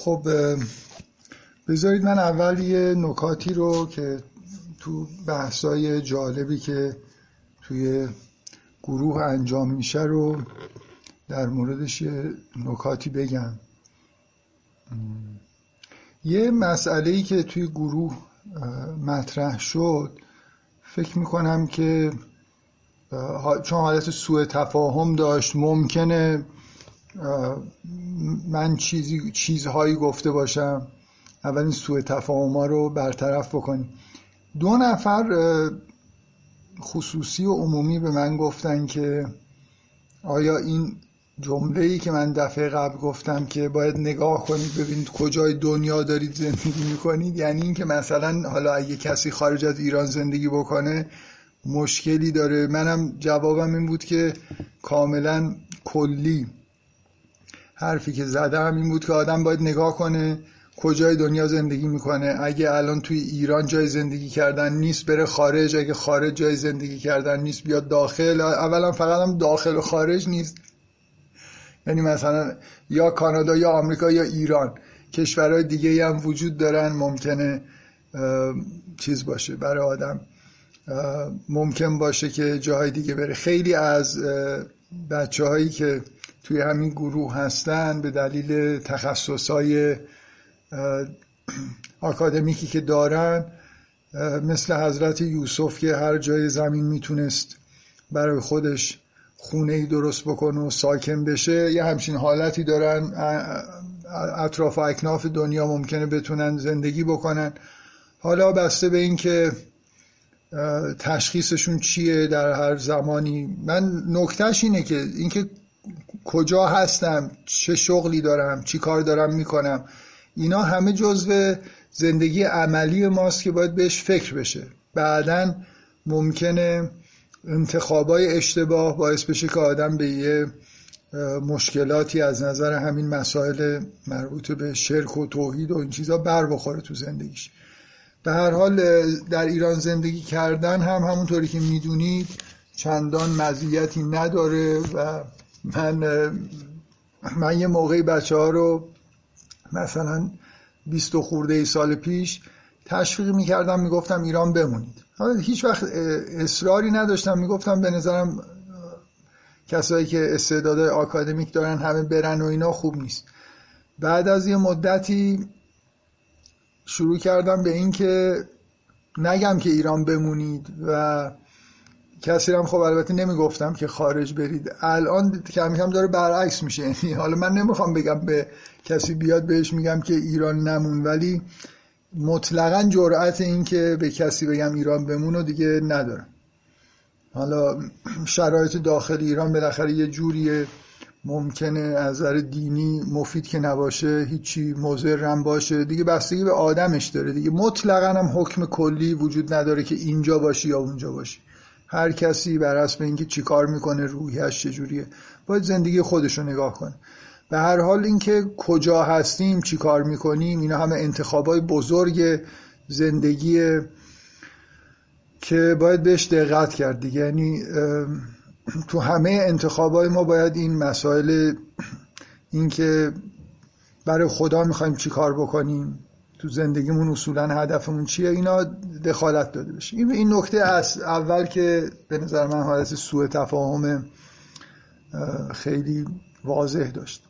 خب بذارید من اول یه نکاتی رو که تو بحثای جالبی که توی گروه انجام میشه رو در موردش یه نکاتی بگم. یه مسئله‌ای که توی گروه مطرح شد، فکر میکنم که چون حالت سوء تفاهم داشت، ممکنه من چیزهایی گفته باشم. اول این سوء تفاهم‌ها رو برطرف بکنیم. 2 نفر خصوصی و عمومی به من گفتن که آیا این جمله‌ای که من دفعه قبل گفتم که باید نگاه کنید ببینید کجای دنیا دارید زندگی میکنید، یعنی این که مثلا حالا اگه کسی خارج از ایران زندگی بکنه مشکلی داره؟ منم جوابم این بود که کاملا کلی حرفی که زدم این بود که آدم باید نگاه کنه کجای دنیا زندگی میکنه. اگه الان توی ایران جای زندگی کردن نیست بره خارج، اگه خارج جای زندگی کردن نیست بیاد داخل. اولا فقط هم داخل و خارج نیست، یعنی مثلا یا کانادا یا آمریکا یا ایران، کشورهای دیگه هم وجود دارن. ممکنه چیز باشه برای آدم، ممکن باشه که جاهای دیگه بره. خیلی از بچه‌هایی که توی همین گروه هستن به دلیل تخصصهای آکادمیکی که دارن، مثل حضرت یوسف که هر جای زمین میتونست برای خودش خونه‌ای درست بکنه و ساکن بشه، یه همچین حالتی دارن. اطراف و اکناف دنیا ممکنه بتونن زندگی بکنن. حالا بسته به این که تشخیصشون چیه در هر زمانی. من نکتهش اینه که اینکه کجا هستم، چه شغلی دارم، چی کار دارم میکنم، اینا همه جزو زندگی عملی ماست که باید بهش فکر بشه. بعداً ممکنه انتخابای اشتباه باعث بشه که آدم به یه مشکلاتی از نظر همین مسائل مربوط به شرک و توحید و این چیزا بر بخوره تو زندگیش. به هر حال در ایران زندگی کردن هم همونطوری که میدونید چندان مزیتی نداره و من یه موقعی بچه‌ها رو مثلا 20 خورده سال پیش تشویق میکردم، میگفتم ایران بمونید. حالا هیچ وقت اصراری نداشتم، میگفتم به نظرم کسایی که استعدادهای آکادمیک دارن همه برن و اینا خوب نیست. بعد از یه مدتی شروع کردم به این که نگم که ایران بمونید و کسی هم خب البته نمیگفتم که خارج برید. الان کم کم داره برعکس میشه. یعنی حالا من نمیخوام بگم به کسی بیاد بهش میگم که ایران نمون، ولی مطلقاً جرأت این که به کسی بگم ایران بمون رو دیگه ندارم. حالا شرایط داخل ایران بالاخره یه جوریه، ممکنه از نظر دینی مفید که نباشه، هیچی مضرم باشه، دیگه بستگی به آدمش داره دیگه. مطلقاً هم حکم کلی وجود نداره که اینجا باشی یا اونجا باشی. هر کسی بر حسب اینکه چی کار میکنه، روحیش چجوریه، باید زندگی خودش رو نگاه کنه. به هر حال اینکه کجا هستیم، چی کار میکنیم، اینا همه انتخابای بزرگ زندگیه که باید بهش دقت کرد دیگه. یعنی تو همه انتخابای ما باید این مسائل، این که برای خدا میخوایم چی کار بکنیم، تو زندگیمون اصولا هدفمون چیه، اینا دخالت داده بشه. این نکته اول که به نظر من حالت سوء تفاهم خیلی واضح داشت.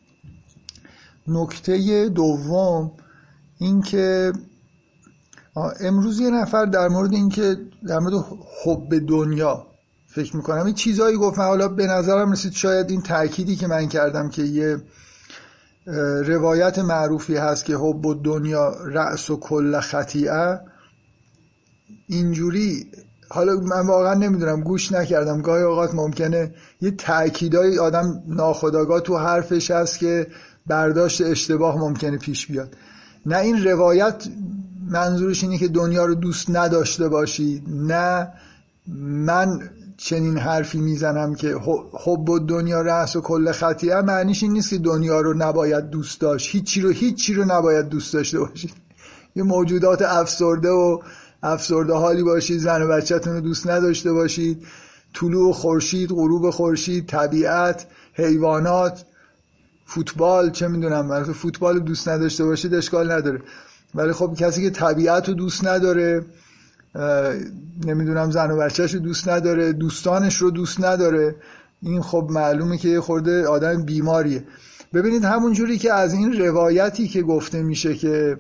نکته دوم این که امروز یه نفر در مورد این که در مورد حب دنیا فکر میکنم این چیزایی گفت. حالا به نظرم رسید شاید این تأکیدی که من کردم که یه روایت معروفی هست که حب دنیا رأس و کل خطیئه، اینجوری، حالا من واقعا نمیدونم، گوش نکردم، گاهی اوقات ممکنه یه تأکیدای آدم ناخودآگاه تو حرفش هست که برداشت اشتباه ممکنه پیش بیاد. نه این روایت منظورش اینه که دنیا رو دوست نداشته باشید، نه من چنین حرفی میزنم که حب دنیا رأس و کل خطیئه معنیش این نیست که دنیا رو نباید دوست داشت، هیچی رو نباید دوست داشته باشید. یه موجودات افسرده حالی باشید، زن و بچه‌تون رو دوست نداشته باشید، طلوع خورشید، غروب خورشید، طبیعت، حیوانات، فوتبال چه میدونم، مثلا فوتبال دوست نداشته باشید اشکال نداره، ولی خب کسی که طبیعت رو دوست نداره، نمیدونم زن و بچه‌ش رو دوست نداره، دوستانش رو دوست نداره، این خب معلومه که یه خورده آدم بیماریه. ببینید همون جوری که از این روایتی که گفته میشه که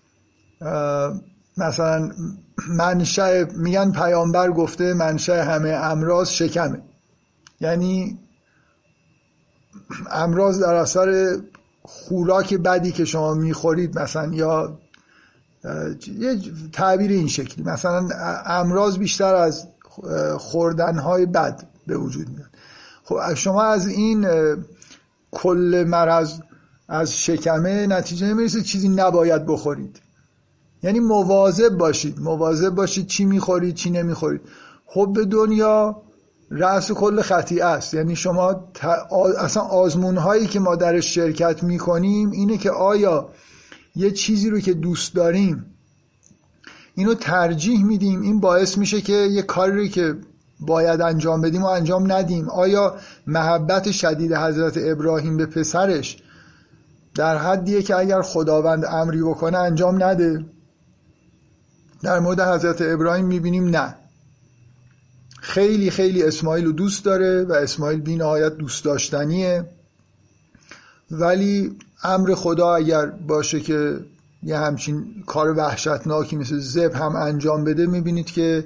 مثلا منشأ، میگن پیامبر گفته منشأ همه امراض شکمه، یعنی امراض در اثر خوراک بدی که شما میخورید مثلا، یا یه تعبیر این شکلی، مثلا امراض بیشتر از خوردنهای بد به وجود میاد. خب شما از این کل مرض از شکمه نتیجه نمیرسید چیزی نباید بخورید، یعنی مواظب باشید چی میخورید چی نمیخورید. خب به دنیا رأس کل خطیئه است، یعنی شما اصلا آزمون هایی که ما درش شرکت میکنیم اینه که آیا یه چیزی رو که دوست داریم اینو ترجیح میدیم، این باعث میشه که یه کاری رو که باید انجام بدیم و انجام ندیم. آیا محبت شدید حضرت ابراهیم به پسرش در حدیه که اگر خداوند امری بکنه انجام نده؟ در مورد حضرت ابراهیم میبینیم نه، خیلی خیلی اسماعیل رو دوست داره و اسماعیل بی نهایت دوست داشتنیه، ولی امر خدا اگر باشه که یه همچین کار وحشتناکی مثل ذبح هم انجام بده، میبینید که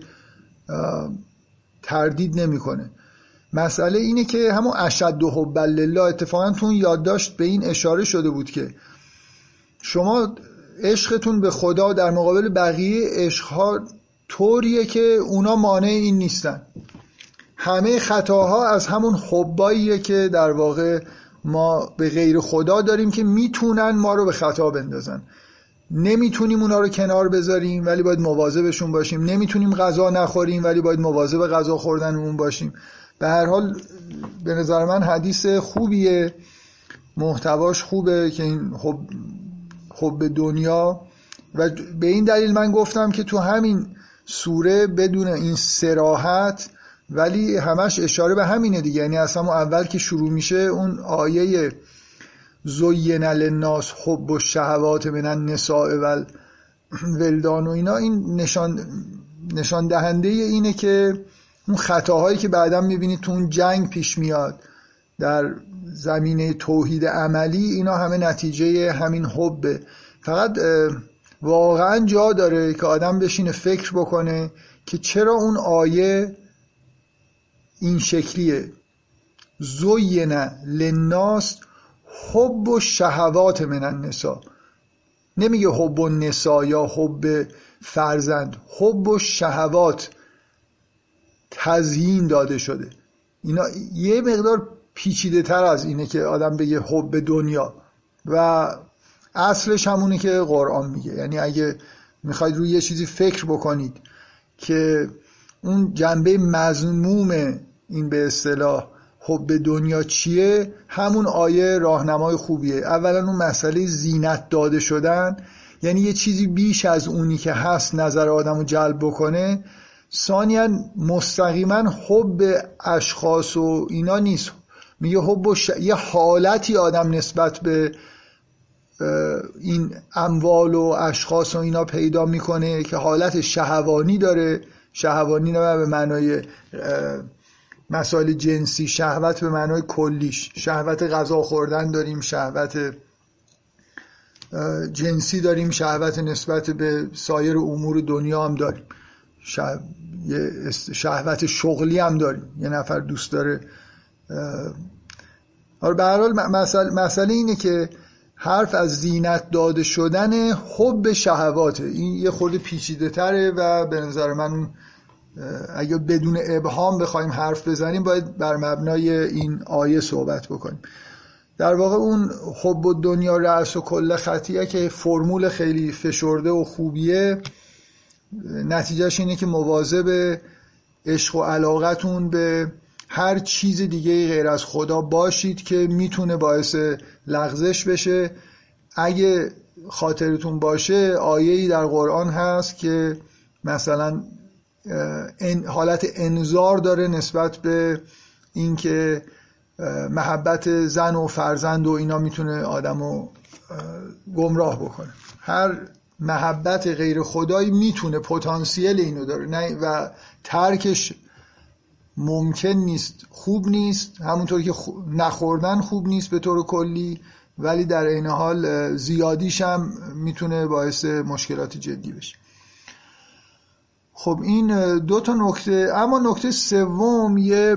تردید نمیکنه. مسئله اینه که همون اشد حب لله، اتفاقا تو اون یادداشت به این اشاره شده بود که شما عشقتون به خدا در مقابل بقیه عشقها طوریه که اونا مانع این نیستن. همه خطاها از همون حباییه که در واقع ما به غیر خدا داریم که میتونن ما رو به خطا بندازن. نمیتونیم اونا رو کنار بذاریم ولی باید مواظبشون باشیم، نمیتونیم غذا نخوریم ولی باید مواظب غذا خوردنمون باشیم. به هر حال به نظر من حدیث خوبیه، محتواش خوبه که این حب دنیا، و به این دلیل من گفتم که تو همین سوره بدون این صراحت ولی همش اشاره به همینه دیگه، یعنی اصلا اول که شروع میشه اون آیه زین للناس حب الشهوات من النساء والولدان و اینا، این نشان دهنده اینه که اون خطاهایی که بعدا میبینید تو اون جنگ پیش میاد در زمینه توحید عملی، اینا همه نتیجه همین حبه. فقط واقعا جا داره که آدم بشینه فکر بکنه که چرا اون آیه این شکلیه، زین للناس حب الشهوات من النساء، نمیگه حب النساء یا حب فرزند، حب الشهوات تزیین داده شده. اینا یه مقدار پیچیده تر از اینه که آدم بگه حب دنیا، و اصلش همونه که قرآن میگه. یعنی اگه میخواید روی یه چیزی فکر بکنید که اون جنبه مذموم این به اصطلاح حب دنیا چیه، همون آیه راهنمای خوبیه. اولا اون مسئله زینت داده شدن، یعنی یه چیزی بیش از اونی که هست نظر آدمو جلب بکنه. ثانیاً مستقیما حب اشخاص و اینا نیست، میگه حب یه حالتی آدم نسبت به این اموال و اشخاص و اینا پیدا میکنه که حالت شهوانی داره. شهوانی نه به معنای مسائل جنسی، شهوت به معنای کلیش، شهوت غذا خوردن داریم، شهوت جنسی داریم، شهوت نسبت به سایر امور دنیا هم داریم، شهوت شغلی هم داریم، یه نفر دوست داره. به هر حال مسئله اینه که حرف از زینت داده شدن حب شهواته. این یه خورده پیچیده تره و به نظر من اگه بدون ابهام بخوایم حرف بزنیم باید بر مبنای این آیه صحبت بکنیم. در واقع اون حب دنیا رأس و کل خطیه که فرمول خیلی فشرده و خوبیه، نتیجهش اینه که مواظب عشق و علاقتون به هر چیز دیگه غیر از خدا باشید که میتونه باعث لغزش بشه. اگه خاطرتون باشه آیه‌ای در قرآن هست که مثلا حالت انذار داره نسبت به اینکه محبت زن و فرزند و اینا میتونه آدمو گمراه بکنه. هر محبت غیر خدایی میتونه پتانسیل اینو داره، نه و ترکش ممکن نیست، خوب نیست، همونطور که نخوردن خوب نیست به طور کلی، ولی در این حال زیادیش هم میتونه باعث مشکلات جدی بشه. خب این دو تا نکته. اما نکته سوم، یه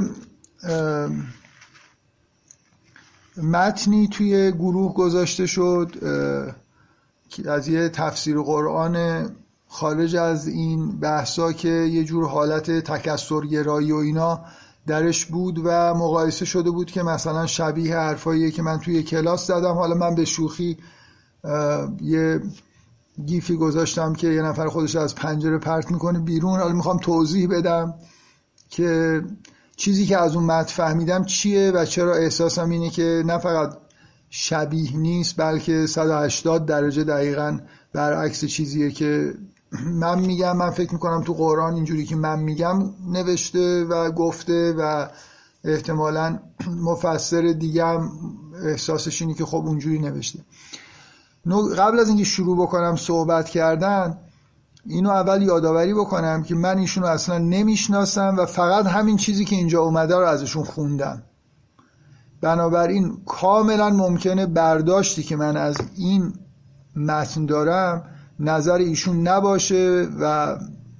متنی توی گروه گذاشته شد از یه تفسیر قرآن خارج از این بحثا که یه جور حالت تکثرگرایی و اینا درش بود و مقایسه شده بود که مثلا شبیه حرفاییه که من توی کلاس زدم. حالا من به شوخی یه گیفی گذاشتم که یه نفر خودش از پنجره پرت میکنه بیرون. حالا میخوام توضیح بدم که چیزی که از اون متن فهمیدم چیه و چرا احساسم اینه که نه فقط شبیه نیست بلکه 180 درجه دقیقاً برعکس چیزیه که من میگم. من فکر میکنم تو قرآن اینجوری که من میگم نوشته و گفته و احتمالاً مفسر دیگه هم احساسش اینه که خب اونجوری نوشته. قبل از اینکه شروع بکنم صحبت کردن، اینو اول یادآوری بکنم که من ایشونو اصلا نمیشناسم و فقط همین چیزی که اینجا اومده رو ازشون خوندم. بنابراین کاملا ممکنه برداشتی که من از این متن دارم نظر ایشون نباشه و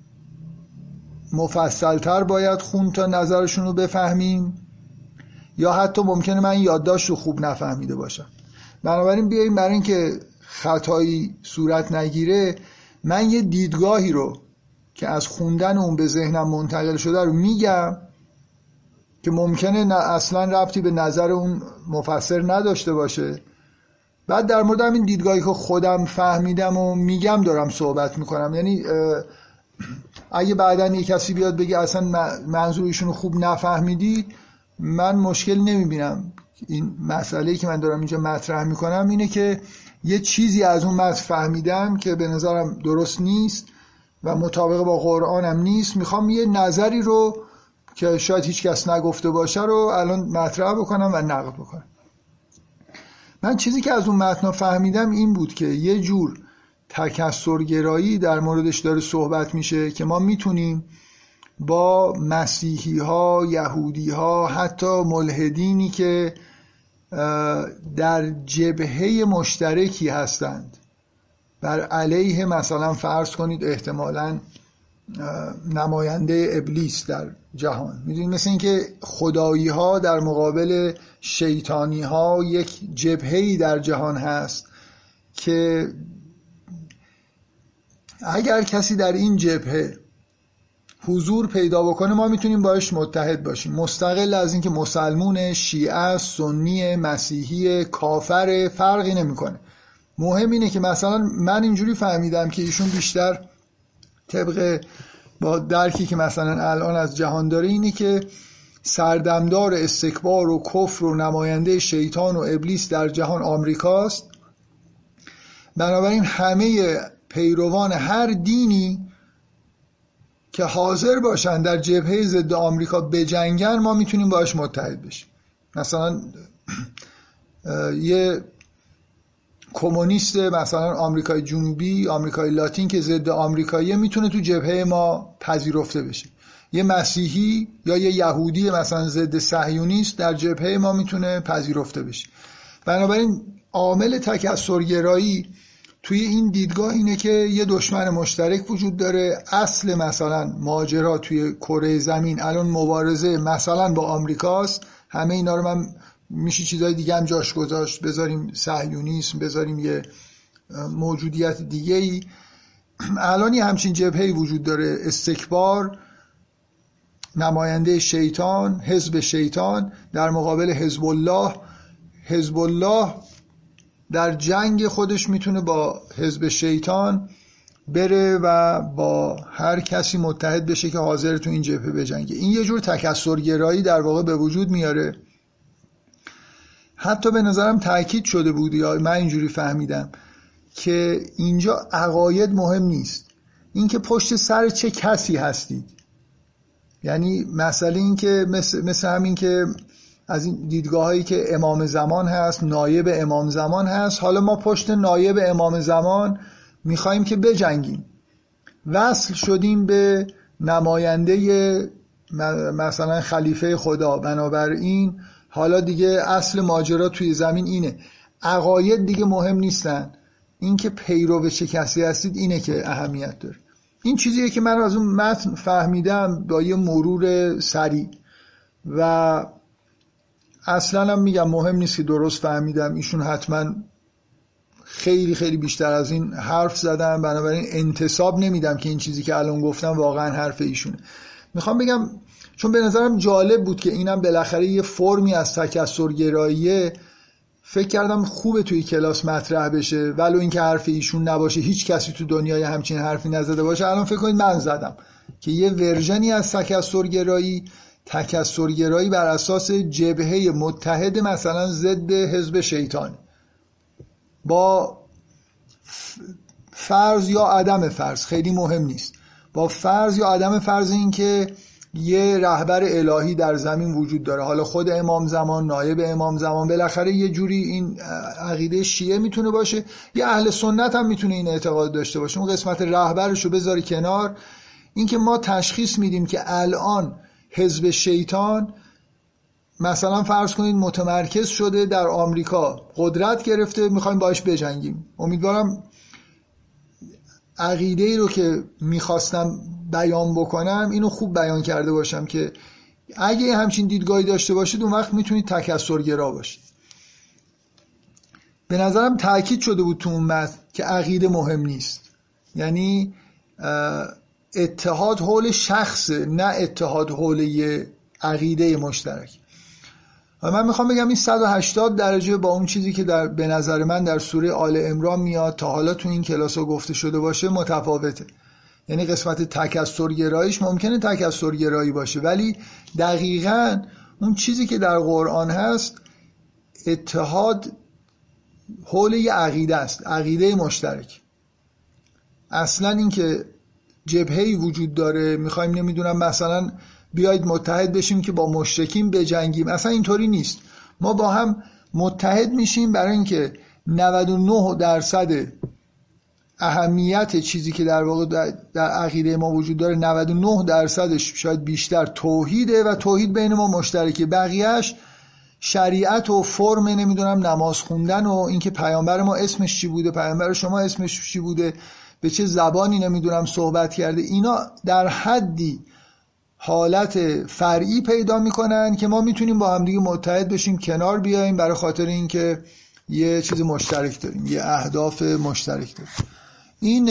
مفصلتر باید خوند تا نظرشون رو بفهمیم، یا حتی ممکنه من یادداشت رو خوب نفهمیده باشم. بنابراین بیاییم برای اینکه خطایی صورت نگیره من یه دیدگاهی رو که از خوندن اون به ذهنم منتقل شده رو میگم که ممکنه اصلا ربطی به نظر اون مفسر نداشته باشه. بعد در مورد همین دیدگاهی که خودم فهمیدم و میگم دارم صحبت میکنم. یعنی اگه بعدن یه کسی بیاد بگه اصلا منظورشون رو خوب نفهمیدید، من مشکل نمیبینم. این مسئله‌ای که من دارم اینجا مطرح میکنم اینه که یه چیزی از اون متن فهمیدم که به نظرم درست نیست و مطابق با قرآنم نیست. میخوام یه نظری رو که شاید هیچ کس نگفته باشه رو الان مطرح بکنم و نقد بکنم. من چیزی که از اون متن فهمیدم این بود که یه جور تکثرگرایی در موردش داره صحبت میشه که ما میتونیم با مسیحی ها، یهودی ها، حتی ملحدینی که در جبهه مشترکی هستند بر علیه مثلا فرض کنید احتمالاً نماینده ابلیس در جهان، میدونید مثل این که خدایی ها در مقابل شیطانی ها یک جبهه‌ای در جهان هست که اگر کسی در این جبهه حضور پیدا بکنه ما میتونیم باش متحد باشیم، مستقل از اینکه مسلمون، شیعه، سنی، مسیحی، کافر، فرقی نمیکنه. مهم اینه که مثلا من اینجوری فهمیدم که ایشون بیشتر طبق با درکی که مثلا الان از جهان داره اینه که سردمدار استکبار و کفر و نماینده شیطان و ابلیس در جهان آمریکاست. بنابراین همه پیروان هر دینی که حاضر باشن در جبهه ضد آمریکا بجنگن ما میتونیم باش متحد بشیم. مثلا یه کمونیست مثلا آمریکای جنوبی، آمریکای لاتین که ضد آمریکاییه میتونه تو جبهه ما پذیرفته بشه. یه مسیحی یا یه یهودی مثلا ضد صهیونیست در جبهه ما میتونه پذیرفته بشه. بنابراین عامل تکثرگرایی توی این دیدگاه اینه که یه دشمن مشترک وجود داره. اصل مثلا ماجرا توی کره زمین الان مبارزه مثلا با آمریکاست. همه اینا رو من میشه چیزای دیگه هم جاش گذاشت، بذاریم صهیونیسم، بذاریم یه موجودیت دیگه ای. الان یه همچین جبهه‌ای وجود داره، استکبار، نماینده شیطان، حزب شیطان در مقابل حزب الله. حزب الله در جنگ خودش میتونه با حزب شیطان بره و با هر کسی متحد بشه که حاضر تو این جبهه بجنگه. این یه جور تکثرگرایی در واقع به وجود میاره. حتی به نظرم تأکید شده بود، یا من اینجوری فهمیدم، که اینجا عقاید مهم نیست، این که پشت سر چه کسی هستید. یعنی مسئله این که مثل همین که از این دیدگاهایی که امام زمان هست، نایب امام زمان هست. حالا ما پشت نایب امام زمان میخوایم که بجنگیم، وصل شدیم به نماینده مثلا خلیفه خدا. بنابراین حالا دیگه اصل ماجرا توی زمین اینه، عقاید دیگه مهم نیستن، این که پیرو چه کسی هستید اینه که اهمیت داره. این چیزیه که من از اون متن فهمیدم با یه مرور سریع، و اصلا هم میگم مهم نیست که درست فهمیدم، ایشون حتما خیلی خیلی بیشتر از این حرف زدن، بنابراین انتساب نمیدم که این چیزی که الان گفتم واقعا حرف ایشونه. میخوام بگم چون به نظرم جالب بود که اینم بالاخره یه فرمی از تکثرگراییه، فکر کردم خوبه توی کلاس مطرح بشه، ولو اینکه حرف ایشون نباشه، هیچ کسی تو دنیای همچین حرفی نزده باشه. الان فکر کنید من زدم که یه ورژنی از تکثرگرایی بر اساس جبهه متحد مثلا ضد حزب شیطان، با فرض یا عدم فرض خیلی مهم نیست، با فرض یا عدم فرض این که یه رهبر الهی در زمین وجود داره، حالا خود امام زمان، نایب امام زمان، بالاخره یه جوری این عقیده شیعه میتونه باشه، یه اهل سنت هم میتونه این اعتقاد داشته باشه. اون قسمت رهبرش رو بذاری کنار، این که ما تشخیص میدیم که الان حزب شیطان مثلا فرض کنید متمرکز شده در آمریکا، قدرت گرفته، میخوایم باش بجنگیم. امیدوارم عقیده ای رو که میخواستم بیان بکنم اینو خوب بیان کرده باشم که اگه همچین دیدگاهی داشته باشید اون وقت میتونید تکثرگرا باشید. به نظرم تاکید شده بود تو اون متن که عقیده مهم نیست، یعنی اتحاد حول شخصه، نه اتحاد حول یه عقیده مشترک. من میخوام بگم این 180 درجه با اون چیزی که به نظر من در سوره آل عمران میاد تا حالا تو این کلاس ها گفته شده باشه متفاوته. یعنی قسمت تکثرگراییش ممکنه تکثرگرایی باشه، ولی دقیقاً اون چیزی که در قرآن هست اتحاد حول یه عقیده است، عقیده مشترک. اصلا این که جبهه‌ای وجود داره میخوایم نمیدونم مثلا بیایید متحد بشیم که با مشرکین بجنگیم، اصلا اینطوری نیست. ما با هم متحد میشیم برای اینکه 99% اهمیت چیزی که در واقع در عقیده ما وجود داره 99% شاید بیشتر توحیده و توحید بین ما مشترکه، بقیهش شریعت و فرم نمیدونم نماز خوندن و اینکه پیامبر ما اسمش چی بوده، پیامبر شما اسمش چی بوده، به چه زبانی نمیدونم صحبت کرده، اینا در حدی حالت فرعی پیدا میکنن که ما میتونیم با هم دیگه متحد بشیم، کنار بیاییم برای خاطر اینکه یه چیز مشترک داریم، یه اهداف مشترک داریم. این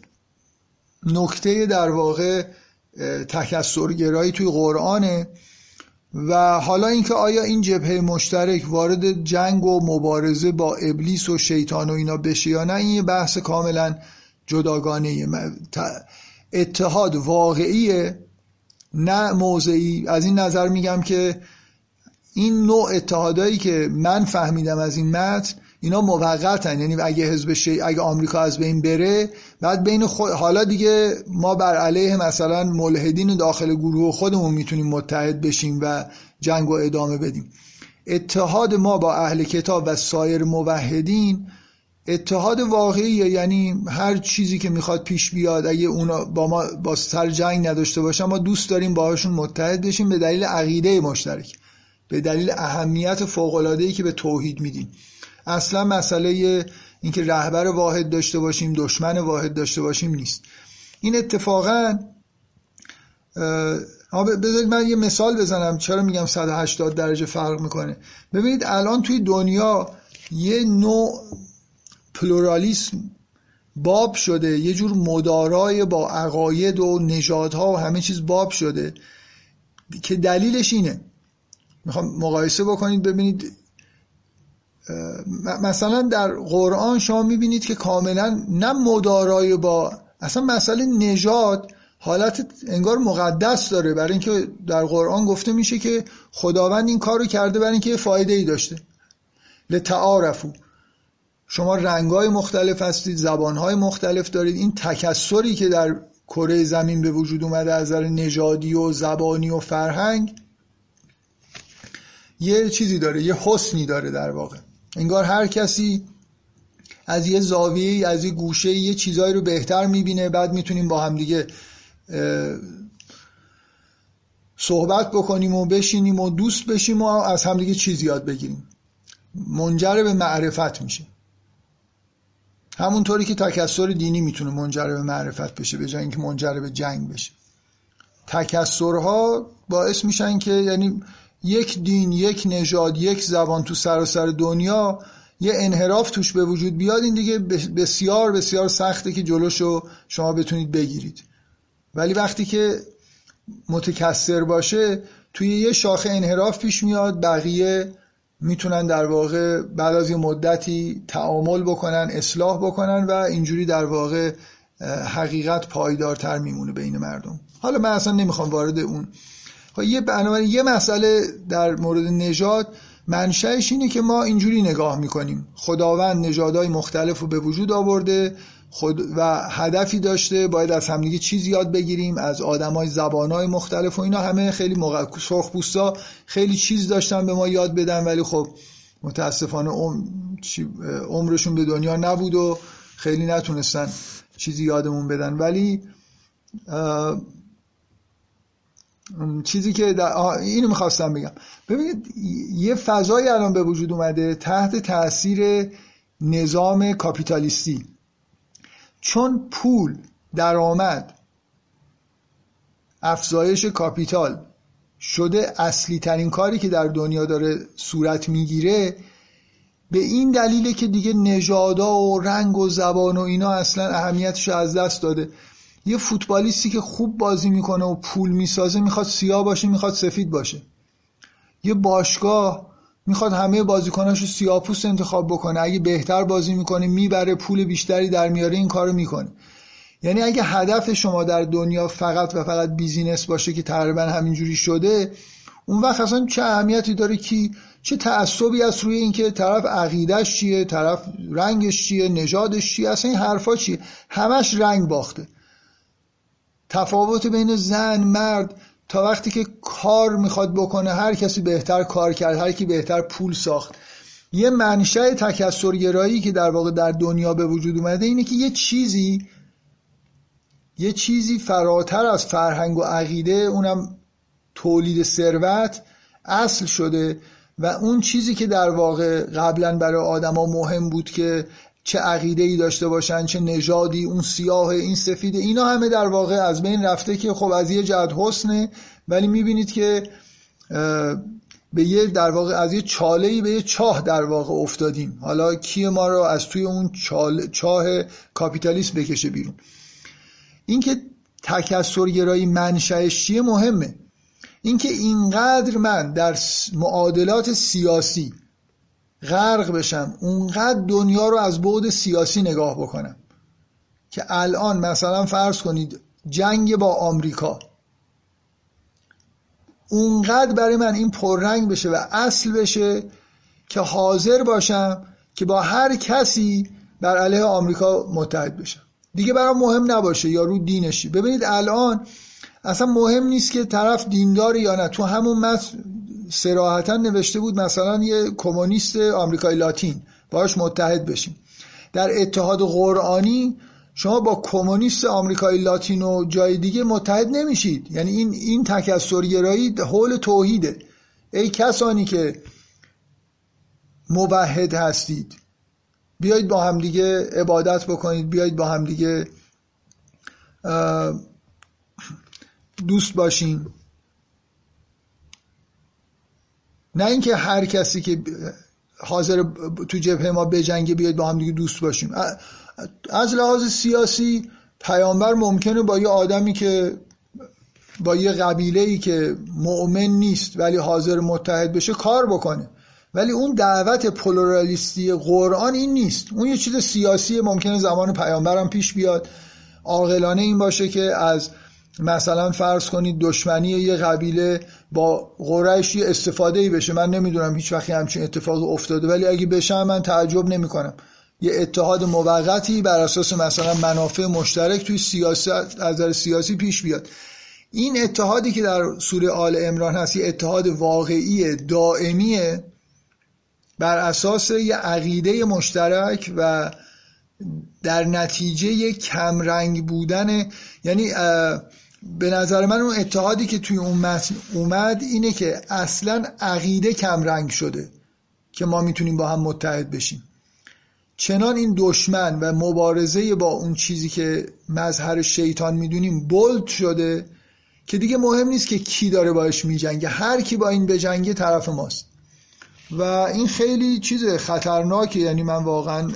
نکته در واقع تکثرگرایی توی قرآنه. و حالا اینکه آیا این جبهه مشترک وارد جنگ و مبارزه با ابلیس و شیطان و اینا بشه یا نه، این یه بحث کاملا جداگانه‌ایه. اتحاد واقعیه نه موضعی. از این نظر میگم که این نوع اتحادایی که من فهمیدم از این متن اینا موقتن، یعنی اگه آمریکا از بین بره بعد بین حالا دیگه ما بر علیه مثلا ملحدین داخل گروه خودمون میتونیم متحد بشیم و جنگو ادامه بدیم. اتحاد ما با اهل کتاب و سایر موحدین اتحاد واقعیه، یعنی هر چیزی که میخواد پیش بیاد اگه اونا با ما با سر جنگ نداشته باشن ما دوست داریم باهاشون متحد بشیم به دلیل عقیده مشترک، به دلیل اهمیت فوق‌العاده‌ای که به توحید میدیم. اصلا مسئله اینکه رهبر واحد داشته باشیم، دشمن واحد داشته باشیم نیست. این اتفاقا بذارید من یه مثال بزنم چرا میگم 180 درجه فرق میکنه. ببینید الان توی دنیا یه نوع پلورالیسم باب شده، یه جور مدارای با عقاید و نژادها و همه چیز باب شده که دلیلش اینه. میخوام مقایسه بکنید ببینید مثلا در قرآن شما میبینید که کاملا نه مدارای با اصلا مسئله نژاد حالت انگار مقدس داره، برای اینکه در قرآن گفته میشه که خداوند این کارو کرده برای اینکه فایده ای داشته. لتعارفوا، شما رنگ‌های مختلف هستید، زبان‌های مختلف دارید. این تکثری که در کره زمین به وجود اومده از نظر نژادی و زبانی و فرهنگ یه چیزی داره، یه حسنی داره در واقع. انگار هر کسی از یه زاویه، از یه گوشه یه چیزایی رو بهتر میبینه، بعد میتونیم با هم دیگه صحبت بکنیم و بشینیم و دوست بشیم و از هم دیگه چیز یاد بگیریم. منجر به معرفت میشه. همونطوری که تکثر دینی میتونه منجر به معرفت بشه به جای اینکه منجر به جنگ بشه. تکثرها باعث میشن که یعنی یک دین، یک نژاد، یک زبان تو سراسر دنیا یه انحراف توش به وجود بیاد، این دیگه بسیار بسیار سخته که جلوشو شما بتونید بگیرید. ولی وقتی که متکثر باشه توی یه شاخه انحراف پیش میاد، بقیه میتونن در واقع بعد از یه مدتی تعامل بکنن، اصلاح بکنن و اینجوری در واقع حقیقت پایدارتر میمونه بین مردم. حالا من اصلا نمیخوام وارد اون بنابراین یه مسئله در مورد نژاد منشأش اینه که ما اینجوری نگاه میکنیم خداوند نژادهای مختلف رو به وجود آورده و هدفی داشته، باید از همدیگه چیز یاد بگیریم، از آدمای زبانهای مختلف و اینا همه خیلی سرخپوستا خیلی چیز داشتن به ما یاد بدن، ولی خب متاسفانه عمرشون به دنیا نبود و خیلی نتونستن چیزی یادمون بدن. ولی چیزی که اینو میخواستم بگم، ببینید یه فضایی الان به وجود اومده تحت تأثیر نظام کاپیتالیستی، چون پول، درآمد، افزایش کاپیتال شده اصلی ترین کاری که در دنیا داره صورت میگیره. به این دلیله که دیگه نژادها و رنگ و زبان و اینا اصلا اهمیتش از دست داده. یه فوتبالیستی که خوب بازی میکنه و پول میسازه میخواد سیاه باشه، میخواد سفید باشه. یه باشگاه میخواد همه بازیکناشو سیاه‌پوست انتخاب بکنه، اگه بهتر بازی میکنه میبره، پول بیشتری در میاره، این کارو میکنه. یعنی اگه هدف شما در دنیا فقط و فقط بیزینس باشه که تقریبا همینجوری شده، اون وقت اصلا چه اهمیتی داره کی چه تعصبی هست روی این که طرف عقیدهش چیه، طرف رنگش چیه، نژادش چیه، اصلا این حرفا چیه؟ همش رنگ باخته. تفاوت بین زن مرد تا وقتی که کار میخواد بکنه، هر کسی بهتر کار کرد، هر کی بهتر پول ساخت. یه منشأ تکثرگرایی که در واقع در دنیا به وجود اومده اینه که یه چیزی فراتر از فرهنگ و عقیده، اونم تولید ثروت، اصل شده و اون چیزی که در واقع قبلا برای آدما مهم بود که چه عقیده‌ای داشته باشن، چه نژادی، اون سیاه این سفید، اینا همه در واقع از بین رفته که خب از یه جهت حسنه، ولی میبینید که به یه در واقع از یه چاله‌ای به یه چاه در واقع افتادیم. حالا کی ما رو از توی اون چاه کاپیتالیسم بکشه بیرون؟ این که تکثرگرایی منشأش چیه مهمه. این که اینقدر من در معادلات سیاسی غرق بشم، اونقدر دنیا رو از بعد سیاسی نگاه بکنم که الان مثلا فرض کنید جنگ با آمریکا اونقدر برای من این پررنگ بشه و اصل بشه که حاضر باشم که با هر کسی بر علیه آمریکا متحد بشم، دیگه برام مهم نباشه یارو دینشی. ببینید الان اصلا مهم نیست که طرف دینداره یا نه. تو همون متن صراحتا نوشته بود مثلا یه کمونیست آمریکای لاتین باهاش متحد بشیم. در اتحاد قرآنی شما با کمونیست آمریکای لاتین و جای دیگه متحد نمیشید. یعنی این تکثرگرایی حول توحیده. ای کسانی که موحد هستید، بیایید با هم دیگه عبادت بکنید، بیایید با هم دیگه دوست باشین. نه اینکه هر کسی که حاضر تو جبهه ما بجنگه بیاید با هم دیگه دوست باشیم. از لحاظ سیاسی پیامبر ممکنه با یه آدمی که با یه قبیله‌ای که مؤمن نیست ولی حاضر متحد بشه کار بکنه، ولی اون دعوت پلورالیستی قرآن این نیست. اون یه چیز سیاسی ممکنه زمان پیامبر هم پیش بیاد. عاقلانه این باشه که از مثلا فرض کنید دشمنی یه قبیله با قریش یه استفاده‌ای بشه. من نمیدونم هیچ وقتی همچین اتفاقی افتاده، ولی اگه بشه من تعجب نمی‌کنم. یه اتحاد موقتی بر اساس مثلا منافع مشترک توی سیاست از نظر سیاسی پیش بیاد. این اتحادی که در سوره آل عمران هست یه اتحاد واقعی دائمیه بر اساس یه عقیده مشترک و در نتیجه یه کمرنگ بودن. یعنی به نظر من اون اتحادی که توی اون متن اومد اینه که اصلا عقیده کمرنگ شده که ما میتونیم با هم متحد بشیم. چنان این دشمن و مبارزه با اون چیزی که مظهر شیطان میدونیم بولد شده که دیگه مهم نیست که کی داره باش میجنگه، هر کی با این بجنگه طرف ماست و این خیلی چیز خطرناکه. یعنی من واقعا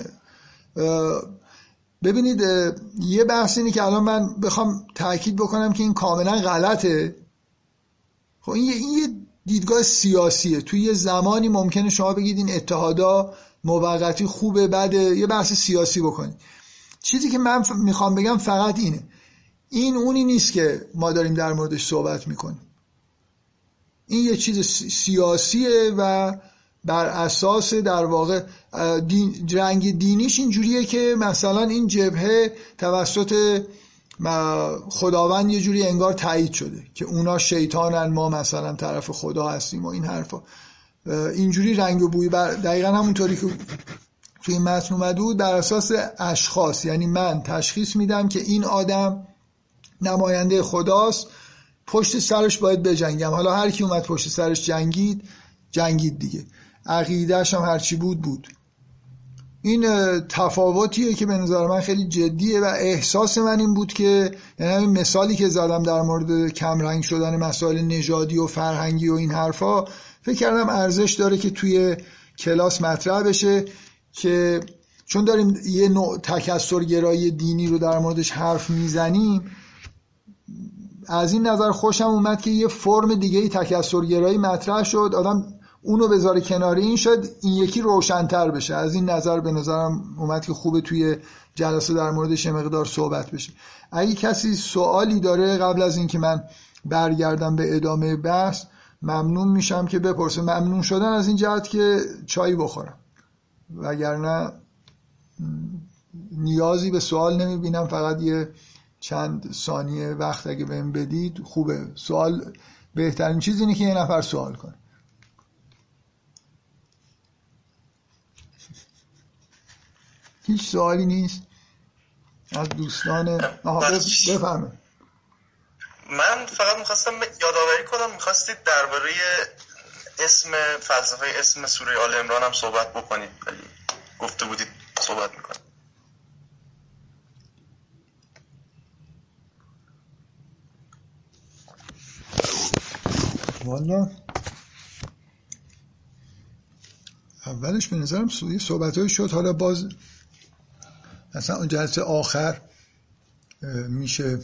ببینید یه بحث اینه که الان من بخوام تأکید بکنم که این کاملا غلطه، خب این یه دیدگاه سیاسیه. توی یه زمانی ممکنه شما بگید این اتحادا موقتی خوبه بده، یه بحث سیاسی بکنید. چیزی که من میخوام بگم فقط اینه، این اونی نیست که ما داریم در موردش صحبت میکنیم. این یه چیز سیاسیه و بر اساس در واقع رنگ دینیش اینجوریه که مثلا این جبهه توسط خداوند یه جوری انگار تایید شده که اونا شیطانن، ما مثلا طرف خدا هستیم و این حرفا. اینجوری رنگ و بوی دقیقا همونطوری که توی متن اومده بود بر اساس اشخاص. یعنی من تشخیص میدم که این آدم نماینده خداست، پشت سرش باید بجنگم. حالا هر کی اومد پشت سرش جنگید دیگه، عقیده‌اش هم هرچی بود. این تفاوتیه که به نظر من خیلی جدیه و احساس من این بود که یعنی همین مثالی که زدم در مورد کمرنگ شدن مسائل نژادی و فرهنگی و این حرفا، فکر کردم ارزش داره که توی کلاس مطرح بشه، که چون داریم یه نوع تکثرگرایی دینی رو در موردش حرف میزنیم، از این نظر خوشم اومد که یه فرم دیگه‌ای تکثرگرایی مطرح شد، آدم اونو بذاره کنار این شد این یکی روشن‌تر بشه. از این نظر به نظرم اومد که خوبه توی جلسه در موردش مقدار صحبت بشه. اگه کسی سوالی داره قبل از اینکه من برگردم به ادامه بحث ممنون میشم که بپرسه. ممنون شدن از این جهت که چایی بخورم، وگرنه نیازی به سوال نمیبینم. فقط یه چند ثانیه وقت اگه بهم بدید خوبه. سوال بهترین چیز اینه که یه نفر سوال کنه. هیچ سوالی نیست از دوستان؟ بفرمایید. من فقط میخواستم یادآوری کنم، میخواستید درباره اسم فلسفه اسم سوره آل عمران هم صحبت بکنید، ولی گفته بودید صحبت میکنید. والا اولش به نظرم صحبت‌های شد، حالا باز مثلا اون جلسه آخر میشه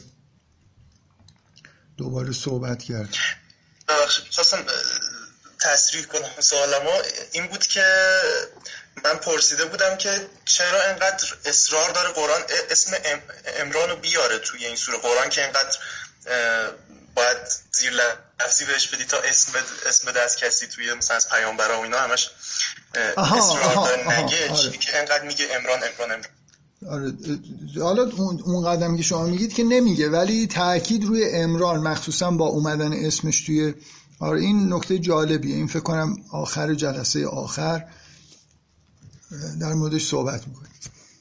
دوباره صحبت کرد. خواستم تصریح کنم سوالمو این بود که من پرسیده بودم که چرا اینقدر اصرار داره قرآن اسم عمران رو بیاره توی این سوره قرآن، که اینقدر باید زیر لفظی بهش بدی تا اسم دست کسی توی مثلا از پیامبرا و اینا همش اصرار داره نگه. چیزی که اینقدر میگه عمران. آره حالا اون قدم که شما میگید که نمیگه، ولی تأکید روی عمران مخصوصا با اومدن اسمش توی آره این نکته جالبیه. این فکر کنم آخر جلسه آخر در موردش صحبت میکنیم.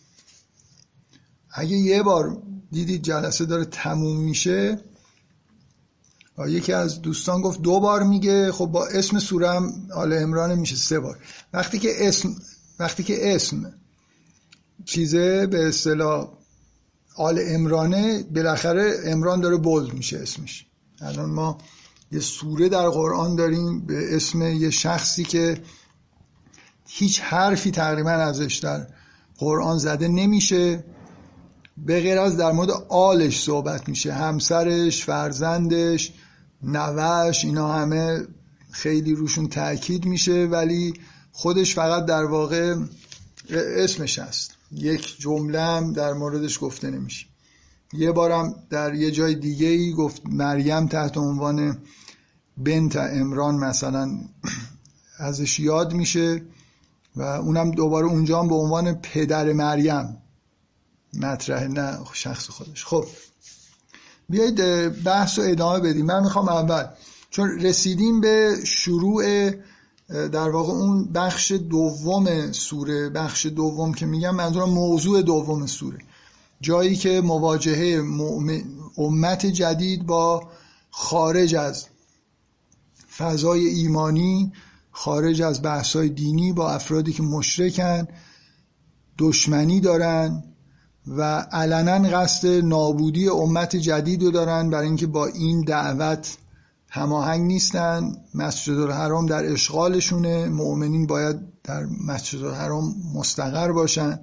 اگه یه بار دیدید جلسه داره تموم میشه، یکی از دوستان گفت 2 بار میگه، خب با اسم سوره هم آل عمران میشه 3 بار. وقتی که اسم چیزه به اصطلاح آل عمرانه، بالاخره عمران داره بولد میشه اسمش. الان ما یه سوره در قرآن داریم به اسم یه شخصی که هیچ حرفی تقریبا ازش در قرآن زده نمیشه به غیر از در مورد آلش صحبت میشه، همسرش، فرزندش، نوه‌اش، اینا همه خیلی روشون تأکید میشه، ولی خودش فقط در واقع اسمش هست، یک جمله هم در موردش گفته نمیشه. یه بارم در یه جای دیگه‌ای گفت مریم تحت عنوان بنت عمران مثلا ازش یاد میشه و اونم دوباره اونجا هم به عنوان پدر مریم مطرحه، نه شخص خودش. خب بیایید بحث رو ادامه بدیم. من میخوام اول، چون رسیدیم به شروع در واقع اون بخش دوم سوره، بخش دوم که میگم منظورم موضوع دوم سوره، جایی که مواجهه امت جدید با خارج از فضای ایمانی، خارج از بحث‌های دینی، با افرادی که مشرکن، دشمنی دارن و علنا قصد نابودی امت جدید رو دارن، برای اینکه با این دعوت هماهنگ نیستن. مسجد الحرام در اشغالشونه، مؤمنین باید در مسجد الحرام مستقر باشن،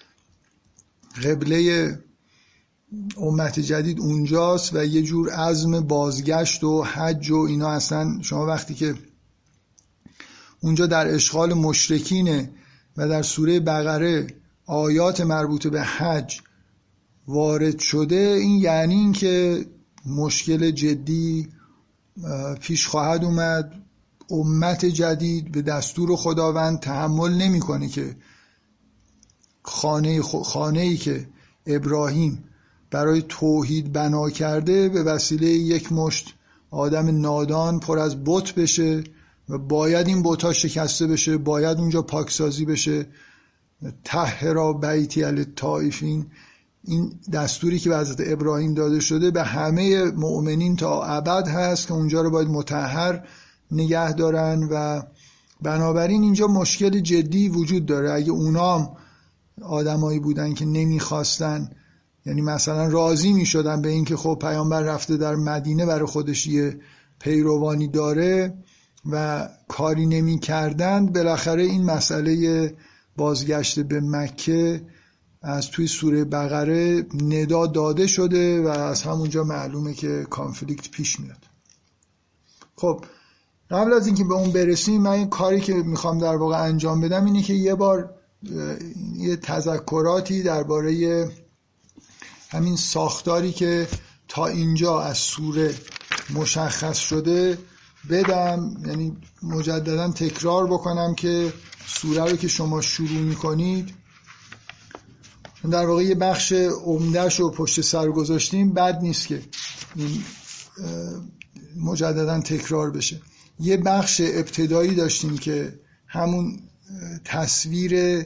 قبله امت جدید اونجاست و یه جور عزم بازگشت و حج و اینا. اصلا شما وقتی که اونجا در اشغال مشرکینه و در سوره بقره آیات مربوط به حج وارد شده، این یعنی این که مشکل جدی پیش خواهد اومد. امت جدید به دستور خداوند تحمل نمی‌کنه که خانه‌ای که ابراهیم برای توحید بنا کرده به وسیله یک مشت آدم نادان پر از بت بشه و باید این بت‌ها شکسته بشه، باید اونجا پاکسازی بشه. طهرا بیتی للطائفین، این دستوری که به حضرت ابراهیم داده شده به همه مؤمنین تا ابد هست که اونجا رو باید مطهر نگه دارن و بنابراین اینجا مشکل جدی وجود داره. اگه اونام آدمایی بودن که نمیخواستن، یعنی مثلا راضی میشدن به این که خب پیامبر رفته در مدینه برای خودش یه پیروانی داره و کاری نمی کردند، بالاخره این مسئله بازگشت به مکه از توی سوره بقره ندا داده شده و از همونجا معلومه که کانفلیکت پیش میاد. خب قبل از اینکه به اون برسیم، من این کاری که میخوام در واقع انجام بدم اینه که یه بار یه تذکراتی درباره همین ساختاری که تا اینجا از سوره مشخص شده بدم، یعنی مجددا تکرار بکنم که سوره رو که شما شروع میکنید، چون در واقع یه بخش عمده‌ش رو پشت سر گذاشتیم، بد نیست که این مجددا تکرار بشه. یه بخش ابتدایی داشتیم که همون تصویر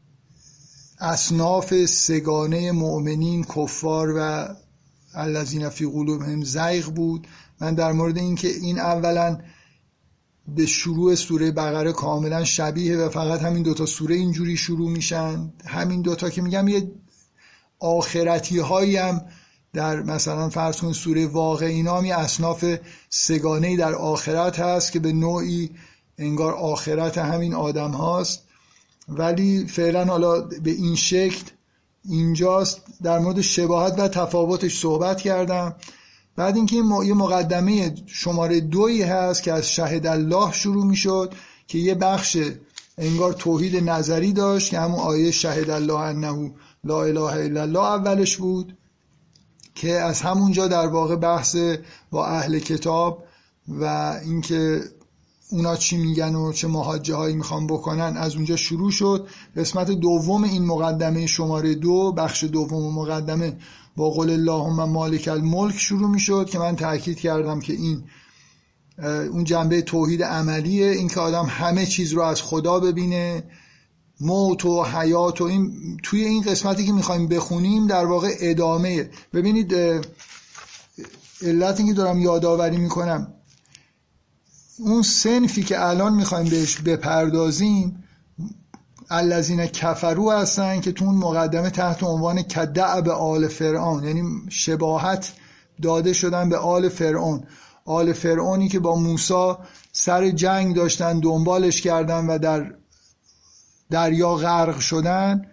اصناف سگانه مؤمنین، کفار و الذین فی قلوبهم زیغ بود. من در مورد این که این اولا به شروع سوره بقره کاملا شبیه و فقط همین دوتا سوره اینجوری شروع میشن، همین دوتا که میگم یه آخرتی هایی هم در مثلا فرض کن سوره واقع، اینا هم یه اصناف سگانه‌ای در آخرت هست که به نوعی انگار آخرت همین آدم هاست، ولی فعلا حالا به این شکل اینجاست. در مورد شباهت و تفاوتش صحبت کردم. بعد اینکه یه مقدمه شماره 2 هست که از شهد الله شروع میشد که یه بخش انگار توحید نظری داشت که همون آیه شهد الله انه لا اله الا الله اولش بود، که از همونجا در واقع بحث با اهل کتاب و اینکه اونا چی میگن و چه محاجه هایی میخوان بکنن از اونجا شروع شد. قسمت دوم این مقدمه شماره 2، بخش دوم مقدمه با قل اللهم مالک الملک شروع میشد که من تأکید کردم که این اون جنبه توحید عملیه، این که آدم همه چیز رو از خدا ببینه، موت و حیات و این توی این قسمتی که میخوایم بخونیم در واقع ادامه. ببینید علت این که دارم یادآوری میکنم، اون صنفی که الان میخوایم بهش بپردازیم الذین کفروا هستن که تو اون مقدمه تحت عنوان کدعب آل فرعون، یعنی شباهت داده شدن به آل فرعون. آل فرعونی که با موسی سر جنگ داشتن، دنبالش کردن و در دریا غرق شدن.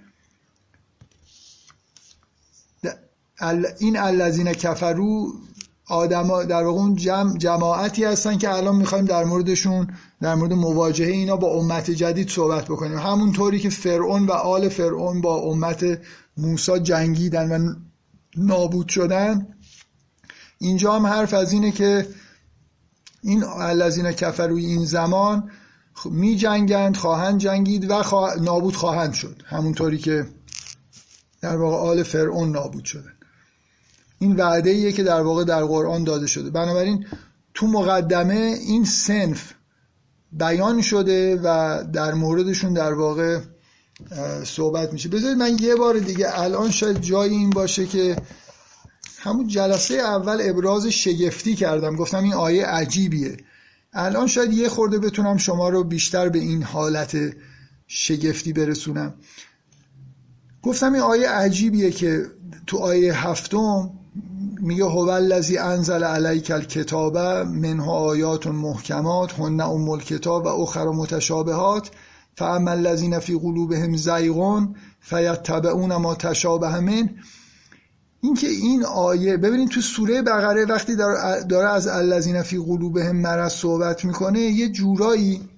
این الذین کفروا آدما در واقع اون جماعتی هستن که الان میخوایم در موردشون، در مورد مواجهه اینا با امت جدید صحبت بکنیم. همونطوری که فرعون و آل فرعون با امت موسی جنگیدن و نابود شدن، اینجا هم حرف از اینه که این الذین کفروا این زمان می جنگند، خواهند جنگید و نابود خواهند شد، همونطوری که در واقع آل فرعون نابود شدن. این وعده ایه که در واقع در قرآن داده شده. بنابراین تو مقدمه این صنف بیان شده و در موردشون در واقع صحبت میشه. بذارید من یه بار دیگه، الان شاید جای این باشه که همون جلسه اول ابراز شگفتی کردم، گفتم این آیه عجیبیه. الان شاید یه خورده بتونم شما رو بیشتر به این حالت شگفتی برسونم. گفتم این آیه عجیبیه که تو آیه 7 میگه هو الذی انزل علیک الکتاب منه آیات محکمات هن ام الکتاب و اخر متشابهات فاما الذین فی قلوبهم زیغ فیتبعون ما تشابه منه. این که این آیه ببینید تو سوره بقره وقتی داره از الذین فی قلوبهم مرض صحبت میکنه، یه جورایی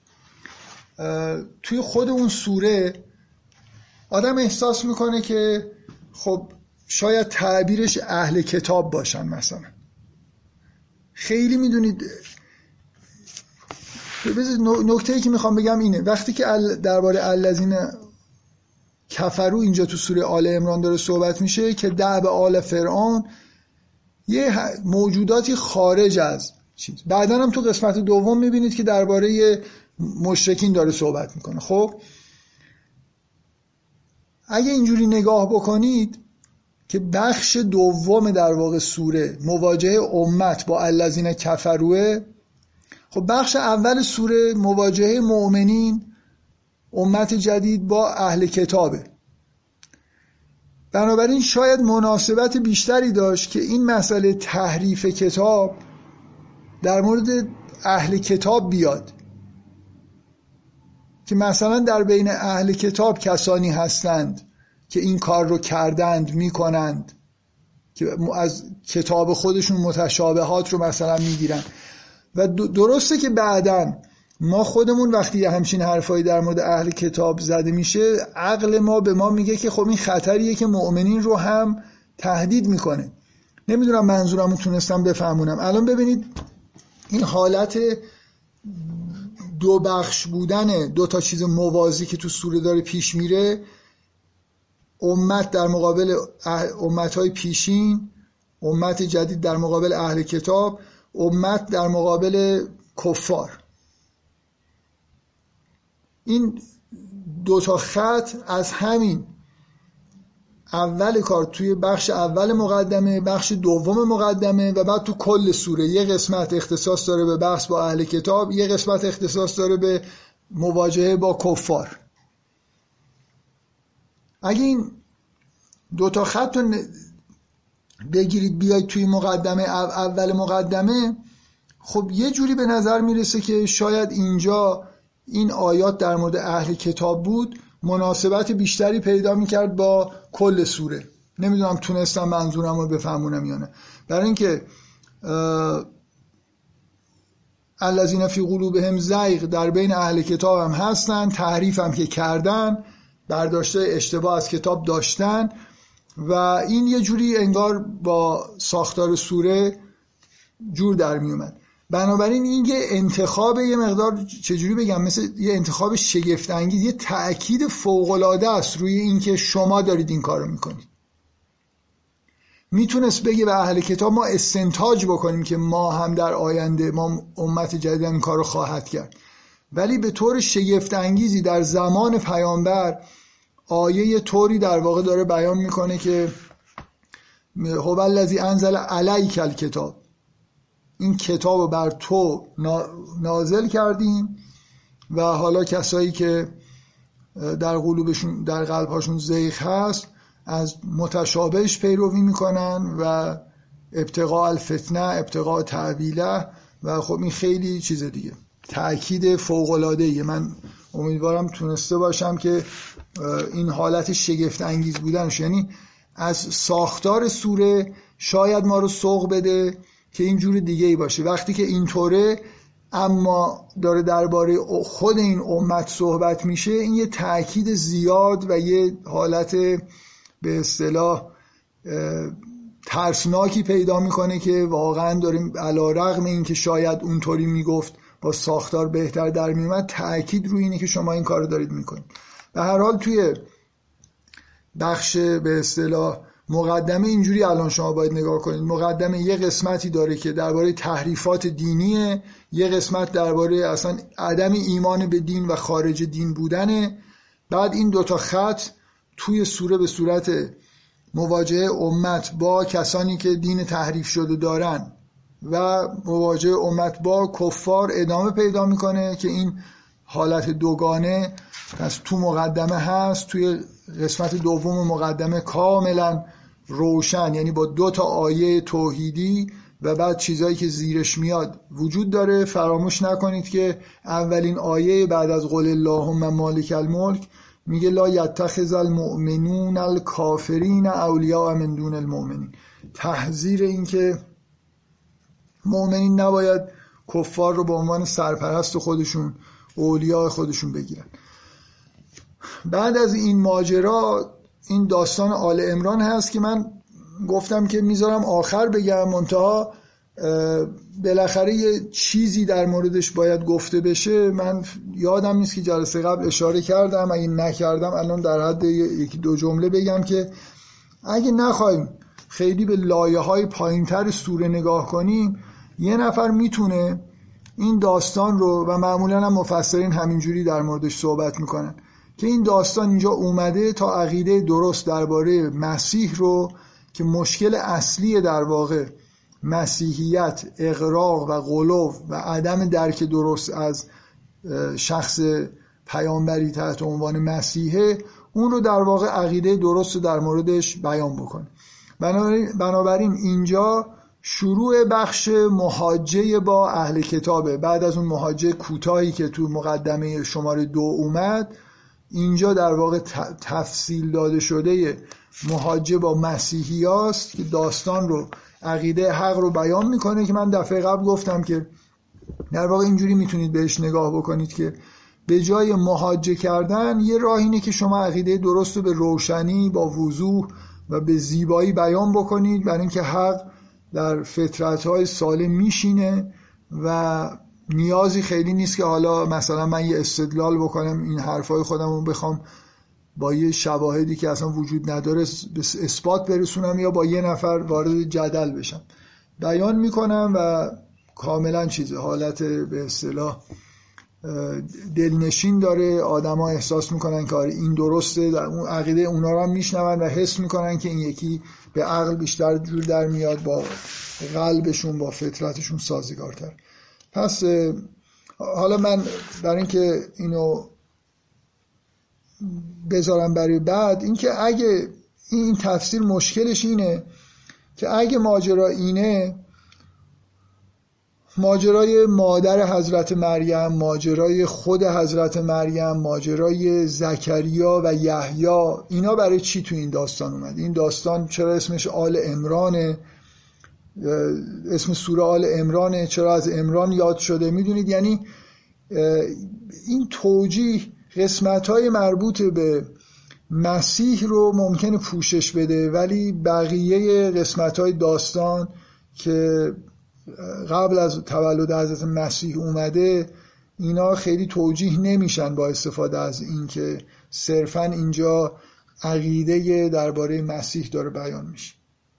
توی خود اون سوره آدم احساس میکنه که خب شاید تعبیرش اهل کتاب باشن مثلا. خیلی میدونید نکته‌ای که میخوام بگم اینه، وقتی که درباره الذین کفرو اینجا تو سوره آل عمران داره صحبت میشه که دعب آل فرعون یه موجوداتی خارج از چیز، بعدن هم تو قسمت دوم میبینید که درباره مشرکین داره صحبت میکنه. خب اگه اینجوری نگاه بکنید که بخش دوم در واقع سوره مواجهه امت با الذین کفروه، خب بخش اول سوره مواجهه مؤمنین امت جدید با اهل کتابه. بنابراین شاید مناسبت بیشتری داشت که این مسئله تحریف کتاب در مورد اهل کتاب بیاد، که مثلا در بین اهل کتاب کسانی هستند که این کار رو کردند میکنند که از کتاب خودشون متشابهات رو مثلا میگیرن. و درسته که بعداً ما خودمون وقتی همچین حرفایی در مورد اهل کتاب زده میشه، عقل ما به ما میگه که خب این خطریه که مؤمنین رو هم تهدید میکنه. نمیدونم منظورمو تونستم بفهمونم. الان ببینید این حالت دو بخش بودن دو تا چیز موازی که تو سوره داره پیش میره، امت در مقابل امتهای پیشین، امت جدید در مقابل اهل کتاب، امت در مقابل کفار. این دو تا خط از همین اول کار توی بخش اول مقدمه، بخش دوم مقدمه و بعد تو کل سوره یه قسمت اختصاص داره به بحث با اهل کتاب، یه قسمت اختصاص داره به مواجهه با کفار. اگه این دو تا خط رو بگیرید بیاید توی مقدمه اول مقدمه، خب یه جوری به نظر میرسه که شاید اینجا این آیات در مورد اهل کتاب بود مناسبت بیشتری پیدا میکرد با کل سوره. نمیدونم تونستم منظورم رو بفهمونم یا نه. برای اینکه الذین فی قلوبهم زیغ در بین اهل کتاب هم هستن، تحریف هم که کردن، برداشته اشتباه از کتاب داشتن و این یه جوری انگار با ساختار سوره جور در می اومد. بنابراین این یه انتخاب یه مقدار چجوری بگم، مثل یه انتخاب شگفت انگیز، یه تأکید فوق‌العاده است روی این که شما دارید این کارو میکنید. میتونست بگه به اهل کتاب ما استنتاج بکنیم که ما هم در آینده ما امت جدید این کارو خواهد کرد، ولی به طور شگفت انگیزی در زمان پیامبر آیه یه طوری در واقع داره بیان میکنه که هو الذی انزل علیک الکتاب، این کتاب رو بر تو نازل کردیم و حالا کسایی که در قلوبشون در قلبهاشون زیغ هست از متشابهش پیروی میکنن و ابتغاء الفتنه، ابتغاء تعویله، و خب این خیلی چیز دیگه، تأکید فوق‌العاده‌ایه. من امیدوارم تونسته باشم که این حالت شگفت انگیز بودنش، یعنی از ساختار سوره شاید ما رو سوق بده که این جور دیگه ای باشه. وقتی که اینطوره اما داره درباره خود این امت صحبت میشه، این یه تأکید زیاد و یه حالت به اصطلاح ترسناکی پیدا میکنه که واقعا داریم علیرغم این که شاید اونطوری میگفت با ساختار بهتر در میومد، تأکید روی اینه که شما این کارو دارید میکنید. به هر حال توی بخش به اصطلاح مقدمه اینجوری الان شما باید نگاه کنید. مقدمه یه قسمتی داره که درباره تحریفات دینیه، یه قسمت درباره اصلا عدم ایمان به دین و خارج دین بودنه. بعد این دوتا خط توی سوره به صورت مواجهه امت با کسانی که دین تحریف شده دارن و مواجهه امت با کفار ادامه پیدا میکنه که این حالت دوگانه پس تو مقدمه هست. توی قسمت دوم مقدمه کاملا روشن، یعنی با 2 تا آیه توحیدی و بعد چیزایی که زیرش میاد وجود داره. فراموش نکنید که اولین آیه بعد از قل اللهم مالک الملک میگه لا یتخذ المؤمنون الکافرین اولیاء من دون المؤمنین. تحذیر این که مؤمنین نباید کفار رو به عنوان سرپرست خودشون اولیاء خودشون بگیرن. بعد از این ماجرا این داستان آل عمران هست که من گفتم که میذارم آخر بگم، منتها بالاخره یه چیزی در موردش باید گفته بشه. من یادم نیست که جلسه قبل اشاره کردم، اگه نکردم الان در حد 1-2 جمله بگم که اگه نخوایم خیلی به لایه‌های پایین‌تر سوره نگاه کنیم، یه نفر میتونه این داستان رو، و معمولا هم مفسرین همینجوری در موردش صحبت میکنن، که این داستان اینجا اومده تا عقیده درست درباره مسیح رو که مشکل اصلی در واقع مسیحیت اغراق و غلو و عدم درک درست از شخص پیامبری تحت عنوان مسیحه، اون رو در واقع عقیده درست رو در موردش بیان بکنه. بنابراین اینجا شروع بخش محاجه با اهل کتابه. بعد از اون محاجه کوتاهی که تو مقدمه شماره 2 اومد، اینجا در واقع تفصیل داده شده محاجه با مسیحی هاست که داستان رو، عقیده حق رو بیان میکنه که من دفعه قبل گفتم که در واقع اینجوری میتونید بهش نگاه بکنید که به جای محاجه کردن یه راه اینه که شما عقیده درست رو به روشنی، با وضوح و به زیبایی بیان بکنید، برای اینکه حق در فطرت‌های سالم میشینه و نیازی خیلی نیست که حالا مثلا من یه استدلال بکنم، این حرفای خودم رو بخوام با یه شواهدی که اصلا وجود نداره به اثبات برسونم یا با یه نفر وارد جدل بشم. بیان میکنم و کاملا چیزه، حالت به اصطلاح دلنشین داره. آدما احساس میکنن که این درسته، در اون عقیده اونا رو هم میشنون و حس میکنن که این یکی به عقل بیشتر جور در میاد، با قلبشون با فطرتشون سازگارتر. پس حالا من برای اینکه اینو بذارم برای بعد، اینکه اگه این تفسیر مشکلش اینه که اگه ماجرا اینه، ماجرای مادر حضرت مریم، ماجرای خود حضرت مریم، ماجرای زکریا و یحیی، اینا برای چی تو این داستان اومد؟ این داستان چرا اسمش آل عمرانه؟ اسم سوره آل عمرانه، چرا از عمران یاد شده؟ میدونید یعنی این توجیه قسمت‌های مربوط به مسیح رو ممکنه پوشش بده، ولی بقیه قسمت‌های داستان که قبل از تولد حضرت مسیح اومده، اینا خیلی توجیه نمیشن با استفاده از این که صرفاً اینجا عقیده درباره مسیح داره بیان میشه.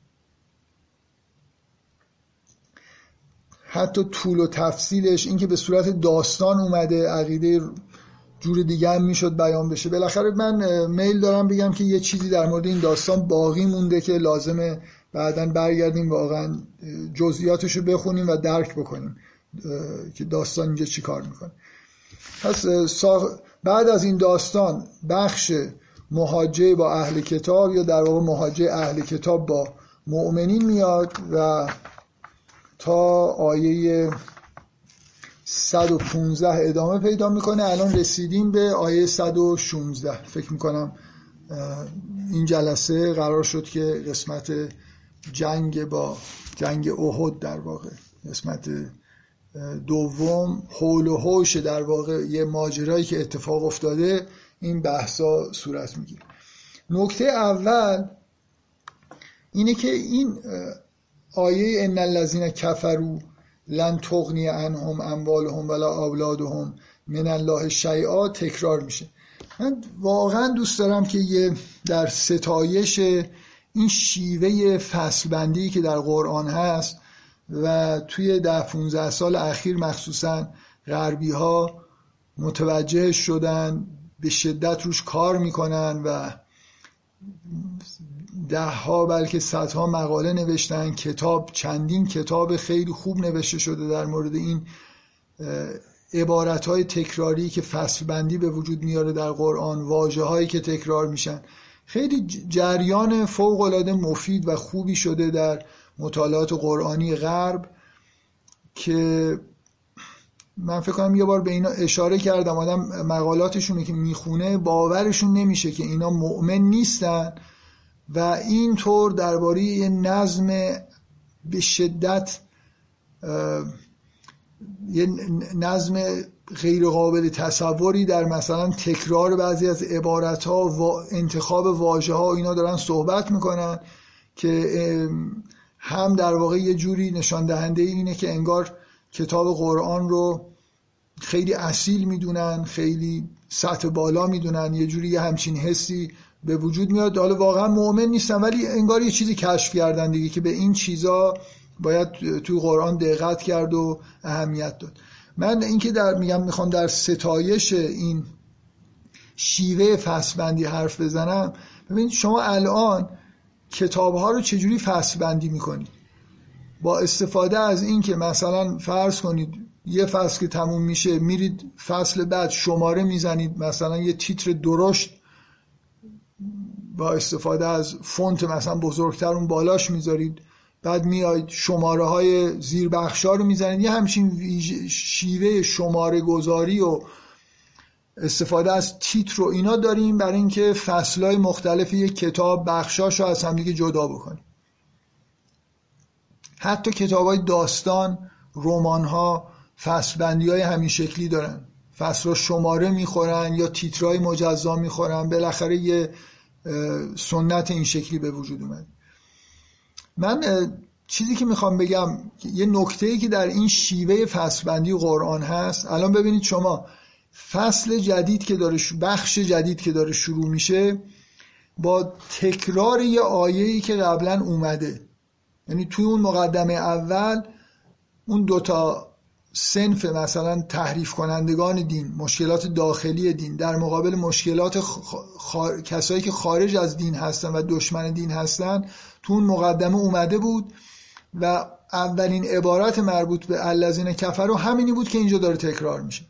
حتی طول و تفصیلش، این که به صورت داستان اومده، عقیده جور دیگه هم میشد بیان بشه. بالاخره من میل دارم بگم که یه چیزی در مورد این داستان باقی مونده که لازمه بعداً برگردیم واقعاً جزئیاتشو بخونیم و درک بکنیم که داستان اینجا چی کار میکنه. پس بعد از این داستان بخش محاجه با اهل کتاب، یا در واقع محاجه اهل کتاب با مؤمنین میاد و تا آیه 115 ادامه پیدا میکنه. الان رسیدیم به آیه 116. فکر میکنم این جلسه قرار شد که قسمت جنگ احد، در واقع قسمت دوم، حول و حوش در واقع یه ماجرایی که اتفاق افتاده، این بحثا صورت میگیره. نکته اول اینه که این آیه ان الذين كفروا لن تغنی عنهم اموالهم ولا اولادهم من الله شیئا تکرار میشه. من واقعا دوست دارم که یه در ستایش این شیوه فصل بندی که در قرآن هست و توی 10-15 سال اخیر مخصوصا غربی ها متوجه شدن، به شدت روش کار میکنن و 10 بلکه 100 مقاله نوشتن، چندین کتاب خیلی خوب نوشته شده در مورد این عبارت‌های تکراری که فصل بندی به وجود میاره در قرآن، واژه‌هایی که تکرار میشن. خیلی جریان فوق‌العاده مفید و خوبی شده در مطالعات قرآنی غرب که من فکر کنم یه بار به اینا اشاره کردم. آدم مقالاتشونه که میخونه باورشون نمیشه که اینا مؤمن نیستن و اینطور درباره یه نظم به شدت یه نظم غیر قابل تصوری در مثلا تکرار بعضی از عبارت‌ها و انتخاب واژه‌ها اینا دارن صحبت میکنن که هم در واقع یه جوری نشان دهنده اینه که انگار کتاب قرآن رو خیلی اصیل میدونن، خیلی سطح بالا میدونن، یه جوری یه همچین حسی به وجود میاد. حالا واقعا مؤمن نیستن ولی انگار یه چیزی کشف کردن دیگه که به این چیزا باید توی قرآن دقت کرد و اهمیت داد. من اینکه میخوام در ستایش این شیوه فصل‌بندی حرف بزنم. ببینید شما الان کتاب‌ها رو چجوری فصل‌بندی میکنید؟ با استفاده از این که مثلا فرض کنید یه فصل که تموم میشه میرید فصل بعد شماره میزنید، مثلا یه تیتر درشت با استفاده از فونت مثلا بزرگتر اون بالاش میذارید، بعد میاید شماره های زیر بخشا رو میزنید. یه همچین شیوه شماره گذاری و استفاده از تیتر و اینا داریم برای اینکه فصلهای مختلف یک کتاب بخشاشو از هم دیگه جدا بکنیم. حتی کتابای داستان، رمان‌ها فصل‌بندی‌های همین شکلی دارن، فصل‌ها شماره میخورن یا تیترهای مجزا میخورن. بالاخره یه سنت این شکلی به وجود اومد. من چیزی که میخوام بگم یه نکته‌ای که در این شیوه فصل‌بندی قرآن هست. الان ببینید شما فصل جدید که داره، بخش جدید که داره شروع میشه با تکرار یه آیه‌ای که قبلا اومده. یعنی توی اون مقدمه اول اون دوتا صنف مثلا تحریف کنندگان دین، مشکلات داخلی دین در مقابل مشکلات کسایی که خارج از دین هستن و دشمن دین هستن، تو اون مقدمه اومده بود و اولین عبارت مربوط به الذین کفروا همینی بود که اینجا داره تکرار میشه.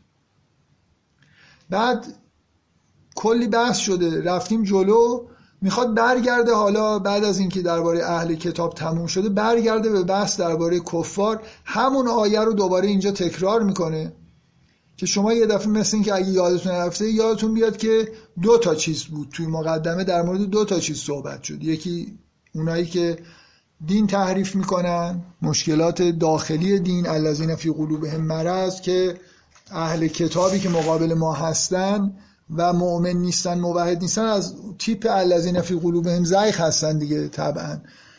بعد کلی بحث شده، رفتیم جلو، میخواد برگرده حالا بعد از اینکه درباره اهل کتاب تموم شده برگرده به بحث درباره کفار. همون آیه رو دوباره اینجا تکرار میکنه که شما یه دفعه مثل این که اگه یادتون رفته یادتون بیاد که 2 چیز بود توی مقدمه، در مورد 2 چیز صحبت شد. یکی اونایی که دین تحریف میکنن، مشکلات داخلی دین، الذین فی قلوبهم مرض، که اهل کتابی که مقابل ما هستن و مؤمن نیستن، موحد نیستن، از تیپ الذین فی قلوبهم زیغ هستن دیگه طبعا.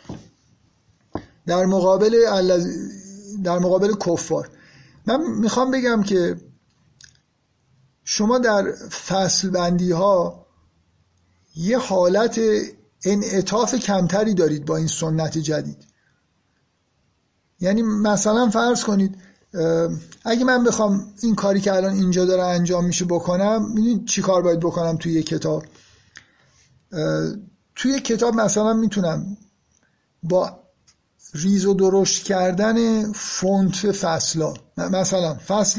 در مقابل کفار. من میخوام بگم که شما در فصل بندی ها یه حالت انعطاف کمتری دارید با این سنت جدید. یعنی مثلا فرض کنید اگه من بخوام این کاری که الان اینجا داره انجام میشه بکنم، میدونید چی کار باید بکنم توی یک کتاب؟ توی یک کتاب مثلا میتونم با ریز و درشت کردن فونت فصلا، مثلا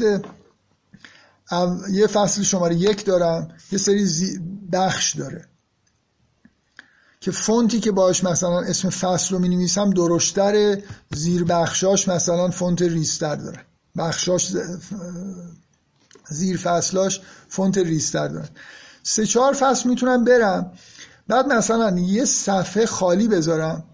یه فصل شماره 1 دارم، یه سری بخش داره که فونتی که باش مثلا اسم فصل رو می نویسم درشتر، زیر بخشاش مثلا فونت ریزتر داره، بخشاش زیر فصلاش فونت ریزتر داره. 3-4 فصل میتونم برم بعد مثلا یه صفحه خالی بذارم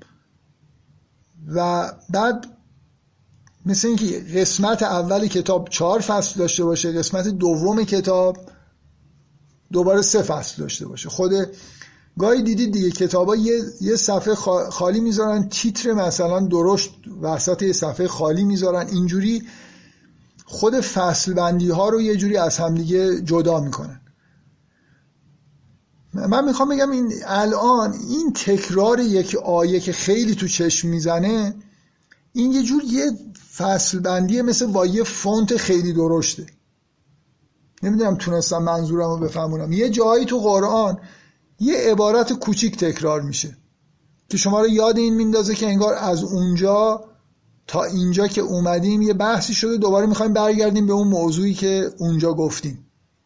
و بعد مثل اینکه قسمت اول کتاب 4 فصل داشته باشه، قسمت دوم کتاب دوباره 3 فصل داشته باشه. گاهی دیدید دیگه کتابا یه صفحه خالی میذارن، تیتر مثلا درشت وسط یه صفحه خالی میذارن، اینجوری خود فصل بندی ها رو یه جوری از هم دیگه جدا میکنن. من میخوام بگم این الان این تکرار یک آیه که خیلی تو چشم میزنه، این یه جور یه فصل بندیه مثل با یه فونت خیلی درشته. نمیدونم تونستم منظورم رو بفهمونم. یه جایی تو قرآن یه عبارت کوچیک تکرار میشه که شما رو یاد این میندازه که انگار از اونجا تا اینجا که اومدیم یه بحثی شده، دوباره میخوایم برگردیم به اون موضوعی که اونجا گفتیم.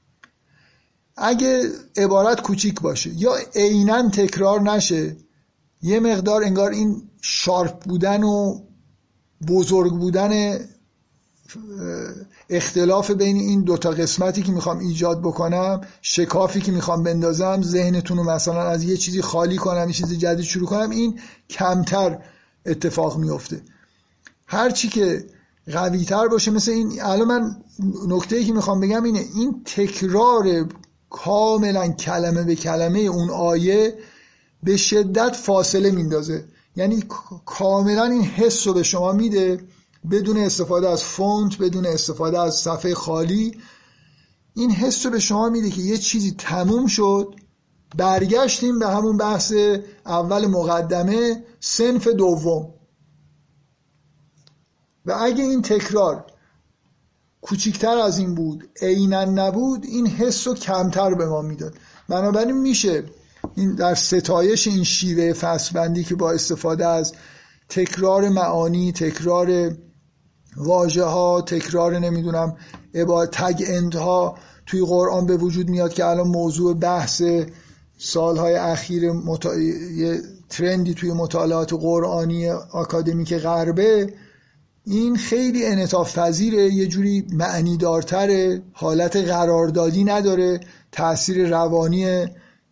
اگه عبارت کوچیک باشه یا عیناً تکرار نشه، یه مقدار انگار این شارپ بودن و بزرگ بودن اختلاف بین این دوتا قسمتی که میخوام ایجاد بکنم، شکافی که میخوام بندازم، ذهنتون رو مثلا از یه چیزی خالی کنم یه چیزی جدید شروع کنم، این کمتر اتفاق میفته. هرچی که قوی تر باشه، مثل این الان من نکته‌ای که میخوام بگم اینه، این تکرار کاملا کلمه به کلمه اون آیه به شدت فاصله میندازه، یعنی کاملا این حس رو به شما میده بدون استفاده از فونت، بدون استفاده از صفحه خالی. این حس رو به شما میده که یه چیزی تموم شد، برگشتیم به همون بحث اول مقدمه، صنف دوم. و اگه این تکرار کوچیکتر از این بود، عیناً نبود، این حس رو کمتر به ما میداد. بنابراین میشه این در ستایش این شیوه فصل‌بندی که با استفاده از تکرار معانی، تکرار واژه ها، تکرار نمیدونم تگ اندها توی قرآن به وجود میاد که الان موضوع بحث سالهای اخیر یه ترندی توی مطالعات قرآنی آکادمیک غربه. این خیلی انعطاف پذیره، یه جوری معنی دارتره، حالت قراردادی نداره، تأثیر روانی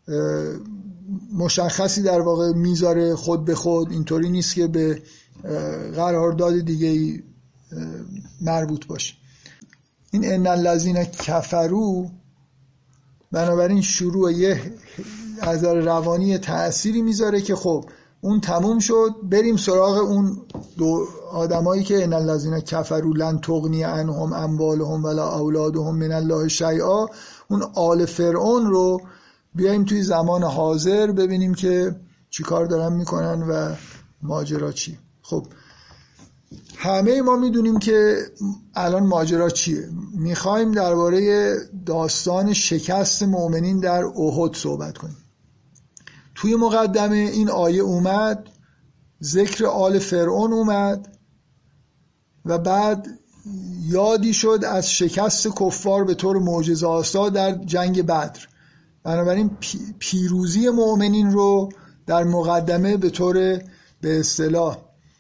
مشخصی در واقع میذاره خود به خود، اینطوری نیست که به قرارداد دیگه مربوط باشه. این ان الذین کفروا بنابراین شروع یه از نظر روانی تأثیری میذاره که خب اون تموم شد، بریم سراغ اون دو آدمایی که ان الذین کفروا لن تغنی عنهم اموالهم ولا اولادهم من الله شیئا، اون آل فرعون رو بیایم توی زمان حاضر ببینیم که چی کار دارن میکنن و ماجرا چی. خب همه ما میدونیم که الان ماجرا چیه. میخوایم درباره داستان شکست مؤمنین در احد صحبت کنیم. توی مقدمه این آیه اومد، ذکر آل فرعون اومد و بعد یادی شد از شکست کفار به طور معجزه‌آسا در جنگ بدر. بنابراین پیروزی مؤمنین رو در مقدمه به طور به اصطلاح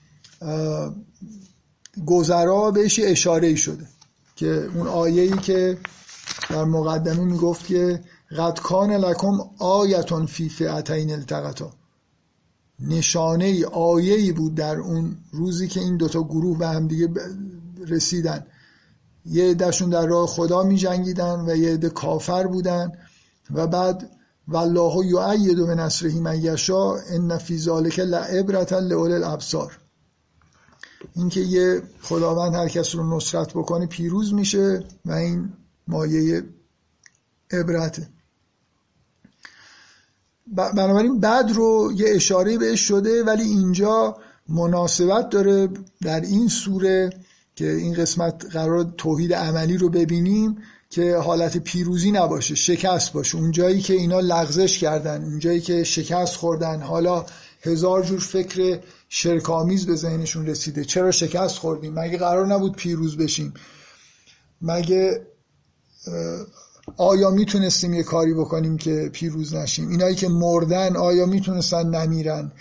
گذرا بهش اشاره شده که اون آیه‌ای که در مقدمه میگفت که قد کان لکم آیة فی فئتین التقطا، نشانه آیه‌ای بود در اون روزی که این دوتا گروه به هم دیگه رسیدن. یه عده‌شون در راه خدا می جنگیدن و یه عده کافر بودن و بعد والله یؤید بنصره من یشاء ان فی ذلک لعبرة لأولی الابصار، اینکه یه خداوند هر کس رو نصرت بکنه پیروز میشه و این مایه عبرته. بنابراین بعد رو یه اشاره بهش شده، ولی اینجا مناسبت داره در این سوره که این قسمت قرار توحید عملی رو ببینیم که حالت پیروزی نباشه، شکست باشه. اون جایی که اینا لغزش کردن، اون جایی که شکست خوردن، حالا هزار جور فکر شرک‌آمیز به ذهنشون رسیده. چرا شکست خوردیم؟ مگه قرار نبود پیروز بشیم؟ مگه آیا میتونستیم یه کاری بکنیم که پیروز نشیم؟ اینایی که مردن آیا میتونستن نمیرن؟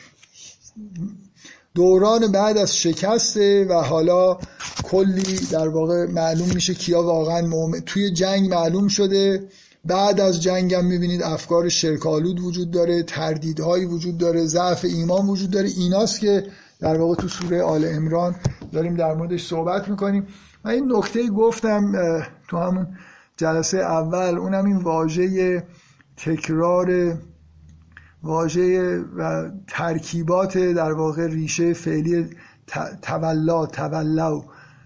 دوران بعد از شکسته و حالا کلی در واقع معلوم میشه کیا واقعا مؤمن. توی جنگ معلوم شده، بعد از جنگ هم میبینید افکار شرک‌آلود وجود داره، تردیدهایی وجود داره، ضعف ایمان وجود داره. ایناست که در واقع تو سوره آل عمران داریم در موردش صحبت میکنیم. من این نکته گفتم تو همون جلسه اول، اونم این واژه تکرار، واژه و ترکیبات در واقع ریشه فعلی تولو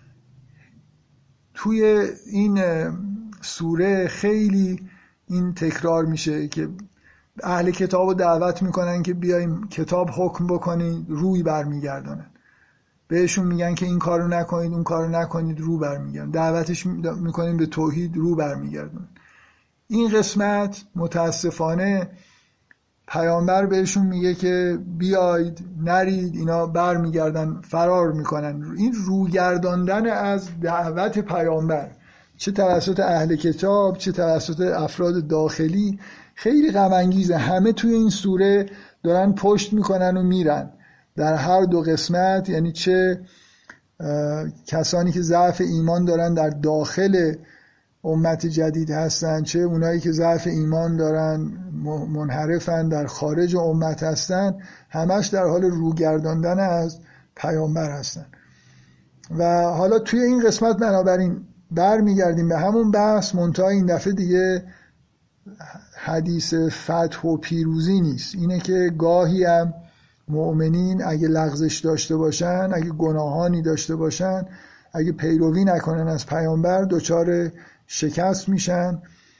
توی این سوره خیلی این تکرار میشه که اهل کتاب رو دعوت میکنن که بیایم کتاب حکم بکنید، روی برمیگردانن. بهشون میگن که این کارو نکنید، اون کارو نکنید، رو برمیگردن. دعوتش میکنیم به توحید، رو برمیگردن. این قسمت متاسفانه پیامبر بهشون میگه که بیاید، نرید، اینا برمیگردن، فرار میکنن. این روگرداندن از دعوت پیامبر، چه توسط اهل کتاب چه توسط افراد داخلی، خیلی غم انگیزه. همه توی این سوره دارن پشت میکنن و میرن در هر دو قسمت. یعنی چه کسانی که ضعف ایمان دارن در داخل امت جدید هستن، چه اونایی که ضعف ایمان دارن منحرفن در خارج امت هستن، همش در حال روگرداندن از پیامبر هستن. و حالا توی این قسمت بنابراین برمیگردیم به همون بحث، منتها این دفعه دیگه حدیث فتح و پیروزی نیست. اینه که گاهی هم مؤمنین اگه لغزش داشته باشن، اگه گناهانی داشته باشن، اگه پیروی نکنن از پیامبر، دچار شکست میشن.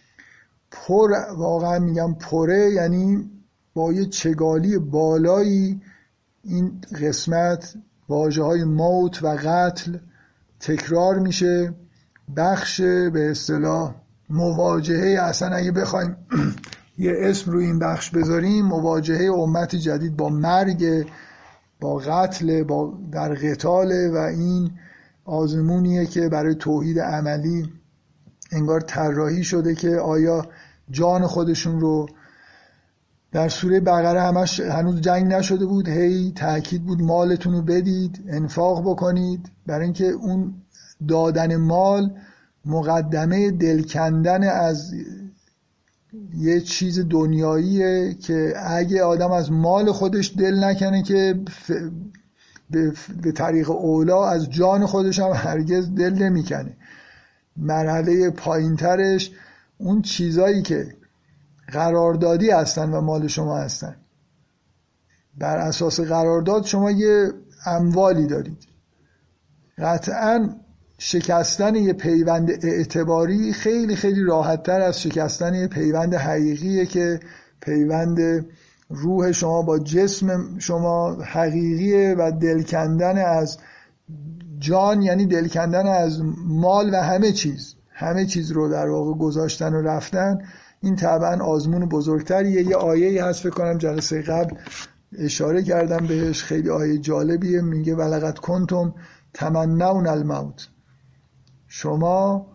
واقعا میگم پره، یعنی با یه چگالی بالایی این قسمت واژه‌های موت و قتل تکرار میشه. بخش به اصطلاح مواجهه، اصلا اگه بخوایم یه اسم روی این بخش بذاریم، مواجهه امت جدید با مرگ، با قتل، با در قتال. و این آزمونیه که برای توحید عملی انگار طراحی شده که آیا جان خودشون رو، در سوره بقره همش هنوز جنگ نشده بود، هی تأکید بود مالتون رو بدید، انفاق بکنید، برای اینکه اون دادن مال مقدمه دل کندن از یه چیز دنیاییه که اگه آدم از مال خودش دل نکنه که به طریق اولا از جان خودش هم هرگز دل نمیکنه. مرحله پایینترش اون چیزایی که قراردادی هستن و مال شما هستن، بر اساس قرارداد شما یه اموالی دارید. قطعاً شکستن یه پیوند اعتباری خیلی خیلی راحت‌تر از شکستن یه پیوند حقیقیه که پیوند روح شما با جسم شما حقیقیه و دل کندن از جان، یعنی دل کندن از مال و همه چیز رو در واقع گذاشتن و رفتن. این طبعا آزمون بزرگتریه. یه آیه‌ای هست فکر کنم جلسه قبل اشاره کردم بهش، خیلی آیه جالبیه. میگه ولقد کنتم تمنون الموت، شما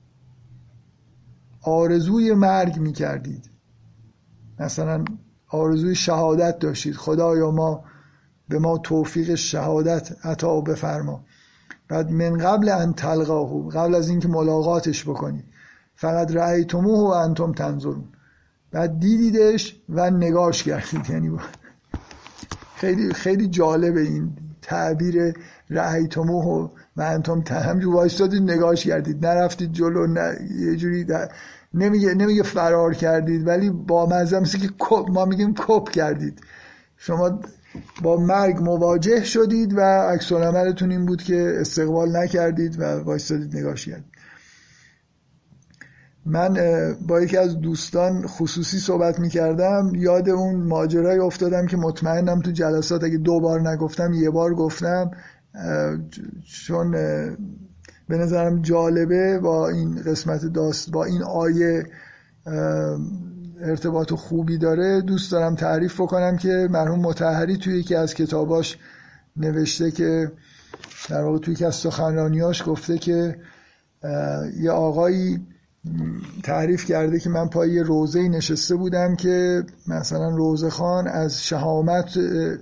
آرزوی مرگ میکردید، مثلا آرزوی شهادت داشتید، خدایا به ما توفیق شهادت عطا بفرما. بعد من قبل ان تلقاه، قبل از اینکه ملاقاتش بکنید، فقط رأیتموه و انتم تنظرون، بعد دیدیدش و نگاش کردید. یعنی خیلی خیلی جالبه این تعبیر رأیتموه و انتم همجور وایستادید نگاش کردید، نرفتید جلو، یه جوری نمیگه فرار کردید، ولی با مزه، مثل که ما میگیم کپ کردید. شما با مرگ مواجه شدید و عکس العملتون این بود که استقبال نکردید و وایستادید نگاش کردید. من با یکی از دوستان خصوصی صحبت میکردم، یاد اون ماجرای افتادم که مطمئنم تو جلسات اگه 2 بار نگفتم 1 بار گفتم، چون به نظرم جالبه، با این قسمت با این آیه ارتباط خوبی داره. دوست دارم تعریف بکنم که مرحوم مطهری توی یکی از کتاباش نوشته که در واقع توی یکی از سخنرانیاش گفته که یه آقایی تعریف کرده که من پای یه روضه‌ای نشسته بودم که مثلا روضه خان از شهامت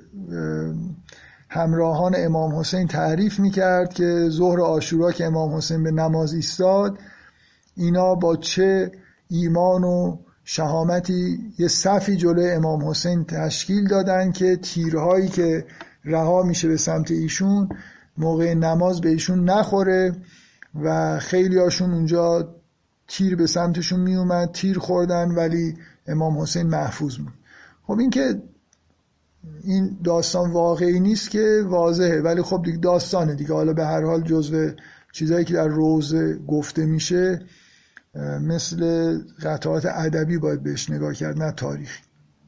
همراهان امام حسین تعریف میکرد که ظهر عاشورا که امام حسین به نماز ایستاد، اینا با چه ایمان و شهامتی یه صفی جلوی امام حسین تشکیل دادن که تیرهایی که رها میشه به سمت ایشون موقع نماز به ایشون نخوره و خیلی هاشون اونجا تیر به سمتشون میومد، تیر خوردن ولی امام حسین محفوظ بود. خب این که این داستان واقعی نیست که واضحه، ولی خب دیگه داستانه دیگه. حالا به هر حال جزو چیزایی که در روزه گفته میشه مثل قطعات ادبی باید بهش نگاه کرد، نه تاریخی.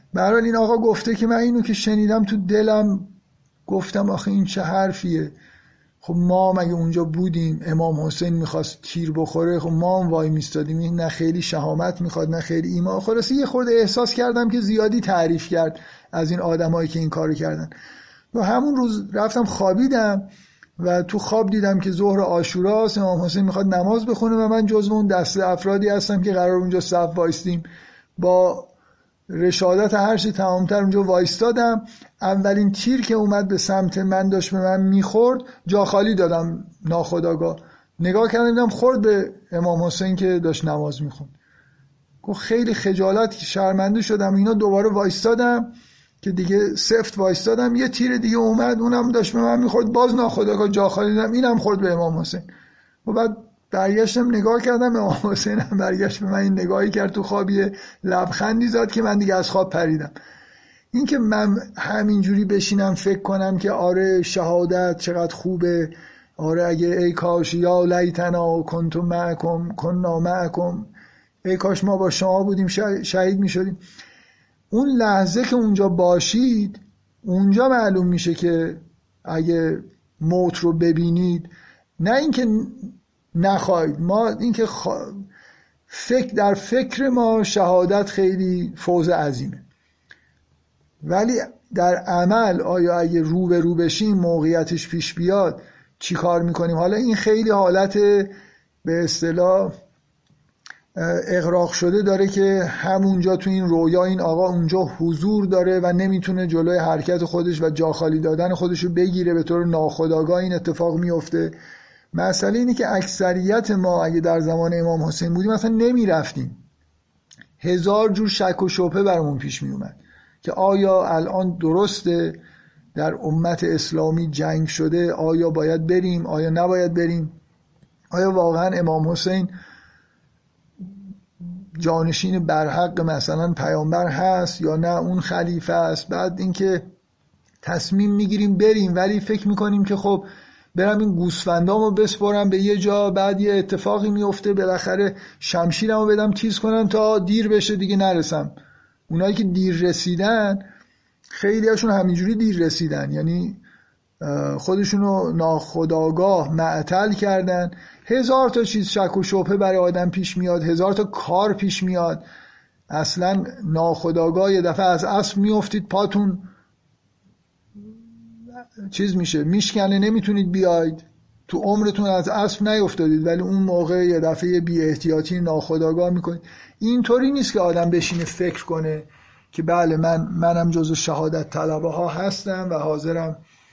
به هر حال این آقا گفته که من اینو که شنیدم تو دلم گفتم آخه این چه حرفیه. خب ما مگه اونجا بودیم امام حسین میخواست تیر بخوره، خب ما هم وای میستادیم، این نه خیلی شهامت میخواد نه خیلی ایمان. خلاصه یه خورده احساس کردم که زیادی تعریف کرد از این آدمایی که این کارو کردن. و همون روز رفتم خوابیدم و تو خواب دیدم که ظهر عاشوراست، امام حسین میخواد نماز بخونه و من جزو اون دسته افرادی هستم که قرار اونجا صف وایستیم. با رشادت هر چی تمامتر اونجا وایستادم. اولین تیر که اومد به سمت من داشت به من میخورد، جا خالی دادم ناخودآگاه، نگاه کردم دیدم خورد به امام حسین که داشت نماز میخوند. خیلی خجالت شرمنده شدم. اینا دوباره وایستادم که دیگه سفت وایستادم، یه تیر دیگه اومد اونم داشت به من میخورد، باز ناخودآگاه جا خالی دادم، اینم خورد به امام حسین. و بعد برگشتم نگاه کردم، امام حسین هم برگشت به من این نگاهی کرد تو خوابیه، لبخندی زد که من دیگه از خواب پریدم. این که من همینجوری بشینم فکر کنم که آره شهادت چقدر خوبه، آره اگه ای کاش یا لیتنا کنتم معکم کنا معکم، ای کاش ما با شما بودیم شهید می شدیم. اون لحظه که اونجا باشید اونجا معلوم میشه که اگه موت رو ببینید، نه اینکه نخواهید، ما اینکه در فکر ما شهادت خیلی فوز عظیمه، ولی در عمل آیا اگه رو به رو بشیم موقعیتش پیش بیاد چی کار میکنیم؟ حالا این خیلی حالت به اصطلاح اغراق شده داره که همونجا تو این رویا این آقا اونجا حضور داره و نمیتونه جلوی حرکت خودش و جا خالی دادن خودش رو بگیره، به طور ناخودآگاه این اتفاق میفته. مسئله اینه که اکثریت ما اگه در زمان امام حسین بودیم مثلا نمیرفتیم، هزار جور شک و شبهه برامون پیش میومد که آیا الان درسته در امت اسلامی جنگ شده، آیا باید بریم آیا نباید بریم، آیا واقعا امام حسین جانشین برحق مثلا پیامبر هست یا نه اون خلیفه است. بعد اینکه تصمیم میگیریم بریم ولی فکر میکنیم که خب برم این گوسفندامو بسپرم به یه جا، بعد یه اتفاقی میفته بالاخره شمشیرمو بدم تیز کنن تا دیر بشه دیگه نرسم. اونایی که دیر رسیدن خیلی هاشون همینجوری دیر رسیدن، یعنی خودشونو ناخودآگاه معطل کردن. هزار تا چیز شک و شبهه برای آدم پیش میاد، هزار تا کار پیش میاد، اصلا ناخودآگاه یه دفعه از اسب میافتید پاتون چیز میشه میشکنه، نمیتونید بیاید، تو عمرتون از اسب نیافتادید ولی اون موقع یه دفعه بی احتیاطی ناخودآگاه میکنید. اینطوری نیست که آدم بشینه فکر کنه که بله منم جزو شهادت طلبه ها هستم و حاضرم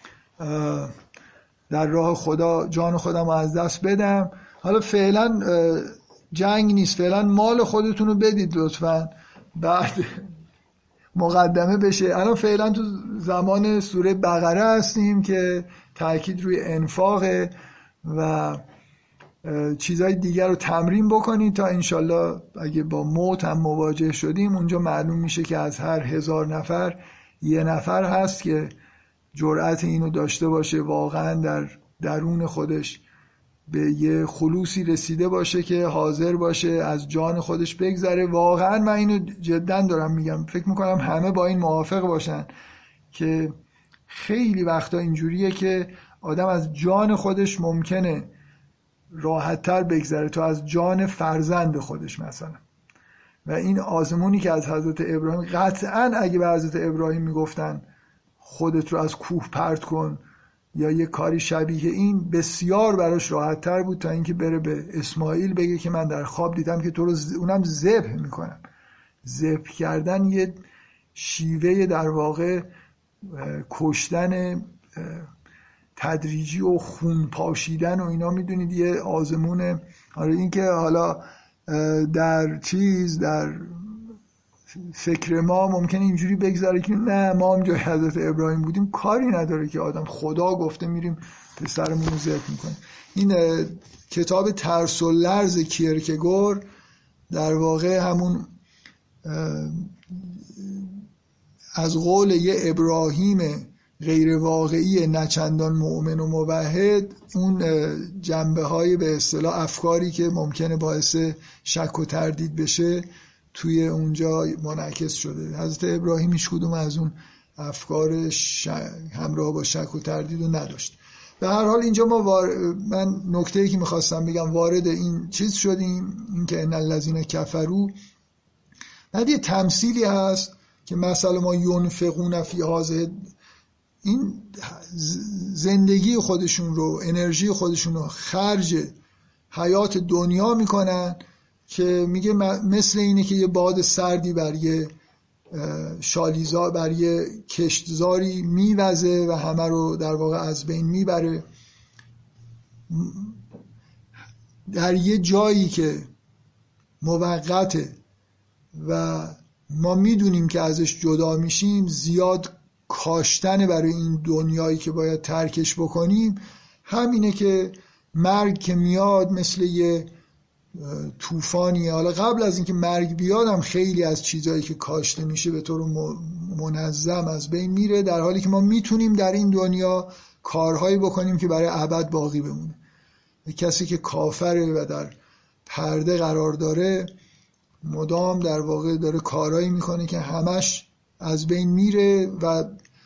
در راه خدا جان خودم از دست بدم. حالا فعلا جنگ نیست، فعلا مال خودتون رو بدید لطفاً، بعد مقدمه بشه. الان فعلا تو زمان سوره بقره هستیم که تأکید روی انفاقه و چیزهای دیگر رو تمرین بکنید تا انشالله اگه با موت هم مواجه شدیم اونجا معلوم میشه که از هر 1000 نفر 1 نفر هست که جرأت اینو داشته باشه واقعا در درون خودش به یه خلوصی رسیده باشه که حاضر باشه از جان خودش بگذره. واقعا من اینو جدا دارم میگم، فکر میکنم همه با این موافق باشن که خیلی وقتا اینجوریه که آدم از جان خودش ممکنه راحت‌تر بگذره تا از جان فرزند خودش مثلا. و این آزمونی که از حضرت ابراهیم، قطعاً اگه به حضرت ابراهیم میگفتن خودت رو از کوه پرت کن یا یه کاری شبیه این، بسیار براش راحت تر بود تا اینکه بره به اسماعیل بگه که من در خواب دیدم که تو رو اونم ذبح میکنم. ذبح کردن یه شیوه در واقع کشتن تدریجی و خون پاشیدن و اینا، میدونید یه آزمونه. آره این که حالا در فکر ما ممکنه اینجوری بگذاره که نه ما هم جای حضرت ابراهیم بودیم، کاری نداره که آدم خدا گفته میریم پسرمون رو ذبح میکنیم. این کتاب ترس و لرز کیرکگور در واقع همون از قول یه ابراهیم غیر واقعی نچندان مؤمن و موحد، اون جنبه های به اصطلاح افکاری که ممکنه باعث شک و تردید بشه توی اونجا منعکس شده. حضرت ابراهیم هیچ کدوم از اون افکار همراه با شک و تردید رو نداشت. به هر حال اینجا من نکته‌ای که میخواستم بگم وارد این چیز شدیم، این که ان الذین کفروا. بعد یه تمثیلی هست که مثلا ما ینفقون فی هذه، این زندگی خودشون رو، انرژی خودشون رو خرج حیات دنیا میکنن که میگه مثل اینه که یه باد سردی بر یه شالیزار، بر یه کشتزاری میوزه و همه رو در واقع از بین میبره. در یه جایی که موقته و ما میدونیم که ازش جدا میشیم، زیاد کاشتن برای این دنیایی که باید ترکش بکنیم، همینه که مرگ که میاد مثل یه طوفانیه. حالا قبل از اینکه مرگ بیاد هم خیلی از چیزایی که کاشته میشه به طور منظم از بین میره، در حالی که ما میتونیم در این دنیا کارهایی بکنیم که برای ابد باقی بمونه. کسی که کافره و در پرده قرار داره مدام در واقع داره کارهایی میکنه که همش از بین میره و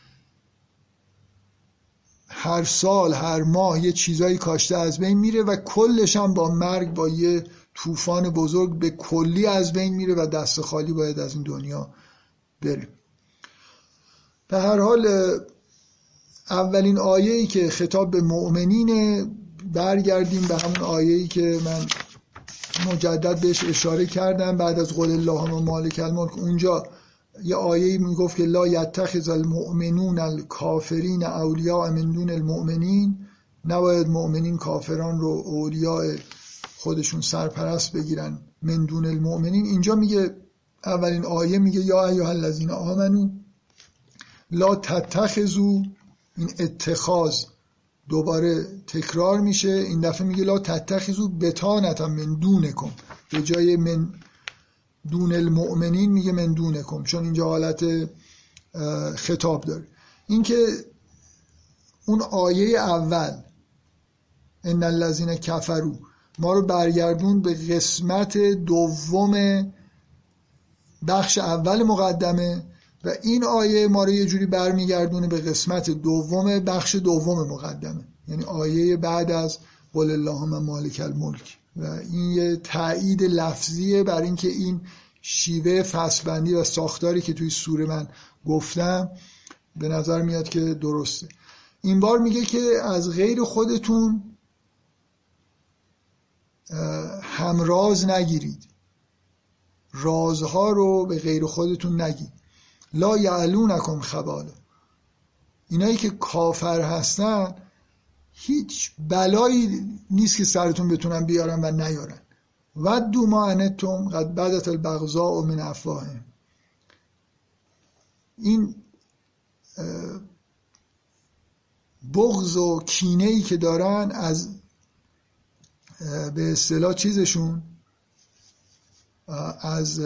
هر سال هر ماه یه چیزایی کاشته از بین میره و کلش هم با مرگ، با یه طوفان بزرگ به کلی از بین میره و دست خالی باید از این دنیا بره. به هر حال اولین آیه‌ای که خطاب به مؤمنینه، برگردیم به همون آیه‌ای که من مجدد بهش اشاره کردم بعد از قول اللهم مالک الملک. اونجا یه آیه‌ای میگفت که لا یتخذ المؤمنون الکافرین اولیاء من دون المؤمنین، نباید مؤمنین کافران رو اولیاء خودشون سرپرست بگیرن من دون المؤمنین. اینجا میگه اولین آیه میگه یا ایها الذین آمنو لا تتخذوا، این اتخاذ دوباره تکرار میشه، این دفعه میگه لا تتخذوا بطانة من دونکم، به جای من دون المؤمنین میگه من دونکم، چون اینجا حالت خطاب داره. این که اون آیه اول ان الذین کفروا ما رو برگردون به قسمت دوم بخش اول مقدمه و این آیه ما رو یه جوری برمیگردونه به قسمت دوم بخش دوم مقدمه، یعنی آیه بعد از قل اللهم مالک الملک. و این یه تایید لفظیه بر این که این شیوه فصل‌بندی و ساختاری که توی سوره من گفتم به نظر میاد که درسته. این بار میگه که از غیر خودتون همراز نگیرید، رازها رو به غیر خودتون نگید. لا یعلونکم خبالا، اینایی که کافر هستن هیچ بلایی نیست که سرتون بتونن بیارن و نیارن. ودوا ما عنتم قد بدت البغضاء من افواههم، این بغض و کینه‌ای که دارن از به اصطلاح چیزشون، از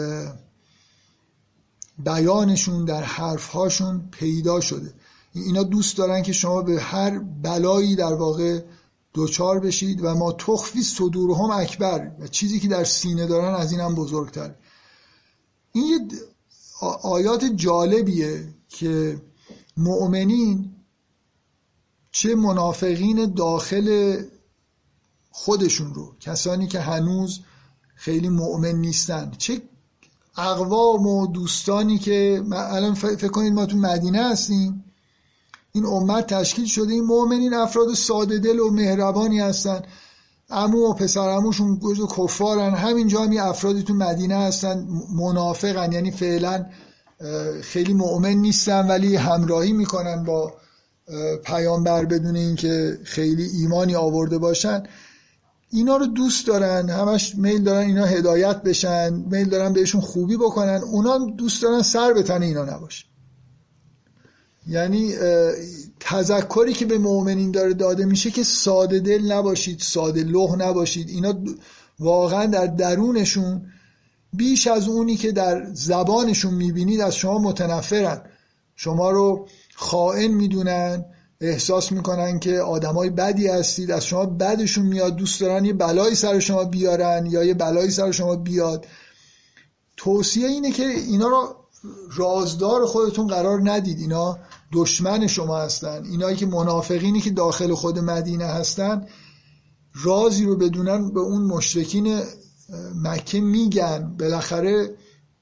بیانشون در حرفهاشون پیدا شده. اینا دوست دارن که شما به هر بلایی در واقع دوچار بشید و ما تخفی صدورهم اکبر، و چیزی که در سینه دارن از این هم بزرگتر. این یه آیات جالبیه که مؤمنین، چه منافقین داخل خودشون رو، کسانی که هنوز خیلی مؤمن نیستن، چه اقوام و دوستانی که الان فکر کنید ما تو مدینه هستیم، این امت تشکیل شده، این مؤمنین افراد ساده دل و مهربانی هستن، عمو و پسر عموشون کفارن، همینجا هم افرادی تو مدینه هستن منافقن، یعنی فعلا خیلی مؤمن نیستن ولی همراهی میکنن با پیامبر بدون اینکه خیلی ایمانی آورده باشن. اینا رو دوست دارن، همش میل دارن اینا هدایت بشن، میل دارن بهشون خوبی بکنن، اونا دوست دارن سر به تن اینا نباشه. یعنی تذکری که به مؤمنین داره داده میشه که ساده دل نباشید، ساده لوح نباشید. اینا واقعا در درونشون بیش از اونی که در زبانشون میبینید از شما متنفرن، شما رو خائن میدونن، احساس میکنن که آدمای بدی هستید، از شما بدشون میاد، دوست دارن یه بلایی سر شما بیارن یا یه بلایی سر شما بیاد. توصیه اینه که اینا رو رازدار خودتون قرار ندید، اینا دشمن شما هستن، اینایی که منافقینی که داخل خود مدینه هستن رازی رو بدونن به اون مشرکین مکه میگن. بالاخره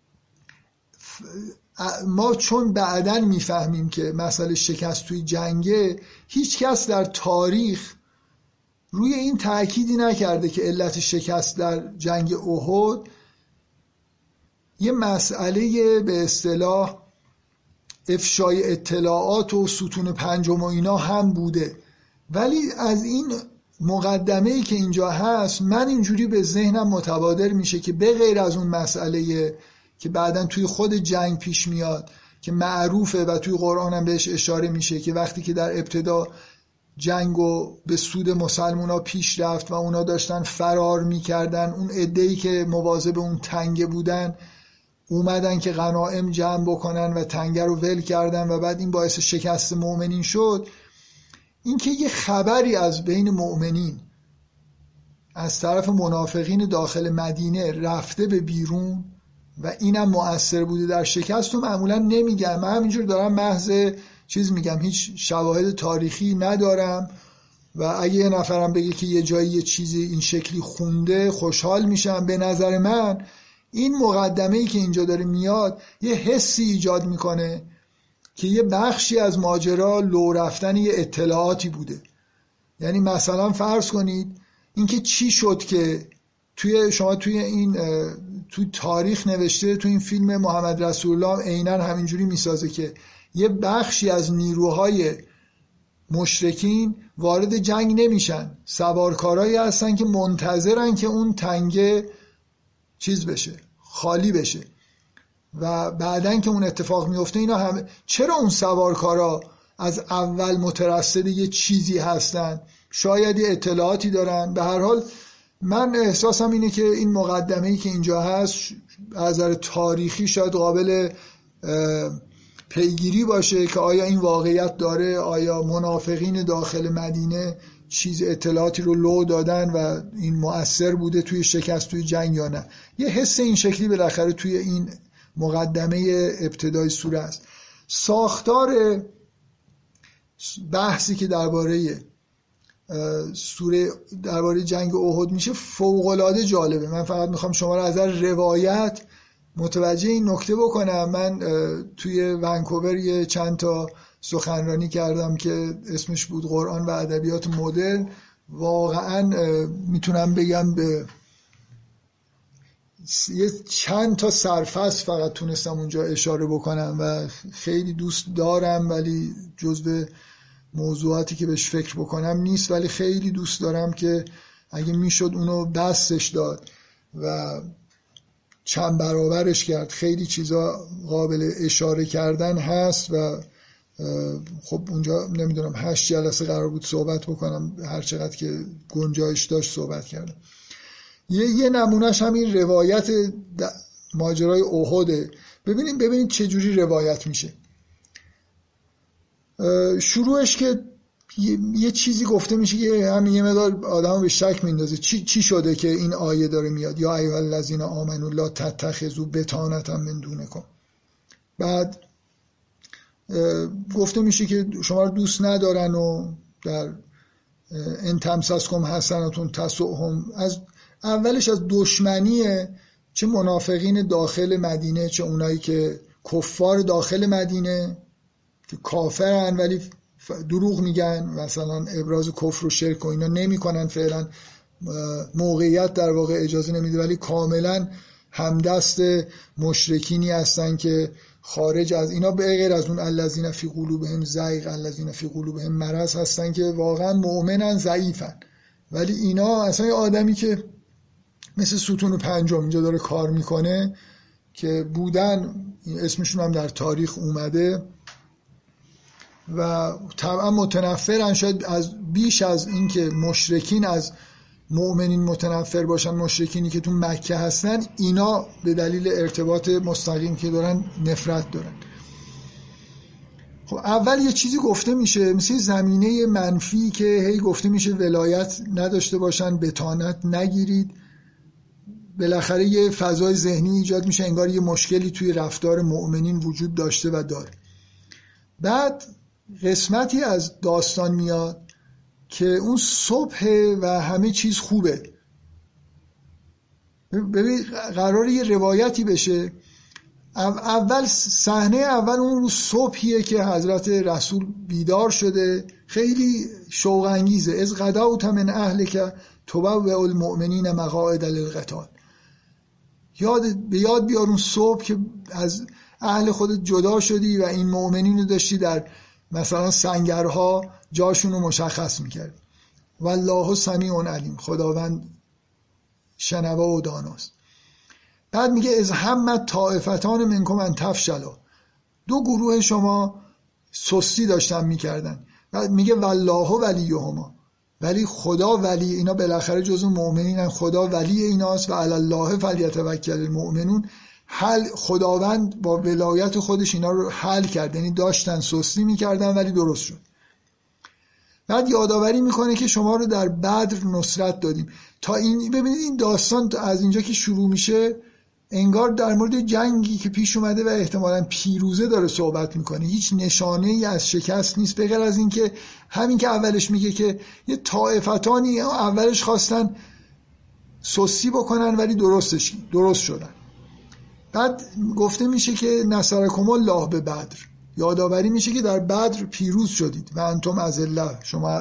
ما چون بعداً میفهمیم که مسئله شکست توی جنگه، هیچ کس در تاریخ روی این تأکیدی نکرده که علت شکست در جنگ احد یه مسئله به اصطلاح افشای اطلاعات و ستون پنجم و اینا هم بوده. ولی از این مقدمه‌ای که اینجا هست من اینجوری به ذهنم متبادر میشه که به غیر از اون مسئله که بعداً توی خود جنگ پیش میاد که معروفه و توی قرآن هم بهش اشاره میشه که وقتی که در ابتدا جنگو به سود مسلمونا پیش رفت و اونا داشتن فرار میکردن، اون عده‌ای که مواظب اون تنگه بودن اومدن که غنایم جمع بکنن و تنگه رو ول کردن و بعد این باعث شکست مؤمنین شد. این که یه خبری از بین مؤمنین از طرف منافقین داخل مدینه رفته به بیرون و اینم مؤثر بوده در شکست رو معمولا نمیگم. من همینجور دارم محض چیز میگم، هیچ شواهد تاریخی ندارم و اگه یه نفرم بگه که یه جایی یه چیزی این شکلی خونده خوشحال میشم. به نظر من این مقدمه‌ای که اینجا داره میاد یه حسی ایجاد میکنه که یه بخشی از ماجرا لو رفتن یه اطلاعاتی بوده. یعنی مثلا فرض کنید اینکه چی شد که شما توی این توی تاریخ نوشته، توی این فیلم محمد رسول الله عیناً همینجوری میسازه که یه بخشی از نیروهای مشرکین وارد جنگ نمیشن، سوارکارایی هستن که منتظرن که اون تنگه چیز بشه، خالی بشه و بعدن که اون اتفاق میفته اینا همه. چرا اون سوارکارا از اول مترصد یه چیزی هستن؟ شاید یه اطلاعاتی دارن. به هر حال من احساسم اینه که این مقدمه‌ای که اینجا هست از نظر تاریخی شاید قابل پیگیری باشه که آیا این واقعیت داره، آیا منافقین داخل مدینه چیز اطلاعاتی رو لو دادن و این مؤثر بوده توی شکست توی جنگ یا نه. یه حس این شکلی بالاخره توی این مقدمه ابتدای سوره است. ساختار بحثی که درباره سوره درباره جنگ احد میشه فوق‌العاده جالبه. من فقط میخوام شما رو از روایت متوجه این نکته بکنم. من توی ونکوور یه چند تا سخنرانی کردم که اسمش بود قرآن و ادبیات مدرن. واقعا میتونم بگم به یه چند تا سرفصل فقط تونستم اونجا اشاره بکنم و خیلی دوست دارم، ولی جزو موضوعاتی که بهش فکر بکنم نیست، ولی خیلی دوست دارم که اگه میشد اونو بستش داد و چند برابرش کرد. خیلی چیزا قابل اشاره کردن هست و خب اونجا نمیدونم 8 جلسه قرار بود صحبت بکنم، هر چقدر که گنجایش داشت صحبت کردم. یه نمونهش همین روایت ماجرای احده. ببینید چه جوری روایت میشه. شروعش که یه چیزی گفته میشه که همین یه مقدار آدمو به شک میندازه. چی شده که این آیه داره میاد یا ایها الذین آمنوا لا تتخذوا بطانة من دونکم. بعد گفته میشه که شما رو دوست ندارن و در ان تمسسکم حسنة تسؤهم. از اولش از دشمنیه، چه منافقین داخل مدینه چه اونایی که کفار داخل مدینه که کافرن ولی دروغ میگن، مثلا ابراز کفر و شرک و اینا نمیکنن، فعلا موقعیت در واقع اجازه نمیده، ولی کاملا همدست مشرکینی هستن که خارج از اینا به غیر از اون الذین فی قلوبهم زیغ الذین فی قلوبهم مرض هستن که واقعا مؤمنن ضعیفن. ولی اینا اصلا یه آدمی که مثل ستون پنجم اینجا داره کار میکنه که بودن، اسمشون هم در تاریخ اومده و طبعا متنفرن. شاید از بیش از این که مشرکین از مؤمنین متنفر باشن، مشرکینی که تو مکه هستن اینا به دلیل ارتباط مستقیم که دارن نفرت دارن. خب اول یه چیزی گفته میشه مثل زمینه منفی که هی گفته میشه ولایت نداشته باشن، بطانت نگیرید. بالاخره یه فضای ذهنی ایجاد میشه انگار یه مشکلی توی رفتار مؤمنین وجود داشته و داره. بعد قسمتی از داستان میاد که اون صبح و همه چیز خوبه. ببین قراره یه روایتی بشه. اول صحنه اول اون رو صبحیه که حضرت رسول بیدار شده، خیلی شوق انگیزه. از غدوت من اهلک تبوئ المؤمنین مقاعد للقتال. به یاد بیار اون صبح که از اهل خودت جدا شدی و این مؤمنین رو داشتی در مثلا سنگرها جاشون رو مشخص میکرد. والله سمیع علیم، خداوند شنوا و داناست. بعد میگه از همت طائفتان منکم ان تفشلا، دو گروه شما سستی داشتن میکردن. بعد میگه والله ولیهما، ولی خدا ولی اینا، بالاخره جزو مؤمنینن، خدا ولی ایناست و علی الله فلیتوکل المؤمنون. خداوند با ولایت خودش اینا رو حل کرد، یعنی داشتن سستی میکردن ولی درست شد. بعد یادآوری میکنه که شما رو در بدر نصرت دادیم. تا این ببینید این داستان از اینجا که شروع میشه انگار در مورد جنگی که پیش اومده و احتمالاً پیروزه داره صحبت میکنه. هیچ نشانه ای از شکست نیست به غیر از این که همین که اولش میگه که یه طائفتانی اولش خواستن سستی بکنن ولی درست شدن. بعد گفته میشه که نصرکم الله به بدر، یادآوری میشه که در بدر پیروز شدید و انتم اذله، شما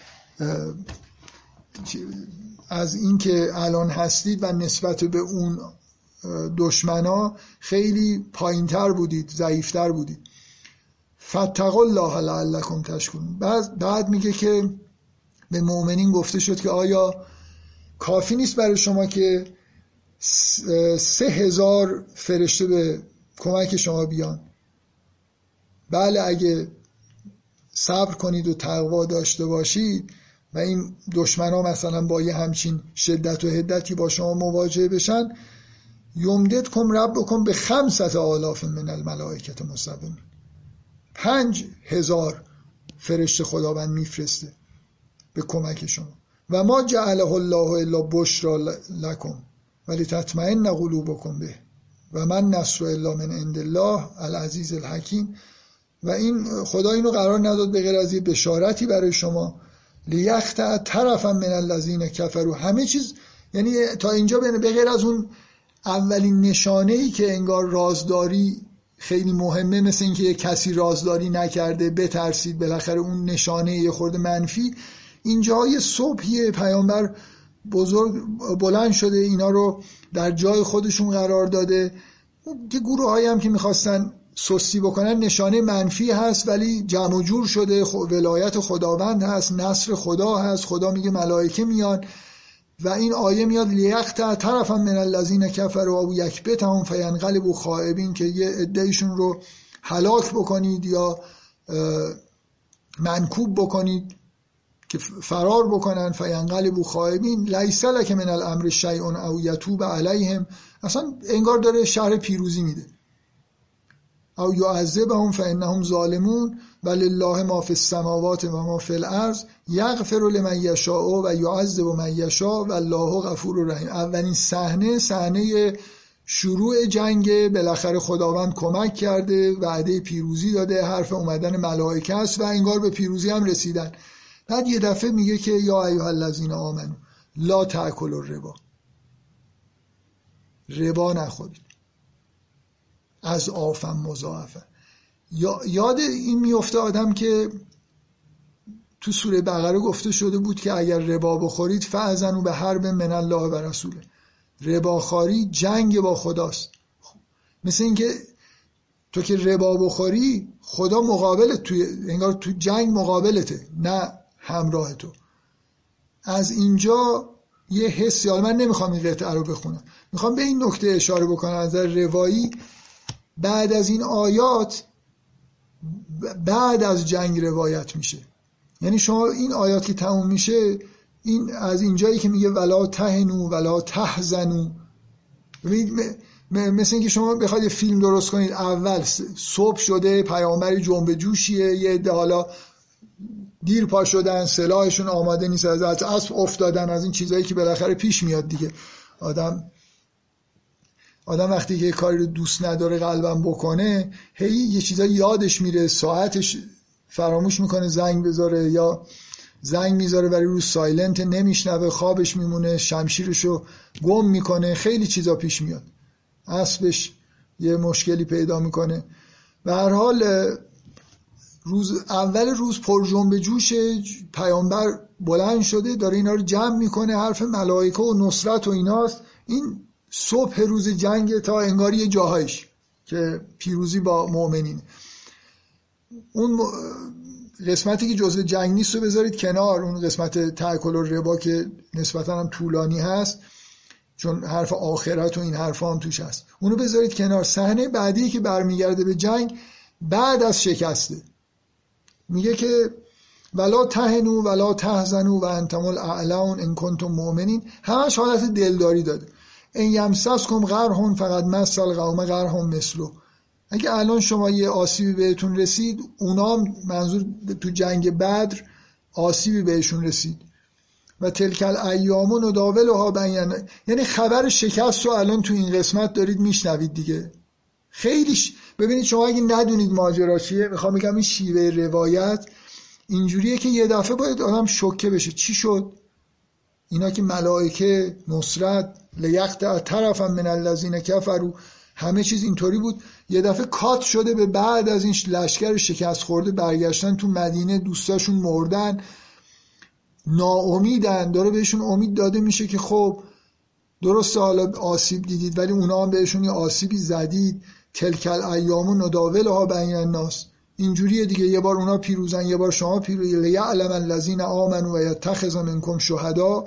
از این که الان هستید و نسبت به اون دشمنا خیلی پایینتر بودید، ضعیفتر بودید. فاتقوا الله لعلکم تشکرون. بعد میگه که به مؤمنین گفته شد که آیا کافی نیست برای شما که 3000 فرشته به کمک شما بیان؟ بله اگه صبر کنید و تقوا داشته باشید و این دشمنا مثلا با یه همچین شدت و حدتی با شما مواجه بشن، یمددکم ربکم به 5000 من الملائکه مسومین، 5000 فرشته خداوند میفرسته به کمک شما. و ما جعله الله الا بشرا لکم ولتطمئن قلوبکم به و من نصر الا من عند الله العزیز الحکیم. و این خدا اینو قرار نداد به غیر از یه بشارتی برای شما، لیقطع طرفا من الذین کفروا، همه چیز. یعنی تا اینجا به غیر از اون اولین نشانه‌ای که انگار رازداری خیلی مهمه، مثل اینکه کسی رازداری نکرده بترسید، بالاخره اون نشانه یه خورده منفی، اینجا یه صبحی پیامبر بزرگ بلند شده اینا رو در جای خودشون قرار داده. یه گروه‌هایی هم که می‌خواستن سستی بکنن نشانه منفی هست ولی جمع و جور شده، ولایت خداوند هست، نصر خدا هست، خدا میگه ملائکه میان و این آیه میاد لیقطع طرفا من الذین کفروا و یکبتهم فینقلبوا خائبین، که یه عده‌ایشون رو هلاک بکنید یا منکوب بکنید که فرار بکنن، فینقلبوا خائبین لیس لک من الامر شیء او یتوب علیهم. اصلا انگار داره شرح پیروزی میده. او یعذبهم فانهم ظالمون ولله ما فی السماوات و ما فی الارض یغفر لمن یشاء و یعذب من یشاء والله غفور رحیم. اولین صحنه شروع جنگ، بالاخره خداوند کمک کرده، وعده پیروزی داده، حرف اومدن ملائکه است و انگار به پیروزی هم رسیدن. بعد یه دفعه میگه که یا ایها الذین آمنوا لا تأکلوا الربا، ربا نخورید، از آفم مضاعفه. یاد این میفته آدم که تو سوره بقره گفته شده بود که اگر ربا بخورید فاذنوا به حرب من الله و رسوله. رباخواری جنگ با خداست. مثل اینکه تو که ربا بخوری خدا مقابلت، انگار تو جنگ مقابلته نه همراه تو. از اینجا یه حسی، من نمیخوام این قطعه رو بخونم، میخوام به این نکته اشاره بکنم از نظر روایی. بعد از این آیات بعد از جنگ روایت میشه، یعنی شما این آیات که تموم میشه، این از اینجایی که میگه ولا تهنوا ولا تحزنوا، مثل اینکه شما بخواید یه فیلم درست کنید، اول صبح شده، پیامبر جنب جوشیه، یه عده حالا دیر پا شدن، سلاحشون آماده نیست، از اسب افتادن، از این چیزایی که بالاخره پیش میاد دیگه، آدم آدم وقتی که یه کاری رو دوست نداره قلبم بکنه، هی یه چیزا یادش میره، ساعتش فراموش میکنه زنگ بذاره یا زنگ میذاره ولی رو سایلنت نمیشنوه، خوابش میمونه، شمشیرشو گم میکنه، خیلی چیزا پیش میاد، اسبش یه مشکلی پیدا میکنه. به هر حال اول روز پر جنب جوش، پیامبر بلند شده داره اینا رو جمع میکنه، حرف ملائکه و نصرت و ایناست. این صبح روز جنگ تا انگاری یه جاهایش که پیروزی با مؤمنین. اون قسمتی که جزء جنگ نیست رو بذارید کنار، اون قسمت تأکل الربا که نسبتا هم طولانی هست چون حرف آخرت و این حرفا هم توش هست، اونو بذارید کنار. صحنه بعدی که برمیگرده به جنگ بعد از شکسته، میگه که ولا تهنوا ولا تحزنوا وانتم الاعلون ان کنتم مؤمنین. همش حالت دلداری داده. ان یمسسکم قرح فقد مس القوم قرح مثله. اگه الان شما یه آسیبی بهتون رسید، اونا منظور تو جنگ بدر آسیبی بهشون رسید. و تلک الایام نداولها بین، یعنی خبر شکست رو الان تو این قسمت دارید میشنوید دیگه. خیلیش ببینید، شما اگه ندونید ماجرا چیه، میخوام بگم این شیوه روایت اینجوریه که یه دفعه باید آدم شوکه بشه. چی شد؟ اینا که ملائکه، نصرت، لیقطع طرفا من الذین کفروا، همه چیز اینطوری بود، یه دفعه کات شده به بعد از این لشکر شکست خورده برگشتن تو مدینه، دوستاشون مردن، ناامیدن، داره بهشون امید داده میشه که خب درسته حالا آسیب دیدید ولی اونا هم بهشون یه آسیبی زدید. تلک الایام نداولها بین الناس، اینجوریه دیگه، یه بار اونا پیروزن یه بار شما پیروزن. لیعلم الذین آمنوا و یتخذ منکم شهدا،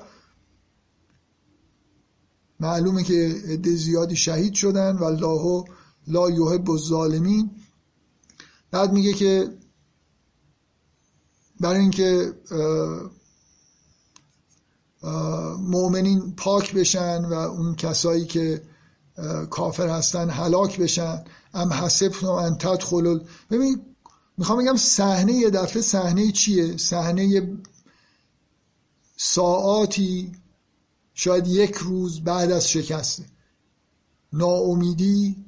معلومه که عده زیادی شهید شدن والله لا یحب الظالمین. بعد میگه که برای اینکه مؤمنین پاک بشن و اون کسایی که کافر هستن هلاک بشن، ام حسبتم ان تدخلوا. ببین میخوام بگم صحنه یه دفعه صحنه چیه؟ صحنه ساعاتی، شاید یک روز بعد از شکسته، ناامیدی،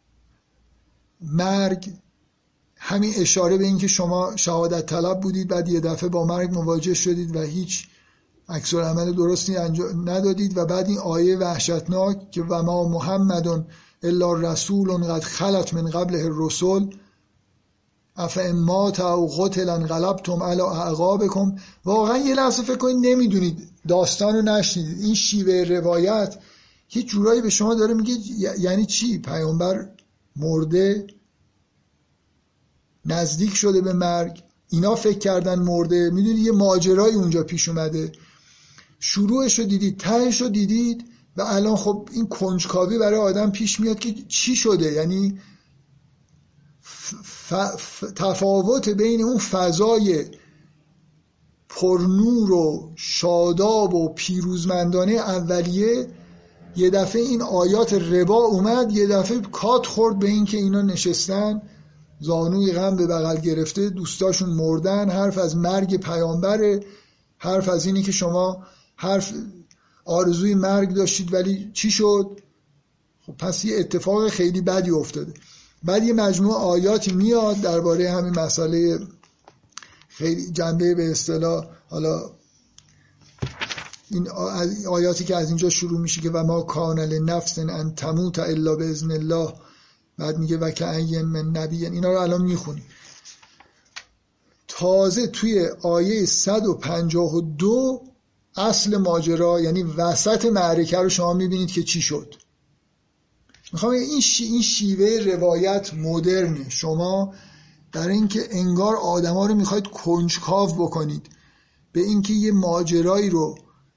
مرگ، همین اشاره به این که شما شهادت طلب بودید بعد یه دفعه با مرگ مواجه شدید و هیچ عکس العمل درستی ندادید. و بعد این آیه وحشتناک که و ما محمد الا رسول قد خلت من قبله الرسل افئن مات او قتل انقلبتم علی اعقابکم. واقعا یه لحظه فکر کنید نمیدونید، داستانو نشنیدید. این شیوه روایت یه جورایی به شما داره میگه یعنی چی؟ پیامبر مرده، نزدیک شده به مرگ، اینا فکر کردن مرده. میدونید یه ماجرای اونجا پیش اومده، شروعش رو دیدید، تهش رو دیدید و الان خب این کنجکاوی برای آدم پیش میاد که چی شده. یعنی تفاوت بین اون فضای پرنور و شاداب و پیروزمندانه اولیه، یه دفعه این آیات ربا اومد، یه دفعه کات خورد به این که اینا نشستن زانوی غم به بغل گرفته، دوستاشون مردن، حرف از مرگ پیامبره، حرف از اینی که شما حرف آرزوی مرگ داشتید ولی چی شد؟ خب پس یه اتفاق خیلی بدی افتاده. بعد یه مجموعه آیاتی میاد درباره همین مسئله، خیلی جنبه به اصطلاح، حالا این آیاتی که از اینجا شروع میشه که و ما کان لنفس ان تموت الا باذن الله، بعد میگه و کأین من نبی، اینا رو الان میخونیم. تازه توی آیه 152 اصل ماجرا، یعنی وسط معرکه رو شما میبینید که چی شد. میخوام این شیوه روایت مدرنه. شما در اینکه انگار آدما رو میخواید کنجکاو بکنید به اینکه یه ماجرایی رو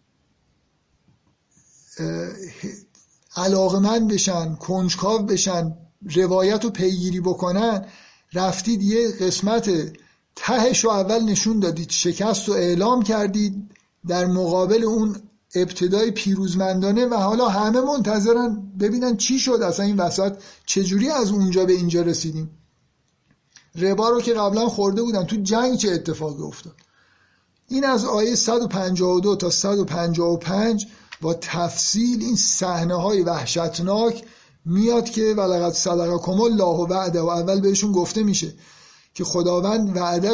علاقمند بشن، کنجکاو بشن، روایت رو پیگیری بکنن، رفتید یه قسمت تهش رو اول نشون دادید، شکست رو اعلام کردید در مقابل اون ابتدای پیروزمندانه و حالا همه منتظرن ببینن چی شد اصلا این وسط، چجوری از اونجا به اینجا رسیدیم. ربا رو که قبلا خورده بودن، تو جنگ چه اتفاقی افتاد. این از آیه 152 تا 155 با تفصیل این صحنه‌های وحشتناک میاد که ولقد صدقکم الله وعده، و اول بهشون گفته میشه که خداوند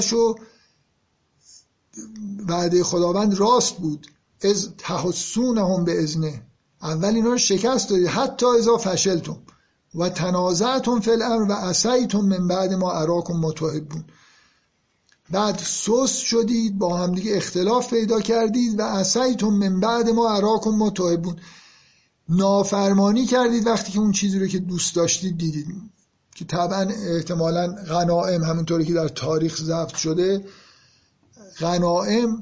وعده خداوند راست بود، از تحسونهم به اذنه، اول اینا رو شکست دادید، حتی اذا فشلتم و تنازعتم فی الامر و عصیتم من بعد ما اراکم ما تحبون، بعد سست شدید، با همدیگه اختلاف پیدا کردید، و عصیتم من بعد ما اراکم ما تحبون، نافرمانی کردید وقتی که اون چیزی رو که دوست داشتید دیدید، که طبعا احتمالاً غنائم همونطوری که در تاریخ ضبط شده، غنائم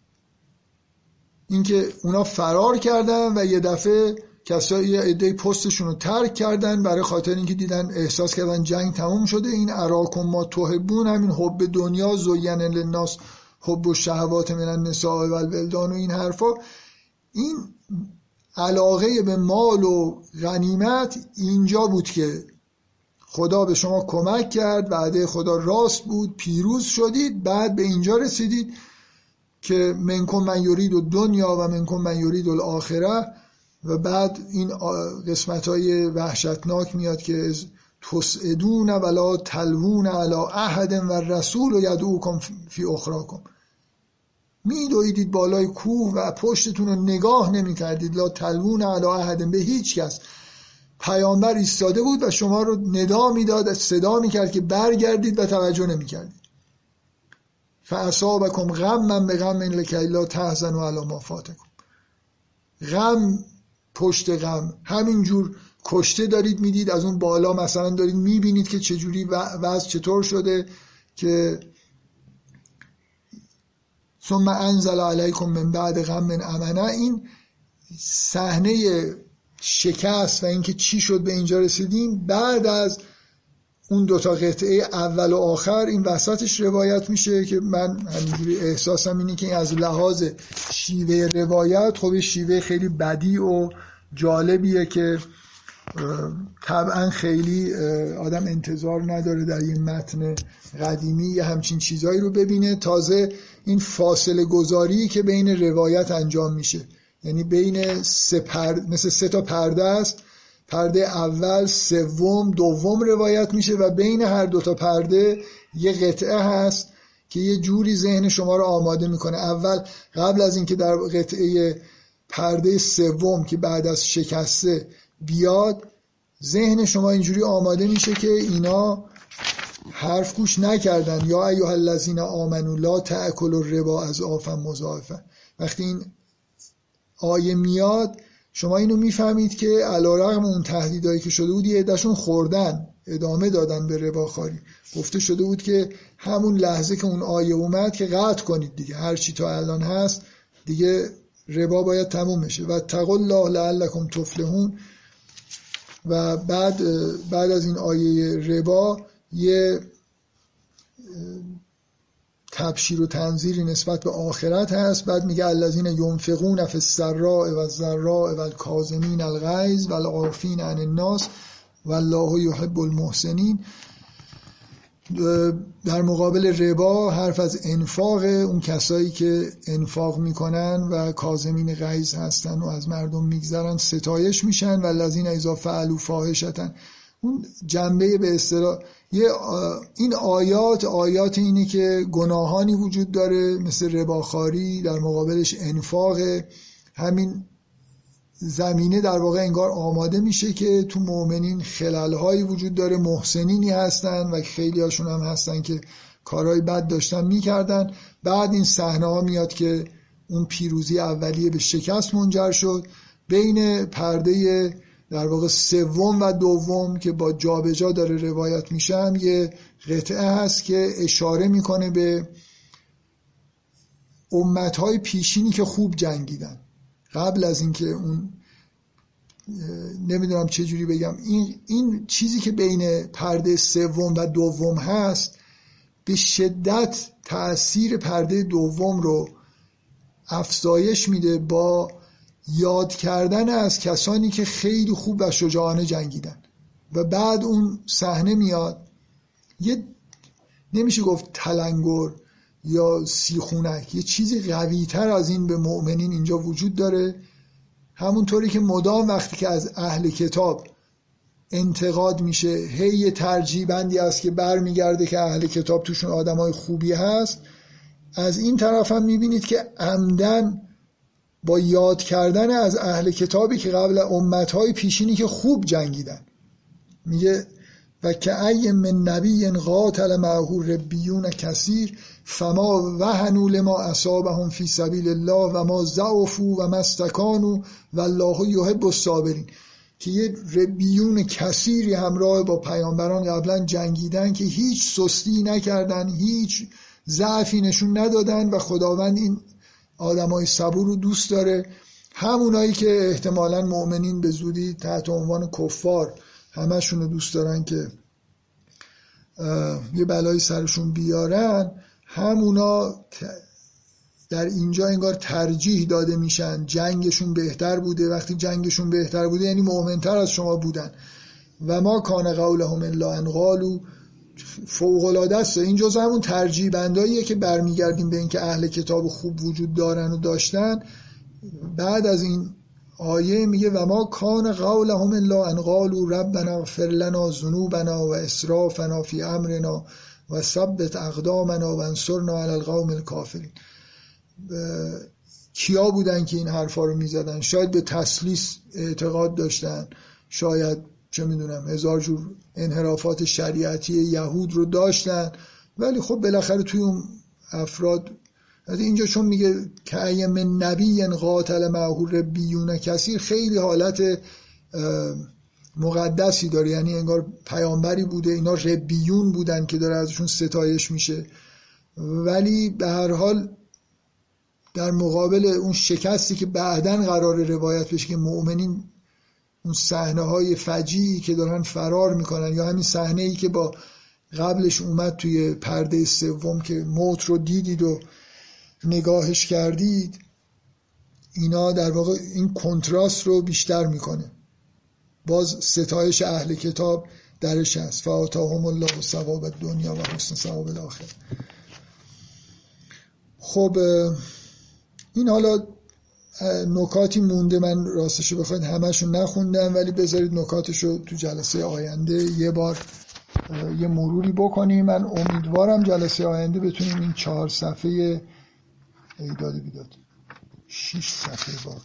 اینکه اونا فرار کردن و یه دفعه کسایی یه عده پستشون رو ترک کردن برای خاطر اینکه دیدن احساس کردن جنگ تموم شده. این اراکم ما تحبون، همین حب دنیا، زین للناس حب الشهوات من النساء والولدان و این حرفا، این علاقه به مال و غنیمت اینجا بود که خدا به شما کمک کرد، وعده خدا راست بود، پیروز شدید، بعد به اینجا رسیدید که منکم من یرید الدنیا و منکم من یرید الاخره، و بعد این قسمت‌های وحشتناک میاد که تسعدون ولا تلوون علی احد و رسول یدعوکم فی اخراکم، میدویدید بالای کوه و پشتتون رو نگاه نمی‌کردید، لا تلوون علی احد، به هیچ کس. پیامبر ایستاده بود و شما رو ندا میداد، صدا میکرد که برگردید و توجه نمی‌کردید. فاصابکم غما بغم لکی لا تحزنوا علی ما فاتکم، غم پشت غم، همینجور کشته دارید میدید، از اون بالا مثلا دارید میبینید که چجوری وضع چطور شده که ثم انزل علیکم من بعد غم امنه. این صحنه شکست و اینکه چی شد به اینجا رسیدیم بعد از اون دوتا قطعه اول و آخر، این وسطش روایت میشه که من همینجوری احساسم اینه که از لحاظ شیوه روایت خب شیوه خیلی بدی و جالبیه که طبعا خیلی آدم انتظار نداره در یه متن قدیمی یه همچین چیزایی رو ببینه. تازه این فاصله گذاری که بین روایت انجام میشه، یعنی بین مثل 3 تا پرده است، پرده اول، سوم، دوم روایت میشه و بین هر 2 تا پرده یه قطعه هست که یه جوری ذهن شما رو آماده میکنه. اول قبل از اینکه در قطعه پرده سوم که بعد از شکسته بیاد، ذهن شما اینجوری آماده میشه که اینا حرف گوش نکردن، یا ایها الذین آمنوا لا تأکلوا الربا اضعافا مضاعفا. وقتی این آیه میاد شما اینو میفهمید که علیرغم اون تهدیدایی که شده بود یه عده‌شون خوردن، ادامه دادن به رباخواری. گفته شده بود که همون لحظه که اون آیه اومد که قطع کنید دیگه، هر چی تا الان هست دیگه ربا باید تموم بشه. و اتقوا الله لعلکم تفلحون. و بعد از این آیه ربا یه تبشیر و تنذیری نسبت به آخرت هست. بعد میگه الذین ینفقون فی السراء و الضراء و الکاظمین الغیظ و العافین عن الناس والله یحب المحسنین. در مقابل ربا حرف از انفاق، اون کسایی که انفاق میکنن و کاظمین غیظ هستن و از مردم میگذرن ستایش میشن. و الذین اذا فعلوا فاحشة، اون جنبه به اصطلاح این آیات اینه که گناهانی وجود داره مثل رباخواری، در مقابلش انفاق. همین زمینه در واقع انگار آماده میشه که تو مؤمنین خلل‌هایی وجود داره، محسنینی هستن و خیلی هاشون هم هستن که کارهای بد داشتن میکردن. بعد این صحنه ها میاد که اون پیروزی اولیه به شکست منجر شد. بین پرده در واقع سوم و دوم که با جابجا داره روایت میشه هم یه قطعه هست که اشاره میکنه به امتهای پیشینی که خوب جنگیدن قبل از اینکه اون، نمیدونم چه جوری بگم، این چیزی که بین پرده سوم و دوم هست به شدت تأثیر پرده دوم رو افزایش میده با یاد کردن از کسانی که خیلی خوب و شجاعانه جنگیدن. و بعد اون صحنه میاد، یه نمیشه گفت تلنگر یا سیخونک، یه چیزی قوی تر از این به مؤمنین اینجا وجود داره. همونطوری که مدام وقتی که از اهل کتاب انتقاد میشه، هی ترجیح بندی است که برمیگرده که اهل کتاب توشون آدمای خوبی هست. از این طرف هم میبینید که عمدن با یاد کردن از اهل کتابی که قبل امتهای پیشینی که خوب جنگیدن، میگه و که ای من نبی قاتل معه ربیون کثیر فما وهنوا لما اصابهم فی سبیل الله و ما ضعفوا و ما استکانوا والله یحب الصابرین، که یه ربیون کثیری همراه با پیامبران قبلا جنگیدن که هیچ سستی نکردن، هیچ ضعفی نشون ندادن و خداوند این آدمای صبور رو دوست داره. همونایی که احتمالاً مؤمنین به زودی تحت عنوان کفار همشون رو دوست دارن که یه بلایی سرشون بیارن، همونا در اینجا انگار ترجیح داده میشن، جنگشون بهتر بوده. وقتی جنگشون بهتر بوده یعنی مؤمنتر از شما بودن. و ما کان قولهم الا ان قالوا، فوق‌العاده است. این جزء همون ترجیح بنداییه که برمیگردیم به اینکه اهل کتاب خوب وجود دارن و داشتن. بعد از این آیه میگه و ما کان قولهم الا ان قالوا ربنا اغفر لنا ذنوبنا و اسرافنا فی امرنا و ثبت اقدامنا و انصرنا علی القوم الکافرین. کیا بودن که این حرفا رو میزدن؟ شاید به تثلیث اعتقاد داشتن، شاید چه میدونم هزار جور انحرافات شریعتی یهود رو داشتن، ولی خب بالاخره توی اون افراد اینجا چون میگه که ای من نبی قاتل معه ربیون کثیر، خیلی حالت مقدسی داره، یعنی انگار پیامبری بوده، اینا ربیون بودن که داره ازشون ستایش میشه. ولی به هر حال در مقابل اون شکستی که بعداً قرار روایت بشه که مؤمنین اون صحنه‌های فجیعی که دارن فرار میکنن، یا همین صحنه‌ای که با قبلش اومد توی پرده سوم که موت رو دیدید و نگاهش کردید، اینا در واقع این کنتراست رو بیشتر میکنه. باز ستایش اهل کتاب درش هست. فآتاهم الله ثواب الدنیا و حسن ثواب الاخره. خب این حالا نکاتی مونده، من راستشو بخواید همشون نخوندم، ولی بذارید نکاتشو تو جلسه آینده یه بار یه مروری بکنیم. من امیدوارم جلسه آینده بتونیم این 4 صفحه ایداد بیداد 6 صفحه باقی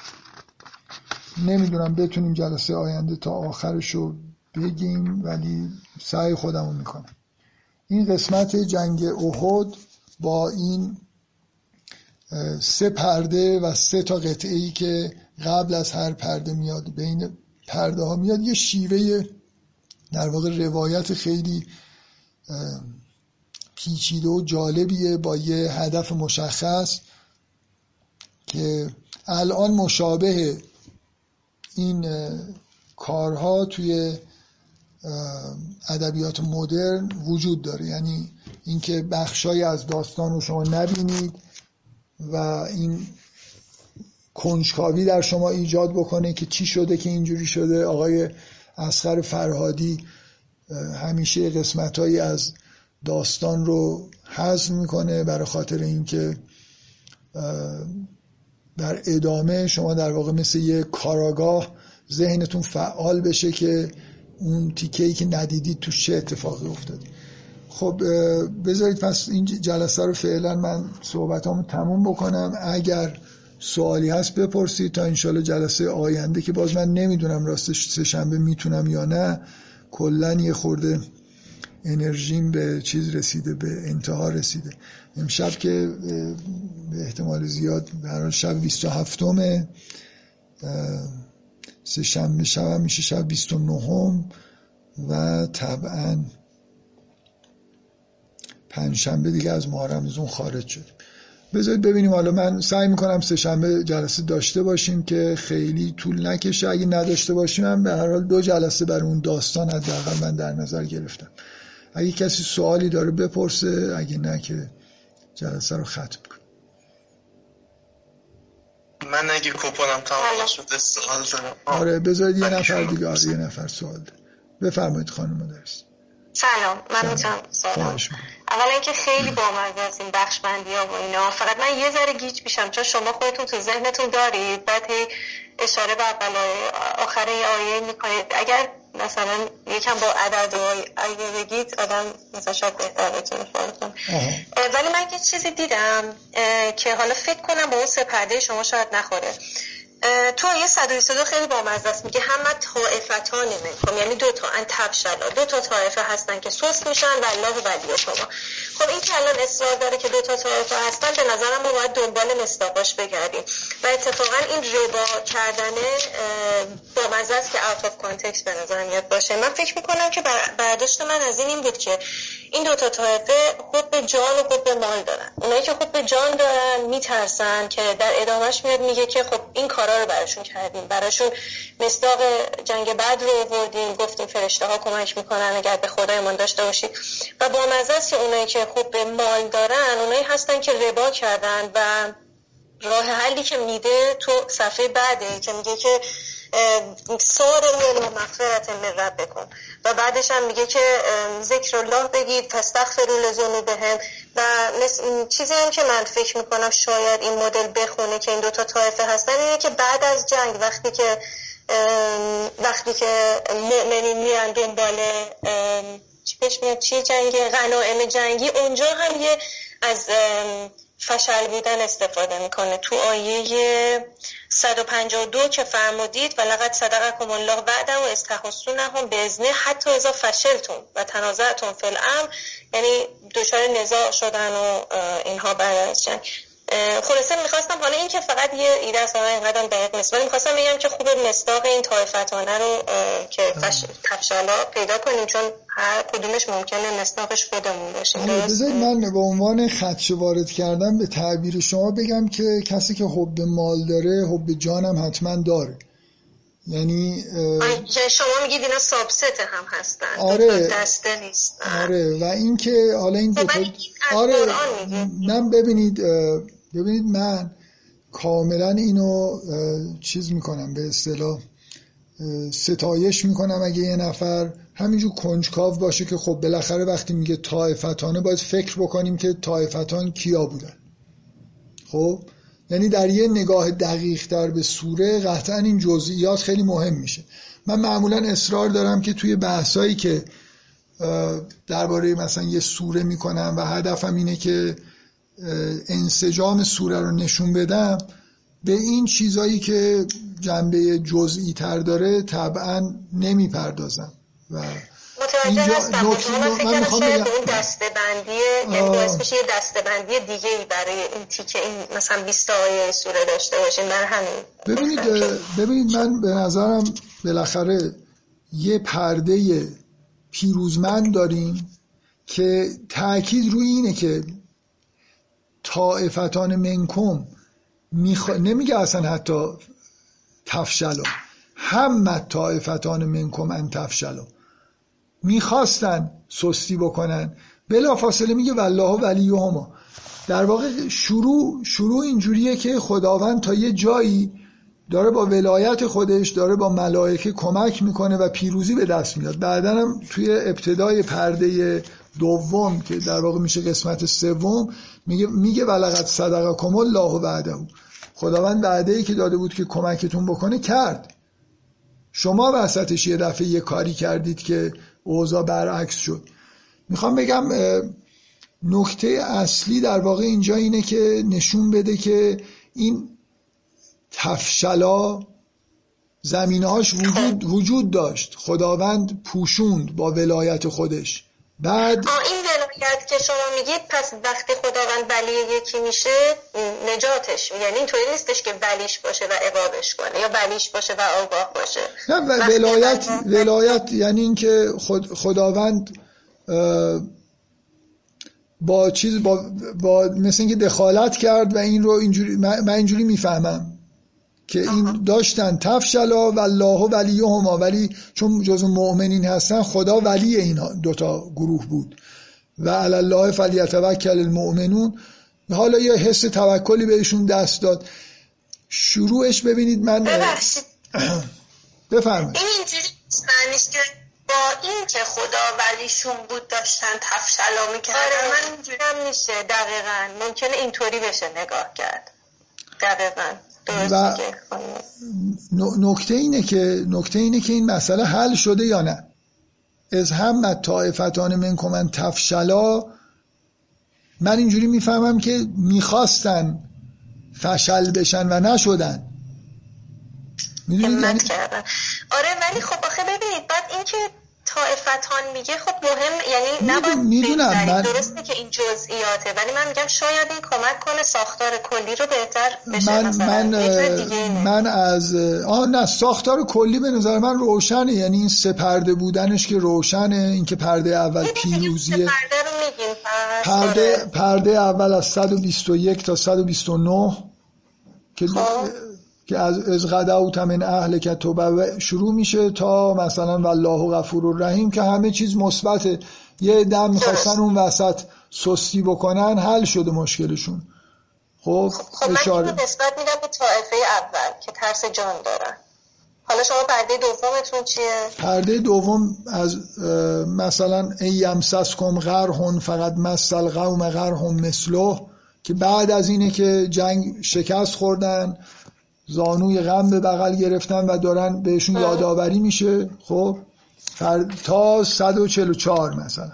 نمیدونم بتونیم جلسه آینده تا آخرشو بگیم، ولی سعی خودمو میکنم. این قسمت جنگ احد با این 3 پرده و 3 تا قطعه‌ای که قبل از هر پرده میاد، بین پرده ها میاد، یه شیوه در واقع روایت خیلی پیچیده و جالبیه با یه هدف مشخص که الان مشابه این کارها توی ادبیات مدرن وجود داره. یعنی اینکه بخشای از داستان رو شما نبینید و این کنجکاوی در شما ایجاد بکنه که چی شده که اینجوری شده. آقای اصغر فرهادی همیشه قسمت‌هایی از داستان رو حذف میکنه برای خاطر اینکه در ادامه شما در واقع مثل یه کاراگاه ذهنتون فعال بشه که اون تیکه‌ای که ندیدید توش چه اتفاقی افتاده. خب بذارید پس این جلسه رو فعلا من صحبتامو تموم بکنم. اگر سوالی هست بپرسید تا انشالله جلسه آینده که باز من نمیدونم راستش سه شنبه میتونم یا نه. کلن یه خورده انرژیم به چیز رسیده، به انتها رسیده. امشب که به احتمال زیاد برای شب 27م، سه شنبه شب هم میشه شب 29م و طبعا پنجشنبه دیگه از ماه رمضان خارج شد. بذارید ببینیم. حالا من سعی میکنم سه شنبه جلسه داشته باشیم که خیلی طول نکشه. اگه نداشته باشیم هم به هر حال 2 جلسه برای اون داستان حداقل من در نظر گرفتم. اگه کسی سوالی داره بپرسه، اگه نه که جلسه رو ختم کنم. من اگه کوپنم تمام شد سوال دارم. آره بذارید یه نفر دیگه، آره یه نفر سوال داره. بفرمایید خانم مدرس. سلام، من میتونم سلام. اولا اینکه خیلی بامزه است این بخش بندی ها و اینا. فقط من یه ذره گیج میشم چون شما خودتون تو ذهنتون دارید، بعد هی اشاره به آخر آیه میکنید. اگر مثلا یکم با عدد و اگه بگید آدم مثلا شاید بهتر بتونه فالو کنه. ولی من یه چیزی دیدم که حالا فکر کنم با اون سه پرده شما شاید نخوره. تو آیه 122 خیلی بامزه است، میگه همه طائفتان منکم، یعنی دو تا انتبشلا، دو تا طائفه هستن که سست میشن و الله ولیهما. خب این که الان اصرار داره که دو تا طائفه هستن، به نظرم ما باید دنبال مصداقاش بگردیم و اتفاقا این ربا کردنه بامزه است که اوت اف کانتکست به نظر میاد باشه. من فکر میکنم که برداشت من از این بود که این دو تا طائفه حب جان و حب مال دارن. اونایی که حب جان دارن میترسن که در ادامهش میاد میگه که خب این کارا رو براشون کردیم، براشون مصداق جنگ بدر رو آوردیم، گفتیم فرشته ها کمک میکنن اگر به خدا ایمان داشته باشید. و بامزه است که اونایی که حب مال دارن اونایی هستن که ربا کردن و راه حلی که میده تو صفحه بعده که میگه که ساروا الی مغفرة من ربکم و بعدش هم میگه که ذکر الله بگید فاستغفروا لذنوبهم. و چیزی هم که من فکر میکنم شاید این مدل بخونه که این دوتا طایفه هستن اینه که بعد از جنگ وقتی که مؤمنین میرن دنبال چی جنگی، غنایم جنگی، اونجا هم یه از فشل بودن استفاده میکنه. تو آیه 152 که فرمودید ولقد صدقکم الله وعده و استحسونهم باذنه حتی اذا فشلتم و تنازعتم فی الامر، یعنی دچار نزاع شدن و اینها بعد از جنگ. خلاصه میخواستم، حالا این که فقط یه ایده است اینقدر دقیق نیست، ولی میخواستم بگم که خوبه مصداق این طایفتانه رو که تفشلا پیدا کنیم، چون هر کدومش ممکنه مصداقش خودمون باشه. بذارید من به عنوان خدشه وارد کردم به تعبیر شما بگم که کسی که حب مال داره حب جانم حتما داره. یعنی شما میگید اینا سابست هم هستن، آره دسته نیستن. آره و این که حالا این دو تا آره من ببینید من کاملا اینو چیز میکنم، به اصطلاح ستایش میکنم اگه یه نفر همینجور کنجکاو باشه که خب بالاخره وقتی میگه طائفتانه باید فکر بکنیم که طائفتان کیا بودن. خب یعنی در یه نگاه دقیق تر به سوره قطعا این جزئیات خیلی مهم میشه. من معمولا اصرار دارم که توی بحثایی که درباره مثلا یه سوره میکنم و هدفم اینه که انسجام سوره رو نشون بدم، به این چیزایی که جنبه جزئی تر داره طبعا نمیپردازم و متوجه هستم. من میخوام بگم اون دسته بندیه، یعنی باعث بشه یه دسته بندی دیگه برای این تیکه این مثلا 20 آیه سوره داشته باشیم. من همین ببینید من به نظرم بالاخره یه پرده پیروزمند داریم که تأکید روی اینه که طائفتان منکم نمیگه اصلا حتی تفشلا، همه طائفتان منکم ان تفشلا، میخواستن سستی بکنن، بلافاصله میگه والله ولیهما. در واقع شروع اینجوریه که خداوند تا یه جایی داره با ولایت خودش داره با ملائکه کمک میکنه و پیروزی به دست میاد. بعداً هم توی ابتدای پرده دوم که در واقع میشه قسمت سوم میگه ولقد صدقکم الله وعده، خداوند وعده‌ای که داده بود که کمکتون بکنه کرد. شما وسطش یه دفعه یه کاری کردید که اوضاع برعکس شد. میخوام بگم نکته اصلی در واقع اینجا اینه که نشون بده که این تفشلا زمینه‌هاش وجود داشت، خداوند پوشوند با ولایت خودش. بعد این ولایت که شما میگید، پس وقتی خداوند ولی یکی میشه نجاتش، یعنی اینطوری نیستش که ولیش باشه و عقابش کنه یا ولیش باشه و آگاه باشه. نه ولایت یعنی این که خداوند با مثل اینکه دخالت کرد و این رو اینجوری من اینجوری میفهمم که این داشتن تفشلا والله ولیهما، ولی چون جزو مؤمنین هستن خدا ولی اینا دوتا گروه بود و علی الله فلیتوکل المؤمنون. حالا یه حس توکلی بهشون دست داد. شروعش ببینید من ببخشید بفرمایید. این اینجوری نیست که با با این که خدا ولیشون بود داشتن تفشلا میکردن. آره من اینجورم میشه دقیقاً ممکنه اینطوری بشه نگاه کرد. دقیقاً درست میگه. نکته اینه که این مسئله حل شده یا نه. از هم طائفتان منکم من تفشلا، من اینجوری میفهمم که میخواستن فشل بشن و نشدن. همت کردن. آره ولی خب آخه ببینید بعد این که طائفتان میگه خب مهم، یعنی نباید میدونم درسته که این جزئیاته، ولی من میگم شاید این کمک کنه ساختار کلی رو بهتر بشه. من از نه ساختار کلی به نظر من روشنه، یعنی این سه پرده بودنش که روشنه، این که پرده اول پیروزیه. پرده اول از 121 تا 129 که از غدوت من اهلک توبه شروع میشه تا مثلا والله غفور الرحیم که همه چیز مثبته. یه دم میخواستن اون وسط سستی بکنن، حل شده مشکلشون. خب من اینو نسبت میدم به طائفه اول که ترس جان دارن. حالا شما پرده دومتون چیه؟ پرده دوم از مثلا ایمسسکم غرح فقط مثل قوم غرح مثله، که بعد از اینه که جنگ شکست خوردن، زانوی غم به بغل گرفتن و دارن بهشون یادآوری میشه. خب تا 144 مثلا،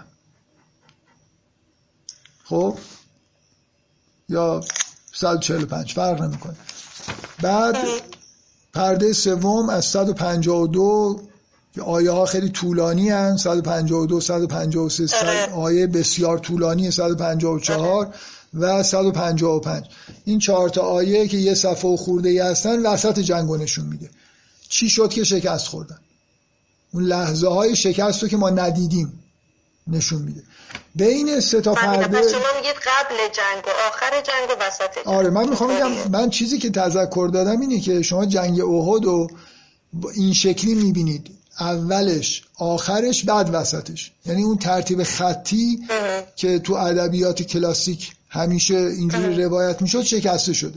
خب یا 145 فرق نمیکنه. بعد پرده سوم از 152 آیه ها خیلی طولانی هن، 152 153 آیه بسیار طولانی، 154 و 155. این 4 تا آیه که یه صفحه و خورده‌ای هستن وسط جنگو نشون میده چی شد که شکست خوردن، اون لحظه های شکست رو که ما ندیدیم نشون میده. بین سه تا پرده شما میگید قبل جنگ و آخر جنگ و وسط جنگ. آره من میخوام بگم، من چیزی که تذکر دادم اینه که شما جنگ احد رو این شکلی میبینید، اولش آخرش بعد وسطش، یعنی اون ترتیب خطی که تو ادبیات کلاسیک همیشه اینجوری روایت میشد شکسته شده.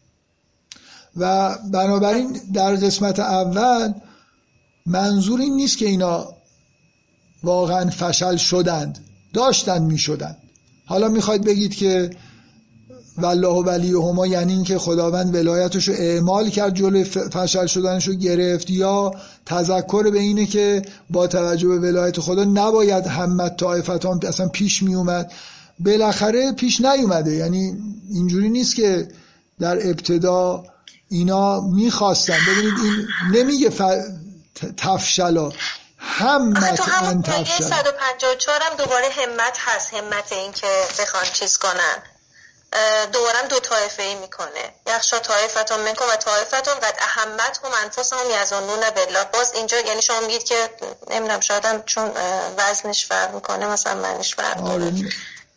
و بنابراین در قسمت اول منظور این نیست که اینا واقعا فشل شدند، داشتن میشدند. حالا میخواید بگید که والله ولیهما یعنی این که خداوند ولایتشو اعمال کرد، جلوی فشل شدنشو گرفت، یا تذکر به اینه که با توجه به ولایت خدا نباید همت طائفتان اصلا پیش می اومد. بالاخره پیش نیومده، یعنی اینجوری نیست که در ابتدا اینا میخواستن. ببینید این نمیگه تفشلا، همت ان تفشل. 154 هم دوباره همت هست، همت این که بخوان چیز کنن، دوباره دو طایفه ای میکنه، یخشا طایفتون منکم و طایفتون قد اهمتهم انفسهم یظنون بالله. باز اینجا یعنی شما میگید که نمیدونم شاید هم چون وزنش فرق میکنه مثلا معنیش فرق میکنه.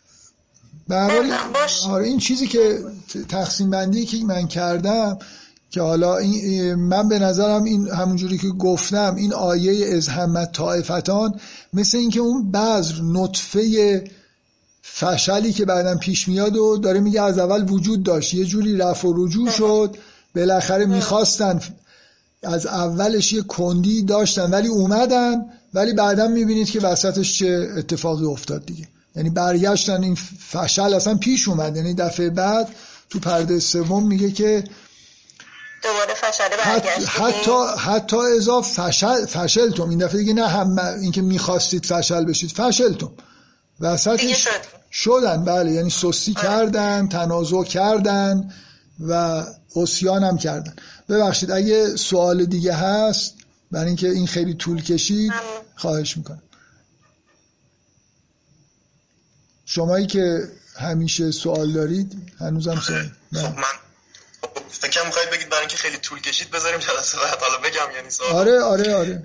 آره این چیزی که تقسیم بندی که من کردم که حالا من به نظرم این همونجوری که گفتم این آیه از همت طائفتان مثل این که اون بذر نطفه فشلی که بعدم پیش میاد و داره میگه از اول وجود داشت، یه جوری رفع و رجوع شد، بالاخره میخواستن از اولش یه کندی داشتن ولی اومدن، ولی بعدم میبینید که وسطش چه اتفاقی افتاد دیگه، یعنی برگشتن، این فشل اصلا پیش اومد. یعنی دفعه بعد تو پرده سوم میگه که دوباره فشل برگشت، حتی اذا فشلتم، این دفعه دیگه نه هم این که میخواستید فشل بشید، فشلتم وسطش شدن. بله یعنی سستی کردن، تنازع کردن و عصیان هم کردن. ببخشید اگه سوال دیگه هست برای اینکه این خیلی طول کشید خواهش میکنم. شمایی که همیشه سوال دارید هنوزم سوال. خب من فکر می‌خواید بگید برای اینکه خیلی طول کشید بذاریم جلسه بعد حالا بگم یعنی سوال. آره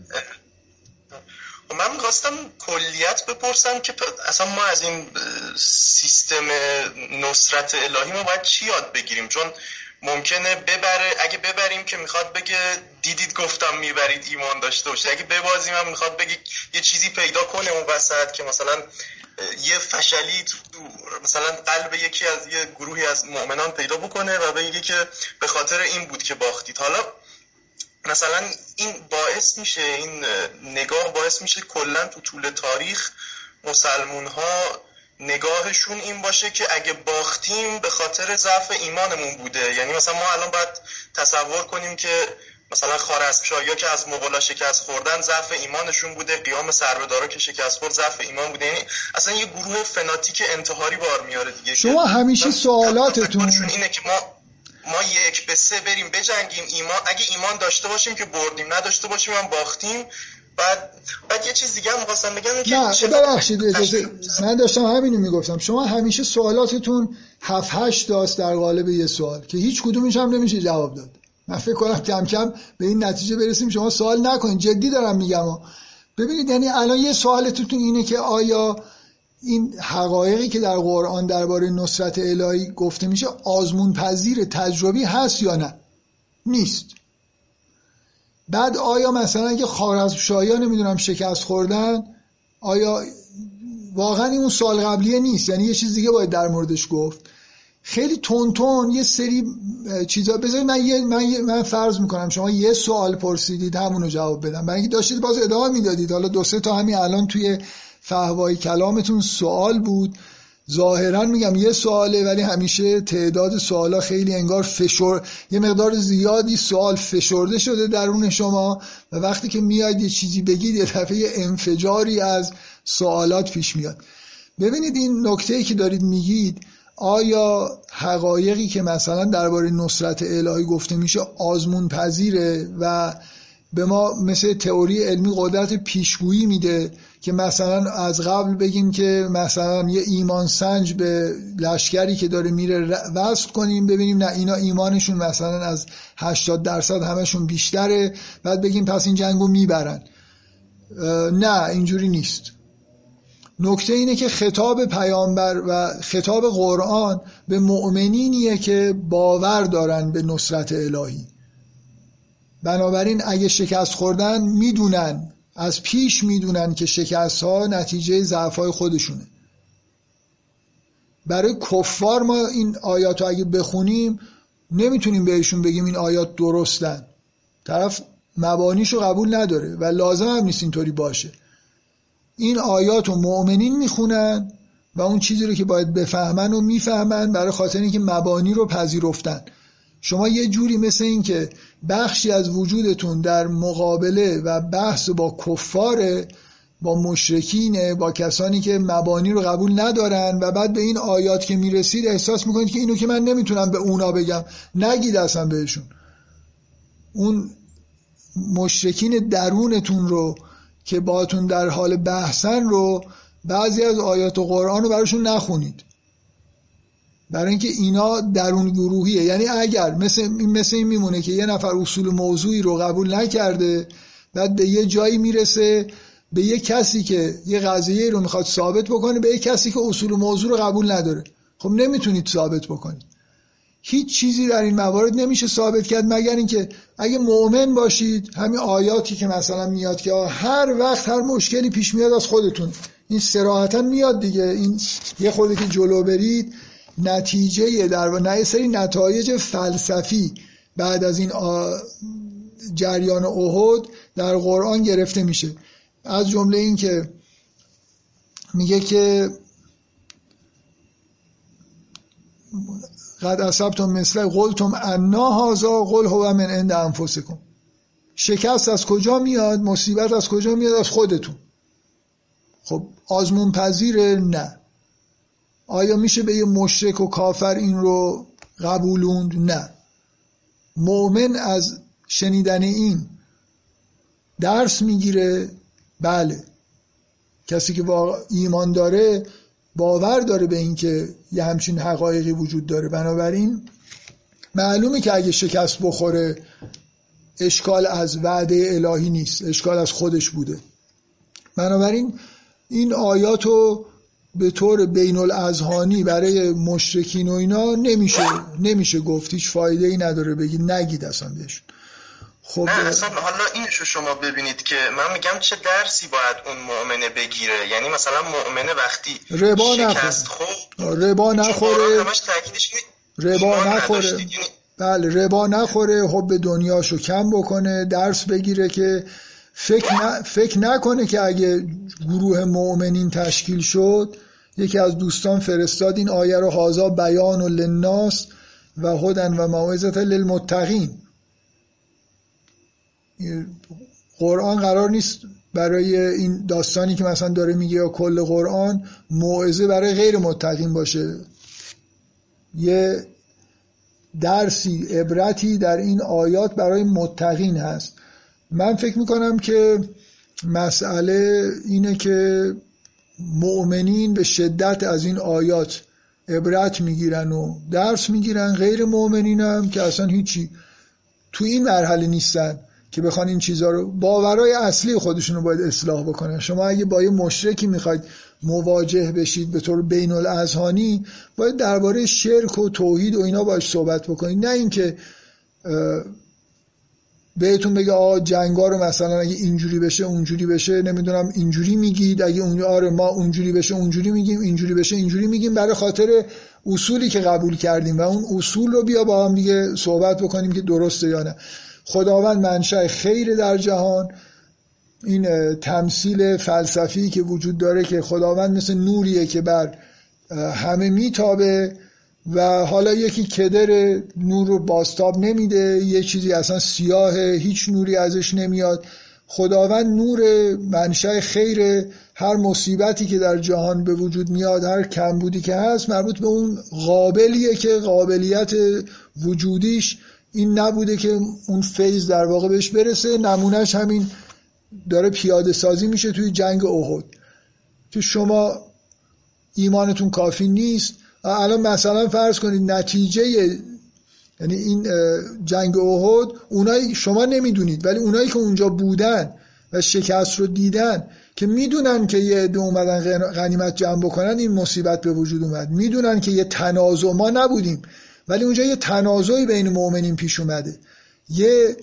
من می‌خواستم کلیت بپرسم که اصلا ما از این سیستم نصرت الهی ما باید چی یاد بگیریم، چون ممکنه اگه ببریم که میخواد بگه دیدید گفتم میبرید ایمان داشته باشید، اگه ببازیم هم میخواد بگه یه چیزی پیدا کنه اون وسط که مثلا یه فشلی تو مثلا قلب یکی از یه گروهی از مؤمنان پیدا بکنه و بگه که به خاطر این بود که باختید. حالا مثلا این باعث میشه، این نگاه باعث میشه کلا تو طول تاریخ مسلمون ها نگاهشون این باشه که اگه باختیم به خاطر ضعف ایمانمون بوده. یعنی مثلا ما الان باید تصور کنیم که مثلا خوارزمشاهیا که از مغولا شکست خوردن ضعف ایمانشون بوده، قیام سربدارا که شکست خورد ضعف ایمان بوده. یعنی اصلا یه گروه فناتیک انتحاری بار میاره دیگه. شما همیشه سوالاتتون اینه که ما 1-3 بریم بجنگیم، اگه ایمان داشته باشیم که بردیم، نداشته باشیم هم باختیم. بعد یه چیز دیگه هم می‌خواستم بگم که نه ببخشید اجازه، من داشتم همینو میگفتم. شما همیشه سوالاتتون 7-8 تاست در قالب یه سوال که هیچ کدومش هم نمیشه جواب داد. من فکر کنم کم کم به این نتیجه برسیم شما سوال نکنید. جدی دارم میگم. ببینید یعنی الان یه سوالتون اینه که آیا این حقایقی که در قرآن درباره نصرت الهی گفته میشه آزمون پذیر تجربی هست یا نه؟ نیست. بعد آیا مثلا اگه خوارزمشاهیا نمیدونم شکست خوردن، آیا واقعا این اون سال قبلیه نیست؟ یعنی یه چیز دیگه باید در موردش گفت. خیلی تون یه سری چیزا بذارید من فرض میکنم شما یه سوال پرسیدید همونو جواب بدم، برای اینکه داشتید باز ادامه میدادید. حالا 2-3 تا همین الان توی فحوای کلامتون سوال بود. ظاهرا میگم یه سواله ولی همیشه تعداد سوالا خیلی انگار یه مقدار زیادی سوال فشرده شده درون شما و وقتی که میاید یه چیزی بگید یه دفعه انفجاری از سوالات پیش میاد. ببینید این نکته‌ای که دارید میگید، آیا حقایقی که مثلا درباره نصرت الهی گفته میشه آزمون پذیره و به ما مثل تئوری علمی قدرت پیشگویی میده که مثلا از قبل بگیم که مثلا یه ایمان سنج به لشکری که داره میره وصل کنیم، ببینیم نه اینا ایمانشون مثلا از 80% همشون بیشتره، بعد بگیم پس این جنگو میبرن. نه اینجوری نیست. نکته اینه که خطاب پیامبر و خطاب قرآن به مؤمنینیه که باور دارن به نصرت الهی. بنابراین اگه شکست خوردن میدونن، از پیش میدونن که شکست ها نتیجه ضعف های خودشونه. برای کفار ما این آیات رو اگه بخونیم نمیتونیم بهشون بگیم این آیات درستن. طرف مبانیشو قبول نداره و لازم هم نیست اینطوری باشه. این آیات رو مؤمنین میخونن و اون چیزی رو که باید بفهمن و میفهمن برای خاطر اینکه مبانی رو پذیرفتن. شما یه جوری مثل این که بخشی از وجودتون در مقابله و بحث با کفاره، با مشرکینه، با کسانی که مبانی رو قبول ندارن و بعد به این آیات که میرسید احساس میکنید که اینو که من نمیتونم به اونا بگم، نگید اصلا بهشون. اون مشرکین درونتون رو که باهاتون در حال بحثن رو بعضی از آیات قرآن رو براشون نخونید، برای اینکه اینا درون گروهیه. یعنی اگر مثل این میمونه که یه نفر اصول موضوعی رو قبول نکرده، بعد به یه جایی میرسه به یه کسی که یه قضیه رو میخواد ثابت بکنه، به یه کسی که اصول موضوع رو قبول نداره، خب نمیتونید ثابت بکنید. هیچ چیزی در این موارد نمیشه ثابت کرد مگر اینکه اگه مؤمن باشید همین آیاتی که مثلا میاد که هر وقت هر مشکلی پیش میاد از خودتون، این صراحتا میاد دیگه، این یه خورده که جلو برید نتیجه در یه سری نتایج فلسفی بعد از این جریان احد در قرآن گرفته میشه. از جمله این که میگه که قد اصبتم مثل قلتم انا هذا قل هو من عند انفسکم. شکست از کجا میاد؟ مصیبت از کجا میاد؟ از خودتون. خب آزمون پذیره؟ نه. آیا میشه به یه مشرک و کافر این رو قبولوند؟ نه. مؤمن از شنیدن این درس میگیره؟ بله. کسی که ایمان داره باور داره به این که یه همچین حقایقی وجود داره. بنابراین معلومه که اگه شکست بخوره اشکال از وعده الهی نیست، اشکال از خودش بوده. بنابراین این آیاتو به طور بین الاذهانی برای مشرکین و اینا نمیشه گفت، هیچ فایده ای نداره بگید، نگید اصلا بهشون. خب نه اصلا حالا اینشو شما ببینید که من میگم چه درسی باید اون مؤمنه بگیره. یعنی مثلا مؤمنه وقتی ربا شکست خورد، ربا نخوره، همش تاکیدش ربا نخوره، بله ربا نخوره، حب دنیاشو کم بکنه، درس بگیره که فکر نکنه که اگه گروه مؤمنین تشکیل شد، یکی از دوستان فرستاد این آیه رو هذا بیان للناس و هدی و موعظة للمتقین. قرآن قرار نیست برای این داستانی که مثلا داره میگه یا کل قرآن موعظه برای غیر متقین باشه. یه درسی، عبرتی در این آیات برای متقین هست. من فکر میکنم که مسئله اینه که مؤمنین به شدت از این آیات عبرت میگیرن و درس میگیرن، غیر مؤمنین هم که اصلا هیچی تو این مرحله نیستن که بخوان این چیزها رو، باورهای اصلی خودشون رو باید اصلاح بکنن. شما اگه با یه مشرکی میخواید مواجه بشید به طور بین الاذهانی، باید درباره شرک و توحید و اینا باش صحبت بکنید، نه اینکه بهتون بگه جنگا رو مثلا اگه اینجوری بشه اونجوری بشه، نمیدونم اینجوری میگید، اگه آره ما اونجوری بشه اونجوری میگیم، اینجوری بشه اینجوری میگیم، برای خاطر اصولی که قبول کردیم و اون اصول رو بیا با هم دیگه صحبت بکنیم که درسته یا نه. خداوند منشأ خیر در جهان. این تمثیل فلسفی که وجود داره که خداوند مثل نوریه که بر همه میتابه و حالا یکی کدر نور رو بازتاب نمیده، یه چیزی اصلا سیاهه هیچ نوری ازش نمیاد. خداوند نور، منشأ خیر. هر مصیبتی که در جهان به وجود میاد، هر کمبودی که هست، مربوط به اون قابلیه که قابلیت وجودیش این نبوده که اون فیض در واقع بهش برسه. نمونهش همین داره پیاده سازی میشه توی جنگ احد که شما ایمانتون کافی نیست. الان مثلا فرض کنید نتیجه، یعنی این جنگ احد، اونایی شما نمیدونید ولی اونایی که اونجا بودن و شکست رو دیدن که میدونن که یه عده اومدن غنیمت جمع بکنن، این مصیبت به وجود اومد. میدونن که یه تنازع، ما نبودیم ولی اونجا یه تنازعی بین مؤمنین پیش اومده، یه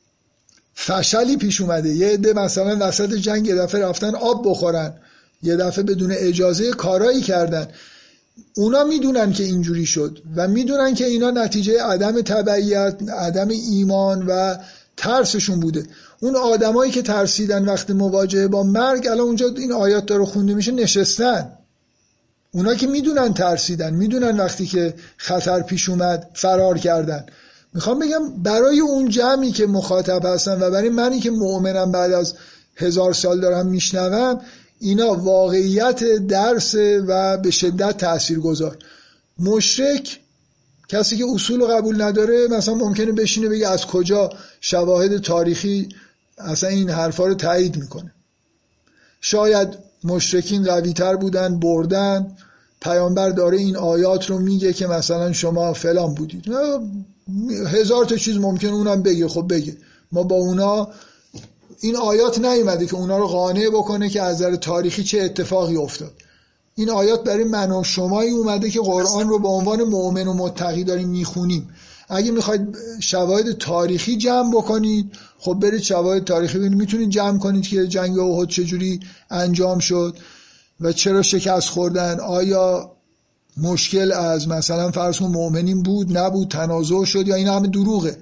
فشلی پیش اومده، یه عده مثلا وسط جنگ یه دفعه رفتن آب بخورن، یه دفعه بدون اجازه کارایی کردن. اونا میدونن که اینجوری شد و میدونن که اینا نتیجه عدم تبعیت، عدم ایمان و ترسشون بوده. اون آدمایی که ترسیدن وقت مواجهه با مرگ، الان اونجا این آیات داره خونده میشه نشستن. اونا که میدونن ترسیدن، میدونن وقتی که خطر پیش اومد فرار کردن. میخوام بگم برای اون جمعی که مخاطب هستن و برای منی که مؤمنم بعد از 1000 سال دارم میشنوم، اینا واقعیت درس و به شدت تاثیرگذار. مشرک، کسی که اصول رو قبول نداره، مثلا ممکنه بشینه بگه از کجا شواهد تاریخی اصلا این حرفا رو تایید میکنه. شاید مشرکین قوی‌تر بودن، بردن، پیامبر داره این آیات رو میگه که مثلا شما فلان بودید. 1000 تا چیز ممکنه اونم بگه، خب بگه. ما با اونا، این آیات نیومده که اونا رو قانع بکنه که از نظر تاریخی چه اتفاقی افتاد. این آیات برای من و شمایی اومده که قرآن رو به عنوان مؤمن و متقی داریم میخونیم. اگه میخواید شواهد تاریخی جمع بکنید، خب برید شواهد تاریخی ببینید، میتونید جمع کنید که جنگ احد چجوری انجام شد و چرا شکست خوردن. آیا مشکل از مثلا فرض کن مؤمنین بود، نبود، تنازع شد، یا این همه دروغه؟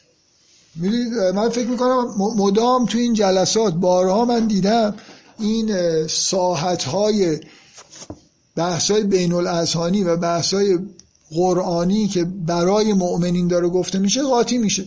من فکر میکنم مدام تو این جلسات بارها من دیدم این ساحت‌های بحث‌های بین الاذهانی و بحث‌های قرآنی که برای مؤمنین داره گفته میشه قاطی میشه.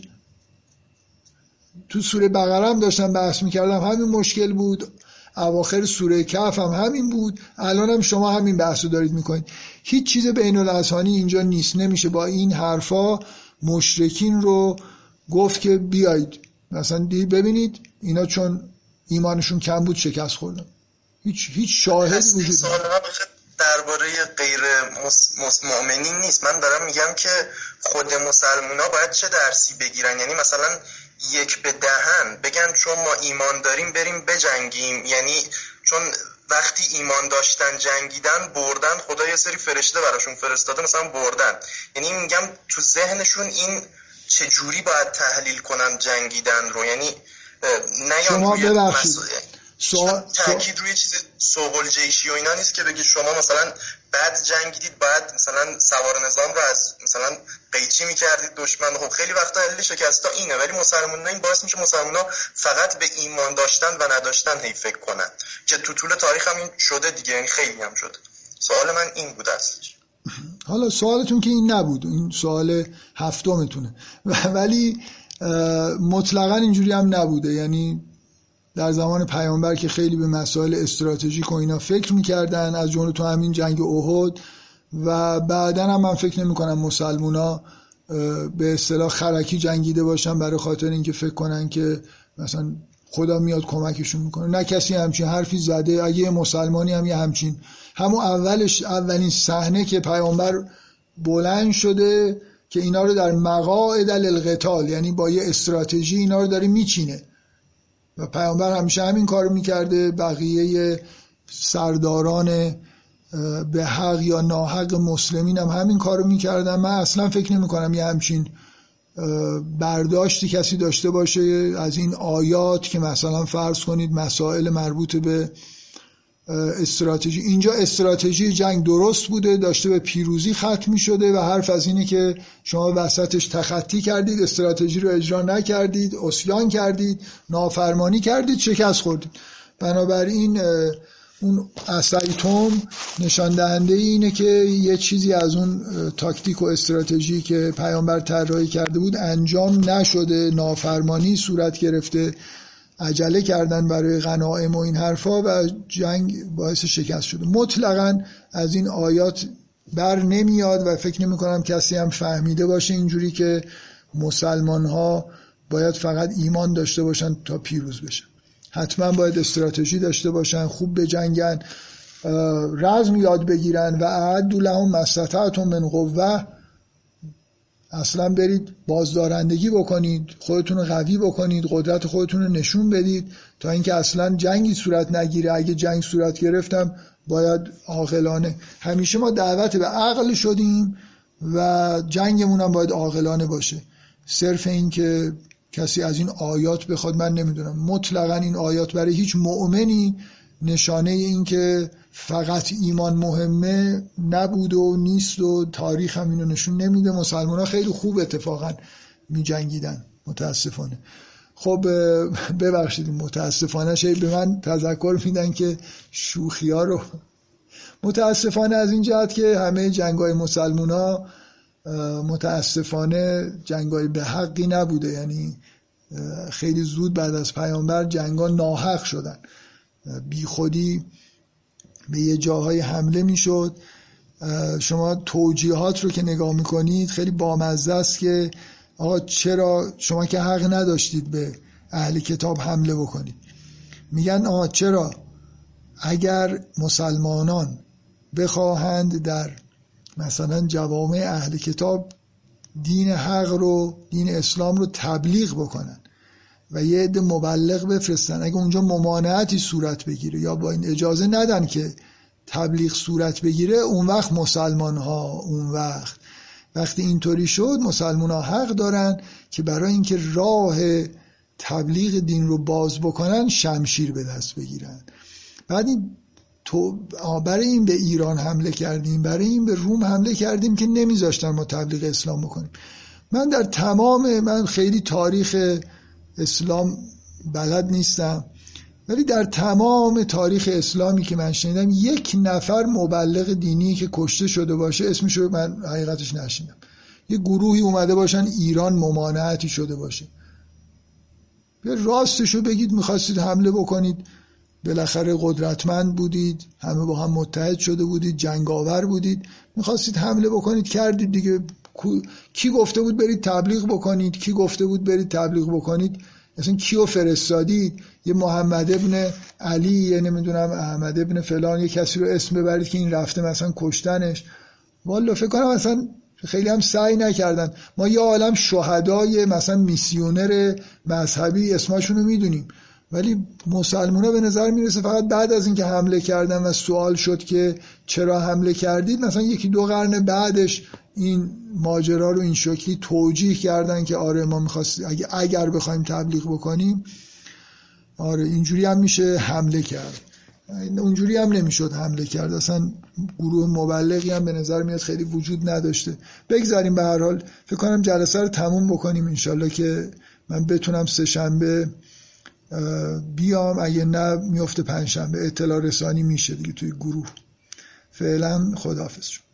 تو سوره بقره هم داشتم بحث میکردم، همین مشکل بود. اواخر سوره کهف هم همین بود. الان هم شما همین بحثو دارید میکنید. هیچ چیز بین الاذهانی اینجا نیست. نمیشه با این حرفا مشرکین رو گفت که بیایید مثلا ببینید اینا چون ایمانشون کم بود شکست خوردن. هیچ شاهد وجود نداره. درباره غیر مؤمنین نیست. من دارم میگم که خود مسلمونا باید چه درسی بگیرن. یعنی مثلا یک به دهن بگن چون ما ایمان داریم بریم بجنگیم، یعنی چون وقتی ایمان داشتن جنگیدن بردن، خدا یه سری فرشته براشون فرستاده مثلا بردن. یعنی میگم تو ذهنشون این چجوری باید تحلیل کنن جنگیدن رو. یعنی شما ببخشید تاکید روی چیز سوغل جیشی و اینا نیست که بگید شما مثلا بعد جنگیدید باید مثلا سوار نظام رو از مثلا قیچی میکردید دشمن. خب خیلی وقتا دلیل شکستا اینه، ولی مسلمان‌ها این باعث میشه مسلمان‌ها فقط به ایمان داشتن و نداشتن هی فکر کنن که تو طول تاریخ هم این شده دیگه، یعنی خیلی هم شده. سوال من این بود اصلش. حالا سوالتون که این نبود، این سوال هفتمتونه، ولی مطلقاً اینجوری هم نبوده. یعنی در زمان پیامبر که خیلی به مسائل استراتژیک و اینا فکر میکردن، از جمله تو همین جنگ احد، و بعدن هم من فکر نمیکنم مسلمونا به اصطلاح خرکی جنگیده باشن برای خاطر اینکه فکر کنن که مثلا خدا میاد کمکشون میکنه. نه کسی همچین حرفی زده. اگه مسلمانی هم یه همچین همون اولین صحنه که پیامبر بلند شده که اینا رو در مقاعد للقتال، یعنی با یه استراتژی اینا رو داره میچینه، و پیامبر همیشه همین کارو میکرده. بقیه سرداران به حق یا ناحق مسلمین هم همین کارو میکردن. من اصلا فکر نمیکنم یه همچین برداشتی کسی داشته باشه از این آیات که مثلا فرض کنید مسائل مربوط به استراتژی، اینجا استراتژی جنگ درست بوده، داشته به پیروزی ختم می شده و حرف از اینه که شما وسطش تخطی کردید، استراتژی رو اجرا نکردید، عصیان کردید، نافرمانی کردید، شکست خوردید. بنابراین اون اسیتم نشان دهنده اینه که یه چیزی از اون تاکتیک و استراتژی که پیامبر طراحی کرده بود انجام نشده، نافرمانی صورت گرفته، عجله کردن برای غنایم و این حرفا و جنگ باعث شکست شده. مطلقاً از این آیات بر نمیاد و فکر نمی کنم کسی هم فهمیده باشه اینجوری که مسلمان ها باید فقط ایمان داشته باشن تا پیروز بشن. حتما باید استراتژی داشته باشن، خوب بجنگن، رزم یاد بگیرن و اعدوا لهم ما استطعتم من قوة. اصلا برید بازدارندگی بکنید، خودتون رو قوی بکنید، قدرت خودتون رو نشون بدید تا اینکه اصلا جنگی صورت نگیره. اگه جنگ صورت گرفتم باید عاقلانه. همیشه ما دعوت به عقل شدیم و جنگمون هم باید عاقلانه باشه. صرف این که کسی از این آیات بخواد، من نمیدونم، مطلقاً این آیات برای هیچ مؤمنی نشانه این که فقط ایمان مهمه نبود و نیست و تاریخ هم اینو نشون نمیده. مسلمان ها خیلی خوب اتفاقا می جنگیدن متاسفانه. خب ببخشید متاسفانه شاید به من تذکر میدن که شوخی ها رو، متاسفانه از این جهت که همه جنگای مسلمان ها متاسفانه جنگای به حقی نبوده. یعنی خیلی زود بعد از پیامبر جنگا ناحق شدن، بی خودی به یه جاهای حمله میشد. شما توجیهات رو که نگاه میکنید خیلی بامزه است که آقا چرا شما که حق نداشتید به اهل کتاب حمله بکنید. میگن آقا چرا اگر مسلمانان بخواهند در مثلا جوامع اهل کتاب دین حق رو، دین اسلام رو تبلیغ بکنن و یه عده مبلغ بفرستن، اگه اونجا ممانعتی صورت بگیره یا با این اجازه ندن که تبلیغ صورت بگیره، اون وقت مسلمان ها، اون وقتی اینطوری شد مسلمان ها حق دارن که برای اینکه راه تبلیغ دین رو باز بکنن شمشیر به دست بگیرن. بعد برای این به ایران حمله کردیم، برای این به روم حمله کردیم که نمیذاشتن ما تبلیغ اسلام بکنیم. من خیلی تاریخ اسلام بلد نیستم، ولی در تمام تاریخ اسلامی که من شنیدم یک نفر مبلغ دینی که کشته شده باشه اسمشو من حقیقتش نشنیدم. یه گروهی اومده باشن ایران ممانعتی شده باشه. راستشو بگید، میخواستید حمله بکنید، بالاخره قدرتمند بودید، همه با هم متحد شده بودید، جنگاور بودید، میخواستید حمله بکنید، کردید دیگه. کی گفته بود برید تبلیغ بکنید؟ کی گفته بود برید تبلیغ بکنید؟ اصلا کیو فرستادید؟ یه محمد ابن علی، یه نمیدونم احمد ابن فلان، یه کسی رو اسم ببرید که این رفته مثلا کشتنش. والا فکر کنم مثلا خیلی هم سعی نکردن. ما یه عالم شهدای مثلا میسیونر مذهبی اسمشون رو میدونیم، ولی مسلمونا به نظر میرسه فقط بعد از اینکه حمله کردن و سوال شد که چرا حمله کردید، مثلا یکی دو قرن بعدش این ماجرا رو این شکلی توجیه کردن که آره ما می‌خواستیم اگر بخوایم تبلیغ بکنیم. آره اینجوری هم میشه حمله کرد، اونجوری هم نمیشد حمله کرد. اصلا گروه مبلغی هم به نظر میاد خیلی وجود نداشته. بگذاریم به هر حال فکر کنم جلسه رو تموم بکنیم انشالله که من بتونم سه شنبه بیام، اگه نه میفته پنج شنبه. اطلاع رسانی میشه دیگه توی گروه. فعلا خداحافظ.